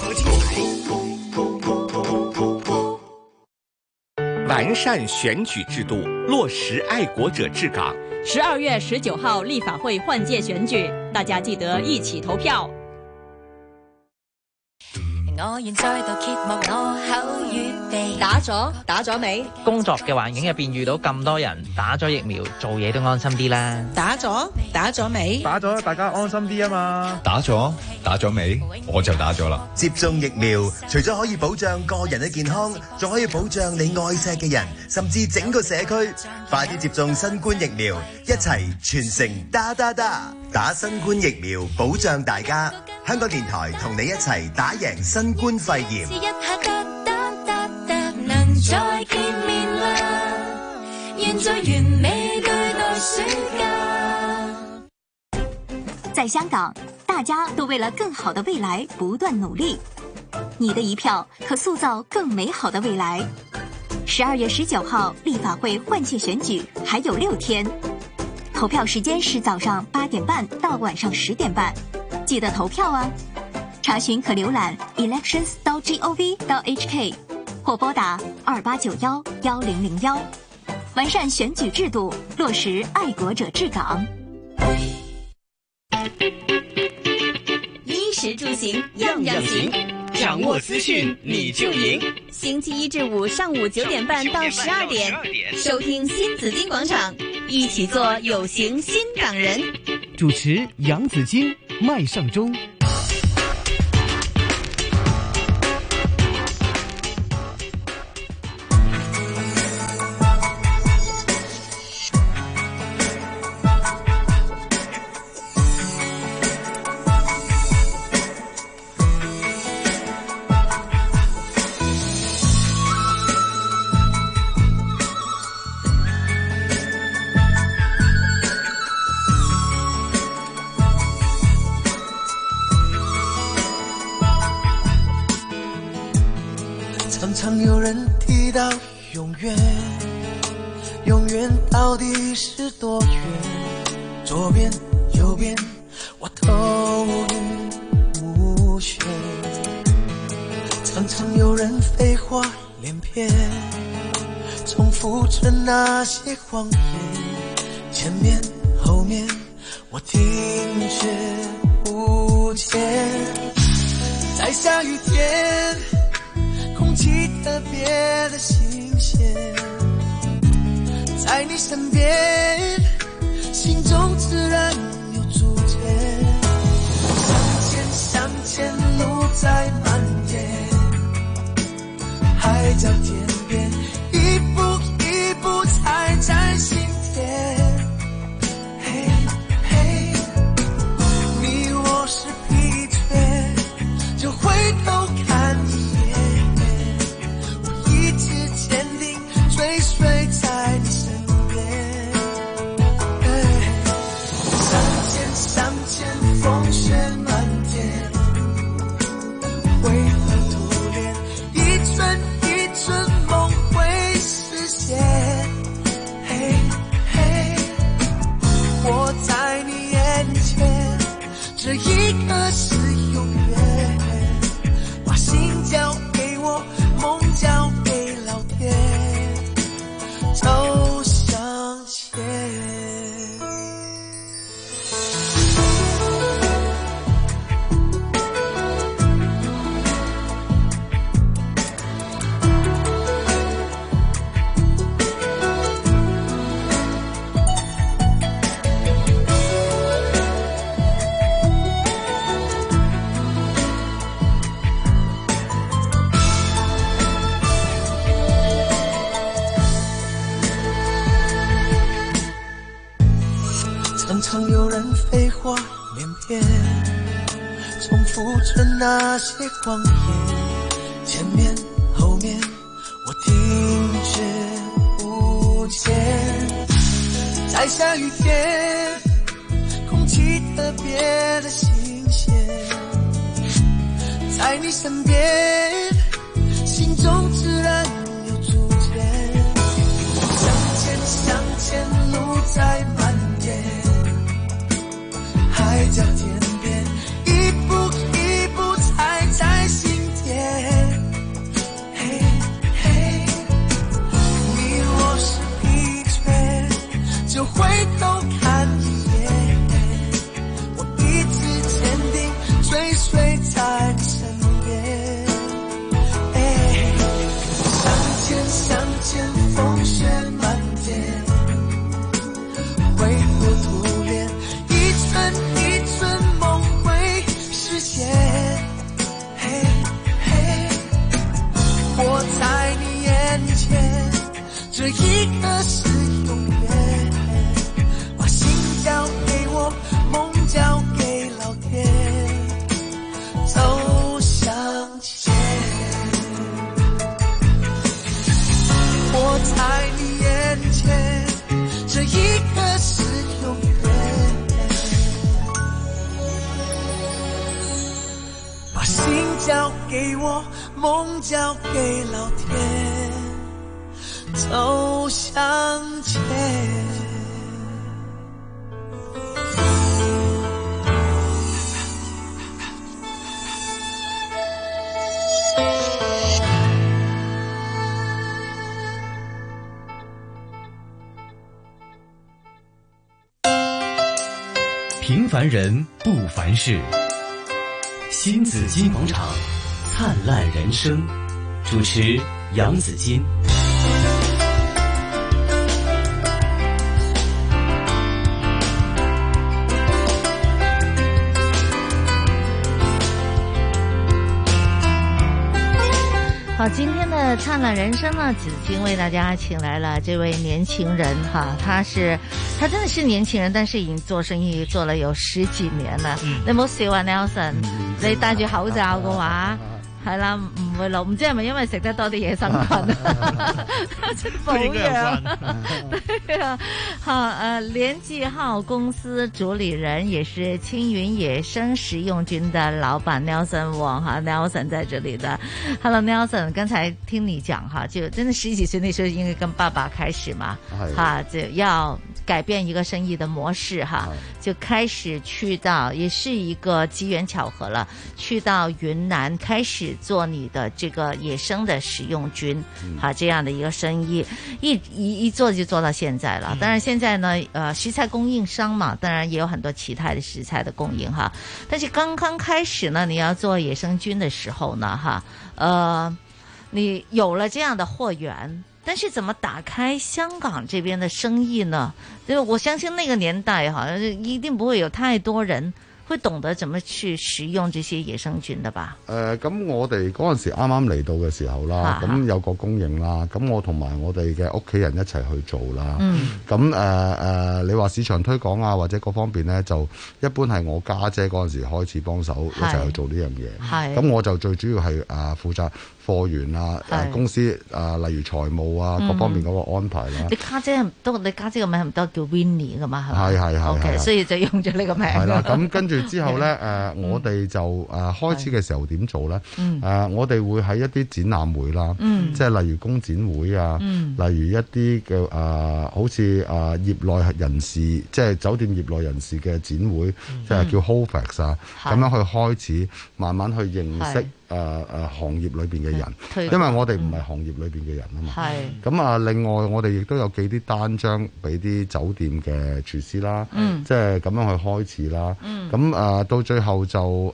完善選舉制度，落實愛國者治港。 12月19號立法會換屆選舉，大家記得一起投票。 我願再度揭幕我口語地。 打咗未？ 工作嘅環境入邊遇到咁多人打咗疫苗，做嘢都安心啲啦。 打咗未？ 打咗，大家安心啲啊嘛。 打咗未？我就打咗啦。 接種疫苗，除咗可以保障個人嘅健康，仲可以保障你愛錫嘅人，甚至整個社區。快啲接種新冠疫苗，一齊全城打新冠疫苗，保障大家。香港電台同你一齊打贏新冠肺炎。 能再見面啦，願最完美對待暑假。 在香港，大家都為了更好的未來不斷努力。你的一票可塑造更美好的未來。12月19號立法會換屆選舉還有6天，投票時間是早上8點半到晚上10點半，記得投票啊！查詢可瀏覽 elections.gov.hk 或撥打28911001。完善選舉制度，落實愛國者治港。 衣食住行樣樣行， 掌握資訊你就贏。 星期一至五上午9點半到12點，收聽新紫荊廣場，一起做有型新港人。 主持楊紫荊、麥尚中。 常有人提到永遠，永遠到底是多遠？左邊右邊，我頭暈目眩。常常有人廢話連篇，重複着那些謊言，前面後面我聽卻不見。在下雨天空氣特別的的新鲜，在你身边，心中自然有主见。向前路在蔓延，海角天边，一步一步踩在心田。嘿嘿，你我是疲倦，就回头看一眼，我一直坚定追随在你身边。向前风雪漫天，为何徒恋，一寸一寸梦会实现。嘿嘿，我在你眼前，这一刻是永远，把心交给我，梦交给老天，走向前。常常有人废话连篇，重复着那些谎言，前面后面我听觉不见。在下雨天，空气特别的新鲜，在你身边，心中自然有主见。向前路在蔓延，海角天边，一步一步踩在心田。嘿嘿，你若是疲倦，就回头看一眼，我一直坚定追随在你身边。向前风雪漫天，为何徒恋，一寸一寸梦会实现。嘿嘿，我在你眼前，这一刻是永远，把心交给我，梦交给老天，走向前。我在你眼前，这一刻是永远，把心交给我，梦交给老天，走向前。 平凡人不凡事，新紫金广场，灿烂人生。主持杨紫金。 好，今天的灿烂人生呢，紫金为大家请来了这位年轻人哈，他真的是年輕人，但是已經做生意做了有10幾年啦。你唔好笑啊 ，Nelson，你戴住口罩嘅話，係啦，唔會老，唔知係咪因為食得多啲野生菌保養？對啊，好，聯記號公司主理人也是青雲野生食用菌的老闆 Nelson Wong 哈 ，Nelson 在這裡的。Hello Nelson，剛才聽你講哈，就真的10幾歲那時候因為跟爸爸開始嘛，哈，就要改變一個生意的模式哈，就開始去到，也是一個機緣巧合了，去到雲南開始做你的這個野生的食用菌，哈，這樣的一個生意，一做就做到現在了。當然現在呢，食材供應商嘛，當然也有很多其他的食材的供應哈。但是剛剛開始呢，你要做野生菌的時候呢，哈， 你有了這樣的貨源，但是怎麼打開香港這邊的生意呢？因為我相信那個年代好像一定不會有太多人會懂得怎麼去食用這些野生菌的吧？ 咁我哋嗰陣時啱啱嚟到嘅時候啦，咁有個供應啦，咁我同埋我哋嘅屋企人一齊去做啦。咁你話市場推廣啊，或者各方面呢，就一般係我家姐嗰陣時開始幫手一齊去做呢樣嘢。咁我就最主要係負責貨源啊，公司例如財務啊各方面嗰個安排啦。你家姐個名係唔都叫 Winnie 噶嘛？係。OK， 所以就用咗呢個名。係啦，咁跟住之後咧，我哋就開始嘅時候點做咧？我哋會喺一啲展覽會啦，即係例如工展會啊，例如一啲嘅好似業內人士，即係酒店業內人士嘅展會，即係叫 Hofax 啊，咁樣去開始慢慢去認識行業裏邊嘅人，因為我哋唔係行業裏邊嘅人啊嘛。咁另外我哋亦都有寄啲單張俾啲酒店嘅廚師啦，即係咁樣去開始啦。咁到最後就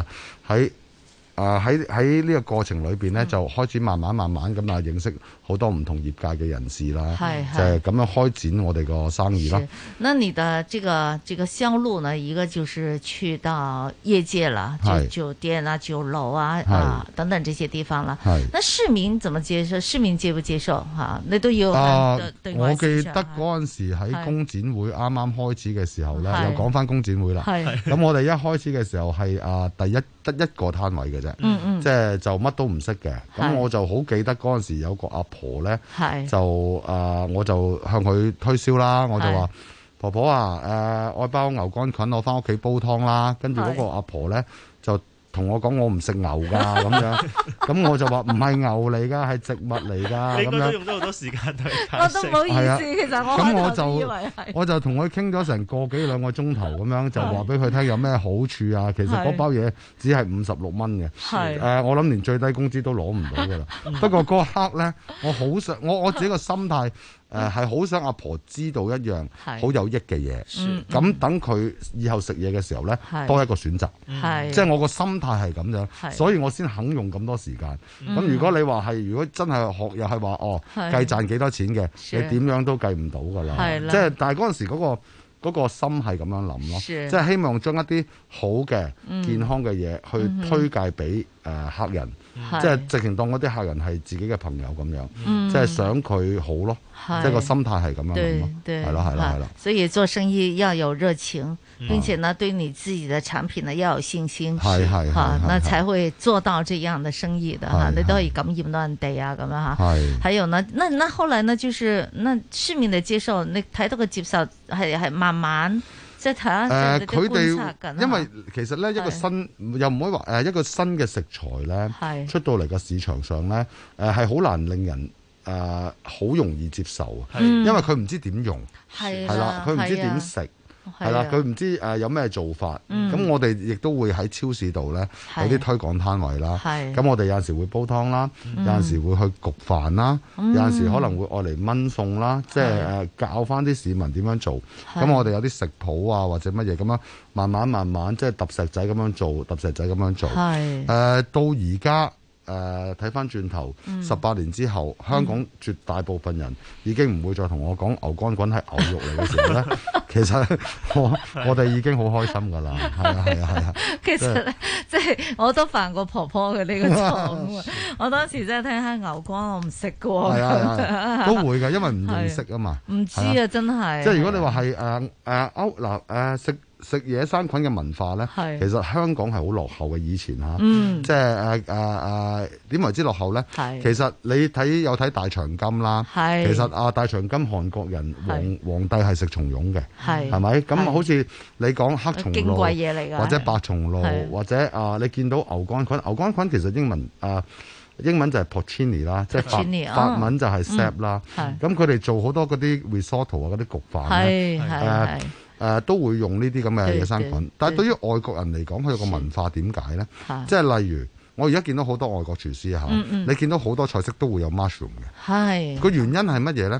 喺呢個過程裏邊呢，就開始慢慢咁認識好多唔同業界嘅人士啦，就係咁樣開展我哋個生意啦。 那你的這個銷路呢？一個就是去到業界啦，就酒店啊、酒樓啊等等這些地方啦。那市民怎麼接受？市民接不接受？你都要我記得嗰陣時喺工展會啱啱開始嘅時候呢，又講翻工展會啦。咁我哋一開始嘅時候係得一個攤位嘅啫。即係就乜都唔識嘅，咁我就好記得嗰陣時有個阿婆咧，就我就向佢推銷啦，我就話婆婆啊，愛包牛肝菌，我翻屋企煲湯啦。跟住嗰個阿婆咧就同我講我唔食牛㗎咁樣，咁我就話唔係牛嚟㗎，係植物嚟㗎。 你應該都用咗好多時間去解釋。 我都唔好意思，其實我就同佢傾咗成個幾兩個鐘頭咁樣，就話俾佢聽有咩好處啊。其實嗰包嘢只係56蚊嘅，我諗連最低工資都攞唔到㗎啦。不過嗰刻咧，我好想我自己個心態。係好想阿婆知道一樣好有益嘅嘢，咁等佢以後食嘢嘅時候呢，多一個選擇，即係我個心態係咁樣，所以我先肯用咁多時間。咁如果你話係，如果真係學又係話計賺幾多錢嘅，你點樣都計唔到㗎啦。即係但係嗰陣時嗰個心係咁樣諗咯，即係希望將一啲好嘅健康嘅嘢去推介俾客人。即係直情當嗰啲客人係自己嘅朋友咁樣，即係想佢好咯，即係個心態係咁樣諗咯，係啦。 所以做生意要有熱情，並且呢對你自己的產品呢要有信心，那才會做到這樣的生意的哈，你都可以感染到人哋啊咁樣哈。還有呢，那後來呢，就是那市民的接受，你睇到個接受係慢慢。即係睇下佢哋， 因為其實咧一個新又唔可以話一個新嘅食材咧，出到嚟個市場上咧，係好難令人好容易接受，因為佢唔知點用，係啦，佢唔知點食。係啦，佢唔知有咩做法，咁我哋亦都會喺超市度咧有啲推廣攤位啦。咁我哋有陣時會煲湯啦，有陣時會去焗飯啦，有陣時可能會愛嚟燜餸啦，即係教翻啲市民點樣做。咁我哋有啲食譜啊或者乜嘢咁樣，慢慢即係揼石仔咁樣做，到而家。睇翻轉頭，18年之後，香港絕大部分人已經唔會再同我講牛肝菌係牛肉嚟嘅時候咧，其實我哋已經好開心㗎啦，係啊。 其實即係我都犯過婆婆嘅呢個錯誤，我當時真係聽下牛肝我唔食嘅喎， 係都會㗎，因為唔認識啊嘛， 唔知啊真係。 即係如果你話係食野生菌嘅文化咧，其實香港係好落後嘅以前嚇，即係點為之落後咧？其實你有睇大長今啦，其實大長今韓國人皇帝係食蟲蛹嘅，係咪？咁好似你講黑松露或者白松露，或者你見到牛肝菌其實英文就係 porcini 啦，即係法文就係 sap 啦。咁佢哋做好多嗰啲 risotto 啊，嗰啲焗飯咧。都會用呢啲咁嘅野生菌，但係對於外國人嚟講，佢有個文化點解呢？即係例如，我而家見到好多外國廚師嚇，你見到好多菜式都會有 mushroom 嘅。個原因係乜嘢呢？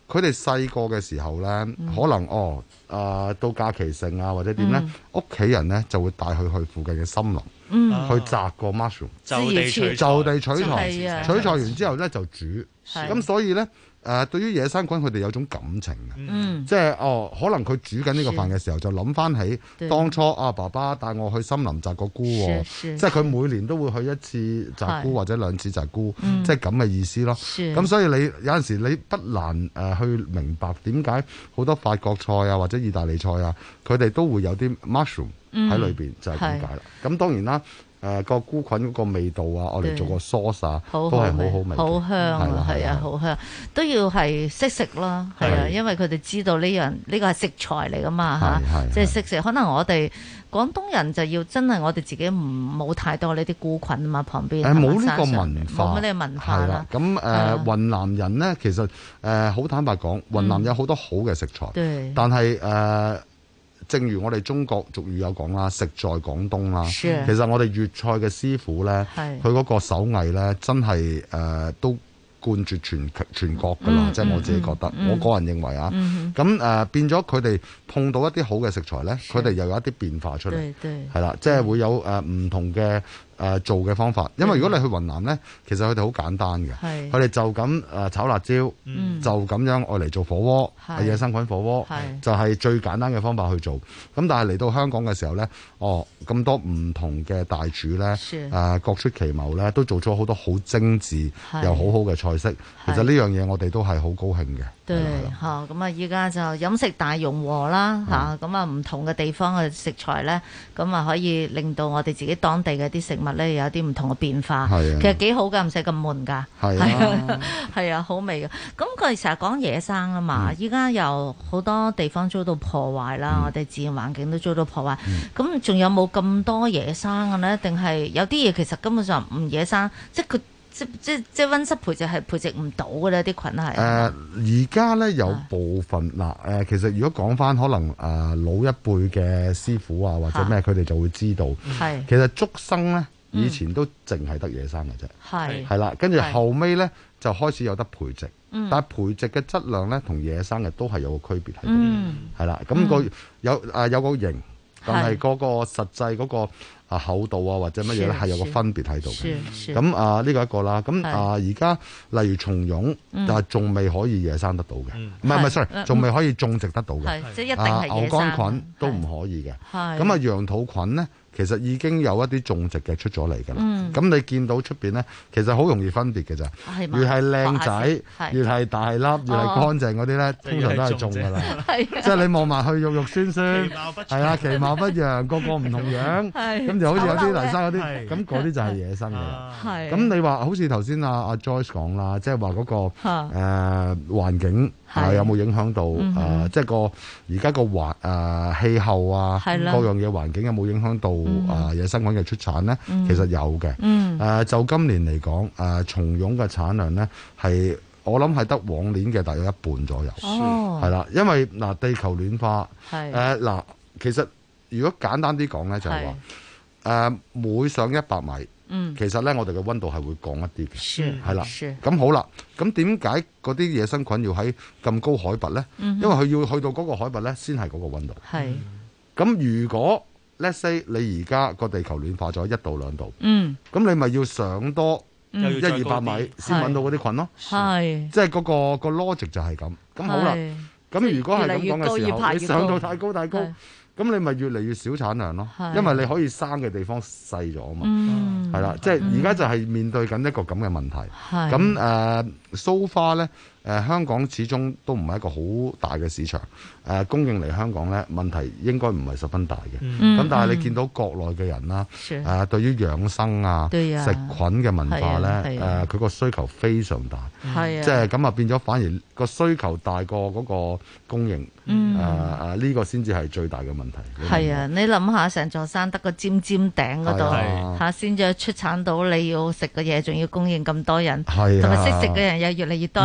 佢哋細個嘅時候咧，可能到假期性啊或者點咧，屋企人咧就會帶佢去附近嘅森林，去摘個 mushroom， 就地取材，取材完之後咧就煮。咁所以咧對於野生菌佢哋有種感情嘅，即係可能佢煮緊呢個飯嘅時候就諗翻起當初爸爸帶我去森林摘個菇，即係佢每年都會去一次摘菇或者2次摘菇，即係咁嘅意思咯。咁所以你有陣時你不難去明白點解好多法國菜啊或者意大利菜啊，佢哋都會有啲 mushroom 喺裏邊，就係咁解啦。咁當然啦。個菇菌嗰個味道啊，我哋做個 sauce 啊，都係好好味， 好香啊，係啊，好香，都要係識食咯，係啊，因為佢哋知道呢個係食材嚟噶嘛嚇，即係識食。可能我哋廣東人就要真係我哋自己冇太多呢啲菇菌啊嘛，旁邊冇呢個文化， 冇乜呢個文化啦。 咁雲南人咧，其實好坦白講，雲南有好多好嘅食材，但係正如我哋中國俗語有講啦，食在廣東啦。其實我哋粵菜嘅師傅咧，佢嗰個手藝咧，真係都冠絕全國㗎啦。即係我自己覺得，我個人認為啊。咁變咗佢哋碰到一啲好嘅食材咧，佢哋又有一啲變化出嚟，係啦，即係會有唔同嘅做嘅方法。因為如果你去雲南咧，其實佢哋好簡單嘅，佢哋就咁炒辣椒，就咁樣愛嚟做火鍋，野生菌火鍋，就係最簡單嘅方法去做。咁但係嚟到香港嘅時候咧，咁多唔同嘅大廚咧，各出奇謀咧，都做咗好多好精緻又好好嘅菜式。其實呢樣嘢我哋都係好高興嘅。 對，咁啊，依家就飲食大融和啦，咁啊唔同嘅地方嘅食材咧，咁啊可以令到我哋自己當地嘅啲食物咧有啲唔同嘅變化。其實幾好㗎，唔使咁悶㗎。係啊，好味嘅。咁佢哋成日講野生啊嘛，依家有好多地方遭到破壞啦，我哋自然環境都遭到破壞。咁仲有冇咁多野生嘅咧？定係有啲嘢其實根本上唔野生，即係佢。即係溫室培植係培植唔到嘅咧，啲菌係。 而家咧有部分其實如果講翻可能老一輩嘅師傅啊或者咩，佢哋就會知道。其實竹笙咧以前都淨係得野生嘅啫。係啦，跟住後尾咧就開始有得培植，但係培植嘅質量咧同野生嘅都係有個區別喺度。係啦，咁有個型，但係嗰個實際嗰個。厚度啊或者乜嘢咧係有個分別喺度嘅，咁呢個一個啦，咁而家例如松茸，但係仲未可以野生得到嘅，唔係 sorry，仲未可以種植得到嘅， 即係一定係牛肝菌都唔可以嘅，咁羊肚菌咧其實已經有一啲種植嘅出咗嚟㗎啦，咁你見到出邊咧其實好容易分別嘅咋，越係靚仔越係大粒越係乾淨嗰啲咧，通常都係種㗎啦，即係你望埋去肉肉酸酸，係啊，其貌不揚，個個唔同樣，咁就好似有啲泥沙嗰啲，咁嗰啲就係野生嘅啦。咁你話好似頭先阿 Joyce 講啦，即係話嗰個環境有冇影響到即係而家個氣候啊，各樣嘢環境有冇影響到野生菌嘅出產咧？其實有嘅。就今年嚟講，松茸嘅產量咧係我諗係得往年嘅大約一半左右。係啦，因為地球暖化，其實如果簡單啲講咧，就係話。每上100米，其實咧我哋嘅溫度係會降一啲嘅，係啦。咁好啦，咁點解嗰啲野生菌要喺咁高海拔咧？因為佢要去到嗰個海拔咧，先係嗰個溫度。咁如果 let's say 你而家個地球暖化咗1度2度，咁你咪要上多100-200米先揾到嗰啲菌咯。即係嗰個 logic 就係咁。咁好啦，咁如果係咁講嘅時候，你上到太高，咁你咪越嚟越少產量咯，因為你可以生嘅地方細咗啊嘛，係啦，即係而家就係面對緊一個咁嘅問題。咁so far咧，香港始終都唔係一個好大嘅市場，供應嚟香港咧問題應該唔係十分大嘅。咁但係你見到國內嘅人啦，對於養生啊、食菌嘅文化咧，佢個需求非常大，即係咁啊變咗反而個需求大過嗰個供應，呢個先至係最大嘅問題。 係啊，你諗下成座山得個尖頂嗰度嚇，先至出產到你要食嘅嘢，仲要供應咁多人，同埋識食嘅人又越嚟越多，你教育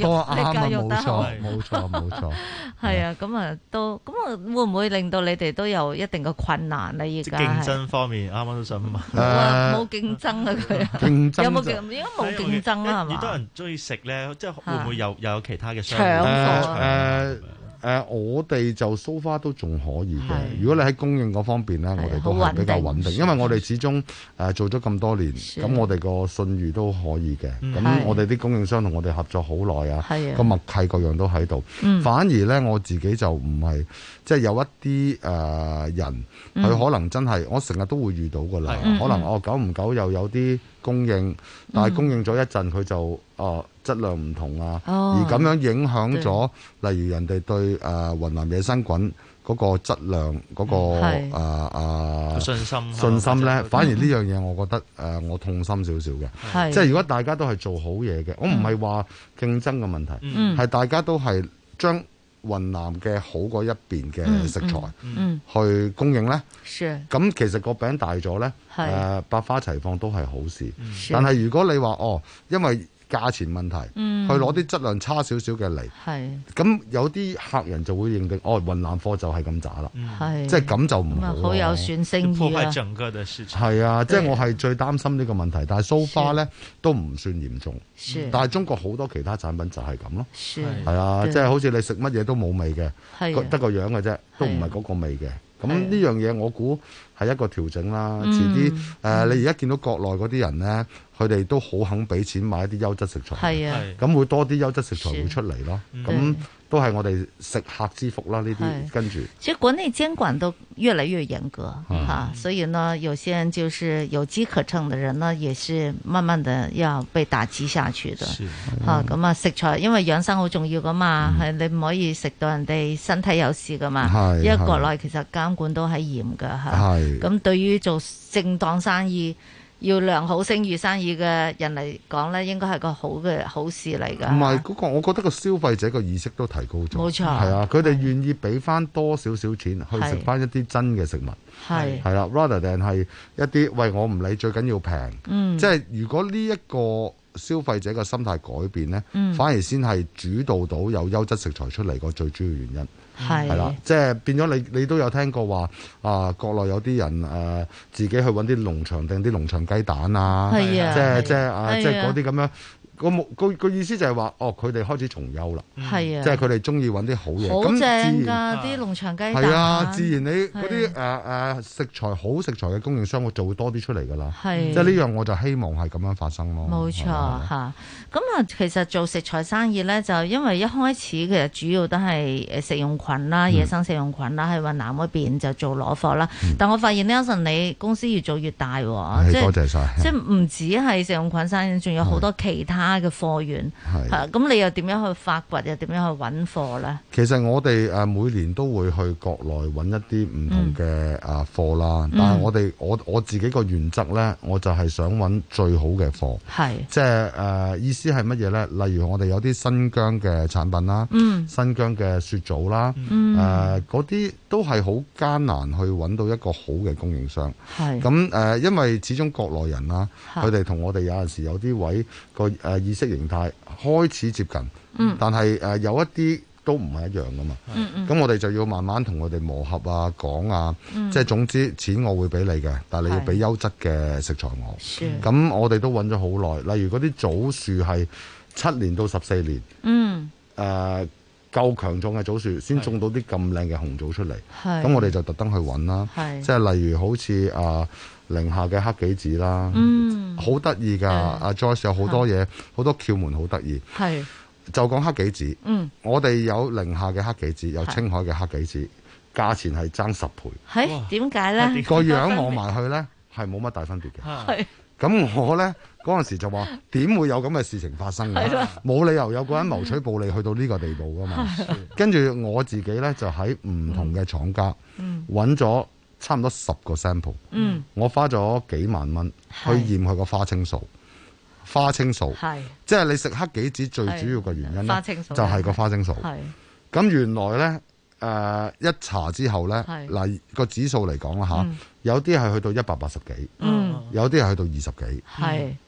啱啊，冇錯。 係啊，咁啊會唔會令到你哋都有一定嘅困難咧？而家競爭方面，啱啱都想問。 冇競爭啊佢啊， 競爭有冇應該冇競爭啊？係嘛？ 越多人中意食咧，即係會唔會又有其他嘅搶貨？ 我哋就 so far 都仲可以嘅。如果你喺供應嗰方面咧，我哋都係比較穩定，因為我哋始終做咗咁多年，咁我哋個信譽都可以嘅。咁我哋啲供應商同我哋合作好耐啊，個默契各樣都喺度。反而咧，我自己就唔係即係有一啲人，佢可能真係我成日都會遇到㗎啦。可能久唔久又有啲供應，但係供應咗一陣佢就質量唔同啊，而咁樣影響咗，例如人哋對雲南野生菌嗰個質量嗰個信心咧，反而呢樣嘢我覺得我痛心少少嘅。即係如果大家都係做好嘢嘅，我唔係話競爭嘅問題，係大家都係將雲南嘅好嗰一邊嘅食材去供應咧，咁其實個餅大咗咧，百花齊放都係好事。但係如果你話因為價錢問題，去攞啲質量差少少嘅嚟，咁有啲客人就會認定雲南貨就係咁渣啦，即係咁就唔好， 好有損聲譽啊！ 係啊，即係我係最擔心呢個問題，但係 so far 咧都唔算嚴重，但係中國好多其他產品就係咁咯，係啊，即係好似你食乜嘢都冇味嘅，得個樣嘅啫，都唔係嗰個味嘅。咁呢樣嘢我估係一個調整啦。遲啲你而家見到國內嗰啲人咧，佢哋都好肯俾錢買一啲優質食材，咁會多啲優質食材會出嚟咯。咁都係我哋食客之福啦。呢啲跟住， 其實國內監管都越來越嚴格所以呢，有些人就是有機可乘的人呢，也是慢慢的要被打擊下去的。咁啊，食材因為養生好重要噶嘛，係你唔可以食到人哋身體有事噶嘛。因為國內其實監管都係嚴噶咁對於做正當生意，要良好聲譽生意嘅人嚟講咧，應該係個好事嚟㗎。唔係嗰個，我覺得個消費者個意識都提高咗。 冇錯， 係啊，佢哋願意俾翻多少少錢去食翻一啲真嘅食物。係啦 ，rather than 係一啲喂我唔理，最緊要平。即係如果呢一個消費者嘅心態改變咧，反而先係主導到有優質食材出嚟個最主要原因。係啦，即係變咗你都有聽過話國內有啲人自己去揾啲農場訂啲農場雞蛋啊，即係嗰啲咁樣。個意思就係話，佢哋開始重優啦，即係佢哋中意揾啲好嘢， 好正㗎啲農場雞蛋。 係啊，自然你嗰啲食材好食材嘅供應商，我就會多啲出嚟㗎啦。即係呢樣我就希望係咁樣發生咯。 冇錯嚇，咁其實做食材生意咧，就因為一開始其實主要都係食用菌啦、野生食用菌啦，喺雲南嗰邊就做攞貨啦。但我發現Nelson你公司越做越大喎， 多謝晒。 即係唔止係食用菌生意，仲有好多其他嘅貨源，咁你又點樣去發掘，又點樣去揾貨咧？ 其實我哋每年都會去國內揾一啲唔同嘅貨啦，但係我自己個原則咧，我就係想揾最好嘅貨，即係意思係乜嘢咧？例如我哋有啲新疆嘅產品啦，新疆嘅雪棗啦，嗰啲都係好艱難去揾到一個好嘅供應商。咁因為始終國內人啦，佢哋同我哋有陣時有啲位個意識形態開始接近，但係有一啲都唔係一樣噶嘛。咁我哋就要慢慢同佢哋磨合啊、講啊，即係總之錢我會俾你嘅，但係你要俾優質嘅食材我。咁我哋都揾咗好耐，例如嗰啲棗樹係7年到14年，夠強壯嘅棗樹先種到啲咁靚嘅紅棗出嚟。咁我哋就特登去揾啦，即係例如好似寧夏嘅黑杞子啦，好得意㗎。阿 Joyce 有好多嘢，好多竅門，好得意。就講黑杞子，我哋有寧夏嘅黑杞子，有青海嘅黑杞子，價錢係爭10倍。 係點解咧？ 個樣望埋去咧係冇乜大分別嘅。咁我咧嗰陣時就話點會有咁嘅事情發生嘅？冇理由有個人謀取暴利去到呢個地步㗎嘛。跟住我自己咧就喺唔同嘅廠家揾咗差唔多10個 sample，我花咗幾萬蚊去驗佢個花青素。花青素，即係你食黑杞子最主要嘅原因咧，就係個花青素。咁原來咧一查之後咧，嗱個指數嚟講啦嚇，有啲係去到180幾，有啲係去到20幾。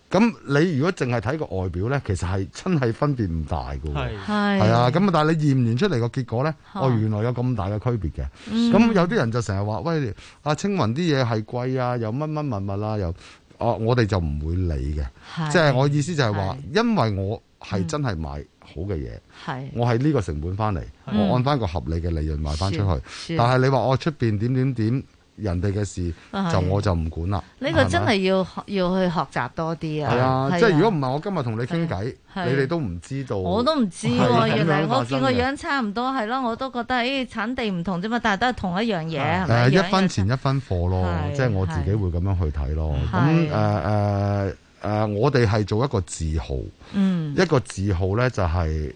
咁你如果淨係睇個外表咧，其實係真係分別唔大㗎喎。 係啊，咁但係你驗完出嚟個結果咧，原來有咁大嘅區別嘅。咁有啲人就成日話：喂，青雲啲嘢係貴啊，又乜乜物啊，又我哋就唔會理嘅。即係我意思就係話，因為我係真係買好嘅嘢，我係呢個成本翻嚟，我按翻個合理嘅利潤賣翻出去。但係你話我出邊點人哋嘅事，我就唔管啦。 呢個真係要去學習多啲啊！ 係啊，即係如果唔係我今日同你傾偈，你哋都唔知道。 我都唔知喎，原來我見個樣差唔多係咯，我都覺得產地唔同啫嘛，但係都係同一樣嘢，係咪？ 一分錢一分貨咯，即係我自己會咁樣去睇咯。咁我哋係做一個字號，一個字號咧就係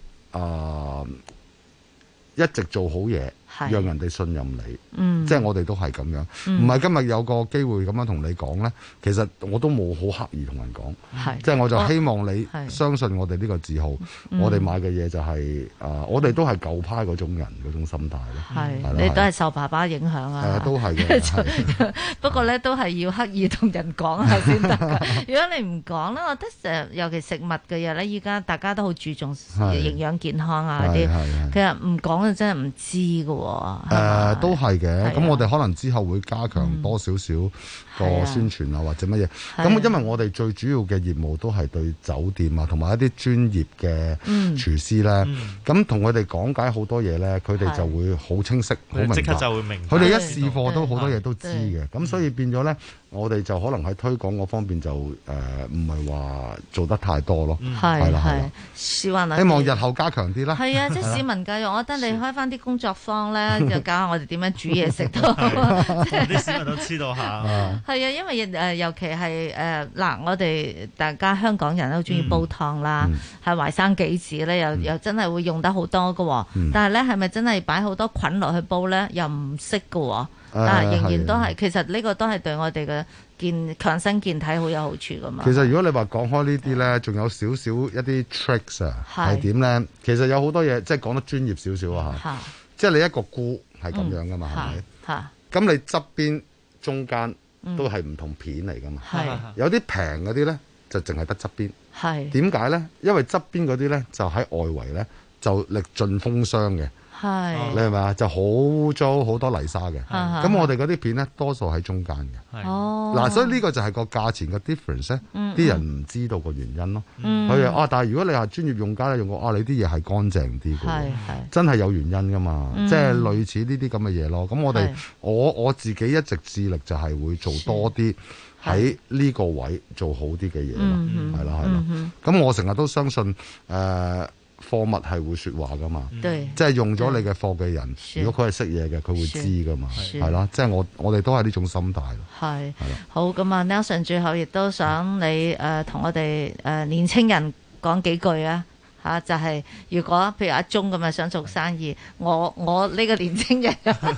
一直做好嘢，讓人哋信任你。即係我哋都係咁樣，唔係今日有個機會咁樣同你講咧，其實我都冇好刻意同人講，即係我就希望你相信我哋呢個字號，我哋買嘅嘢就係我哋都係舊派嗰種人嗰種心態咯。 你都係受爸爸影響啊？ 都係嘅。 不過咧，都係要刻意同人講下先得。如果你唔講咧，我覺得尤其食物嘅嘢咧，依家大家都好注重營養健康啊啲，其實唔講就真係唔知㗎喎。 都係嘅。咁我哋可能之後會加強多少少個宣傳啊，或者乜嘢。咁因為我哋最主要嘅業務都係對酒店啊，同埋一啲專業嘅廚師咧。咁同佢哋講解好多嘢咧，佢哋就會好清晰、好明白。即刻就會明白。佢哋一試貨都好多嘢都知嘅。咁所以變咗咧，我哋就可能喺推廣嗰方面就唔係話做得太多咯。係啦，希望日後加強啲啦。係啊，即係市民教育，我覺得你開翻啲工作坊咧，就教下我哋點樣煮嘢食都， 啲市民都知道下。 係啊，因為尤其係嗱，我哋大家香港人都中意煲湯啦，係淮山杞子咧，又真係會用得好多㗎。但係咧，係咪真係擺好多菌落去煲咧？又唔識㗎。但係仍然都係，其實呢個都係對我哋嘅強身健體好有好處㗎嘛。 其實如果你話講開呢啲咧，仲有少少一啲 tricks 啊，係點咧？其實有好多嘢，即係講得專業少少啊。即係你一個菇係咁樣㗎嘛，係咪？咁你側邊中間都係唔同片嚟㗎嘛。有啲平嗰啲咧，就淨係得側邊。點解咧？因為側邊嗰啲咧，就喺外圍咧，就歷盡風霜嘅。你係咪啊？就好污糟，好多泥沙嘅。咁我哋嗰啲片咧，多數喺中間嘅。嗱，所以呢個就係個價錢嘅 difference 咧。啲人唔知道個原因咯。佢但係如果你係專業用家咧，用過你啲嘢係乾淨啲嘅，真係有原因噶嘛。即係類似呢啲咁嘅嘢咯。咁我自己一直致力就係會做多啲喺呢個位做好啲嘅嘢咯。係啦。咁我成日都相信貨物係會說話噶嘛，即係用咗你嘅貨嘅人，如果佢係識嘢嘅，佢會知噶嘛，係啦，即係我哋都係呢種心態咯。係好咁啊 ，Nelson 最後亦都想你同我哋年青人講幾句啊。就係如果譬如阿鐘咁啊，想做生意，我呢個年青人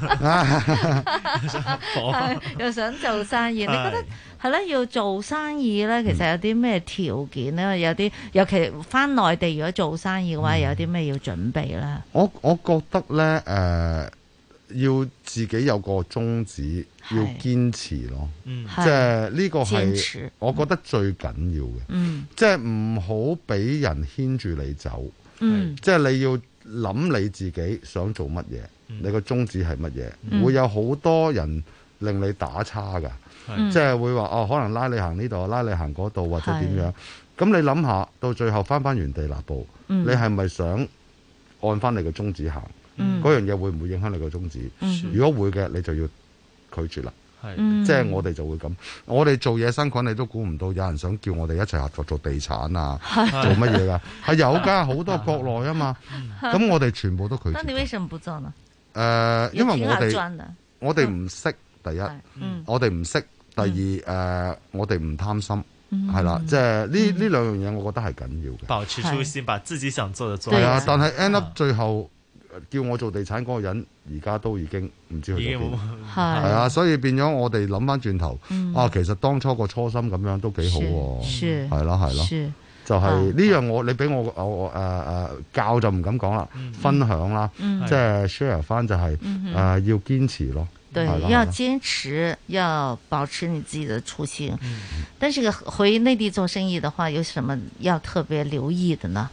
又想做生意，你覺得係咧要做生意咧，其實有啲咩條件咧？有啲尤其返內地，如果做生意嘅話，有啲咩要準備咧？ 我覺得咧要自己有個宗旨，要堅持咯。即係呢個係我覺得最緊要嘅。即係唔好俾人牽住你走。即係你要諗你自己想做乜嘢，你個宗旨係乜嘢。會有好多人令你打叉㗎。即係會話可能拉你行呢度，拉你行嗰度，或者點樣。咁你諗下，到最後返原地踏步，你係咪想按返你嘅宗旨行？嗰樣嘢會唔會影響你個宗旨？如果會嘅，你就要拒絕啦。即係我哋就會咁。我哋做野生菌，你都估唔到有人想叫我哋一齊合作做地產啊，做乜嘢㗎？係有㗎，好多國內啊嘛。咁我哋全部都拒絕。 那你為什麼不做呢？ 因為我哋唔識，第一，我哋唔識，第二，我哋唔貪心。係啦，即係呢兩樣嘢，我覺得係緊要嘅。 保持初心，把自己想做嘅做。 係啊，但係 end up 最後叫我做地產嗰個人，而家都已經唔知去咗邊。係啊，所以變咗我哋諗翻轉頭，其實當初個初心咁樣都幾好喎。係咯，就係呢樣你俾我教就唔敢講啦，分享啦，即係 share 翻就係要堅持咯。 對，要堅持，要保持你自己的初心。但是回內地做生意的話，有什麼要特別留意的呢？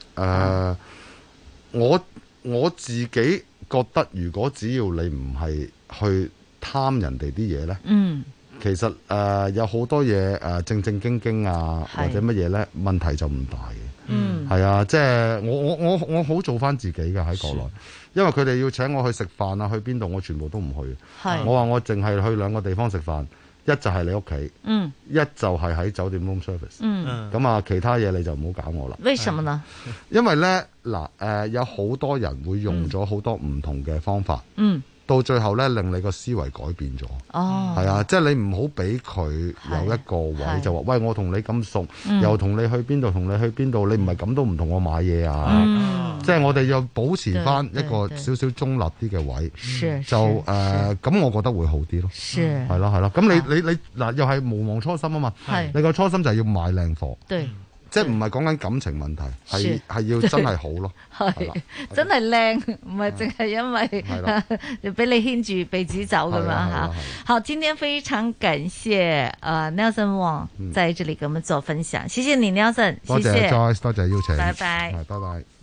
我自己覺得，如果只要你唔係去貪人哋啲嘢咧，其實有好多嘢正正經經啊，或者乜嘢咧，問題就唔大嘅。係啊，即係我好做翻自己嘅喺國內，因為佢哋要請我去食飯啊，去邊度我全部都唔去。我話我淨係去兩個地方食飯，一就係你屋企，一就係喺酒店 room service。咁啊，其他嘢你就唔好搞我啦。 為什麼呢？ 因為咧嗱有好多人會用咗好多唔同嘅方法。到最後咧，令你個思維改變咗。係啊，即係你唔好俾佢有一個位就話，喂，我同你咁熟，又同你去邊度，同你去邊度，你唔係咁都唔同我買嘢啊！即係我哋要保持翻一個少少中立啲嘅位，就咁，我覺得會好啲咯。係咯。咁你嗱，又係無忘初心啊嘛。你個初心就係要買靚貨。即係唔係講緊感情問題，係要真係好咯，係真係靚，唔係淨係因為俾你牽住鼻子走咁樣吓。好，今天非常感謝Nelson Wong 在這裡給我們做分享，謝謝你 Nelson，謝謝， 多謝 Joyce，多謝邀請， 拜拜， 拜拜。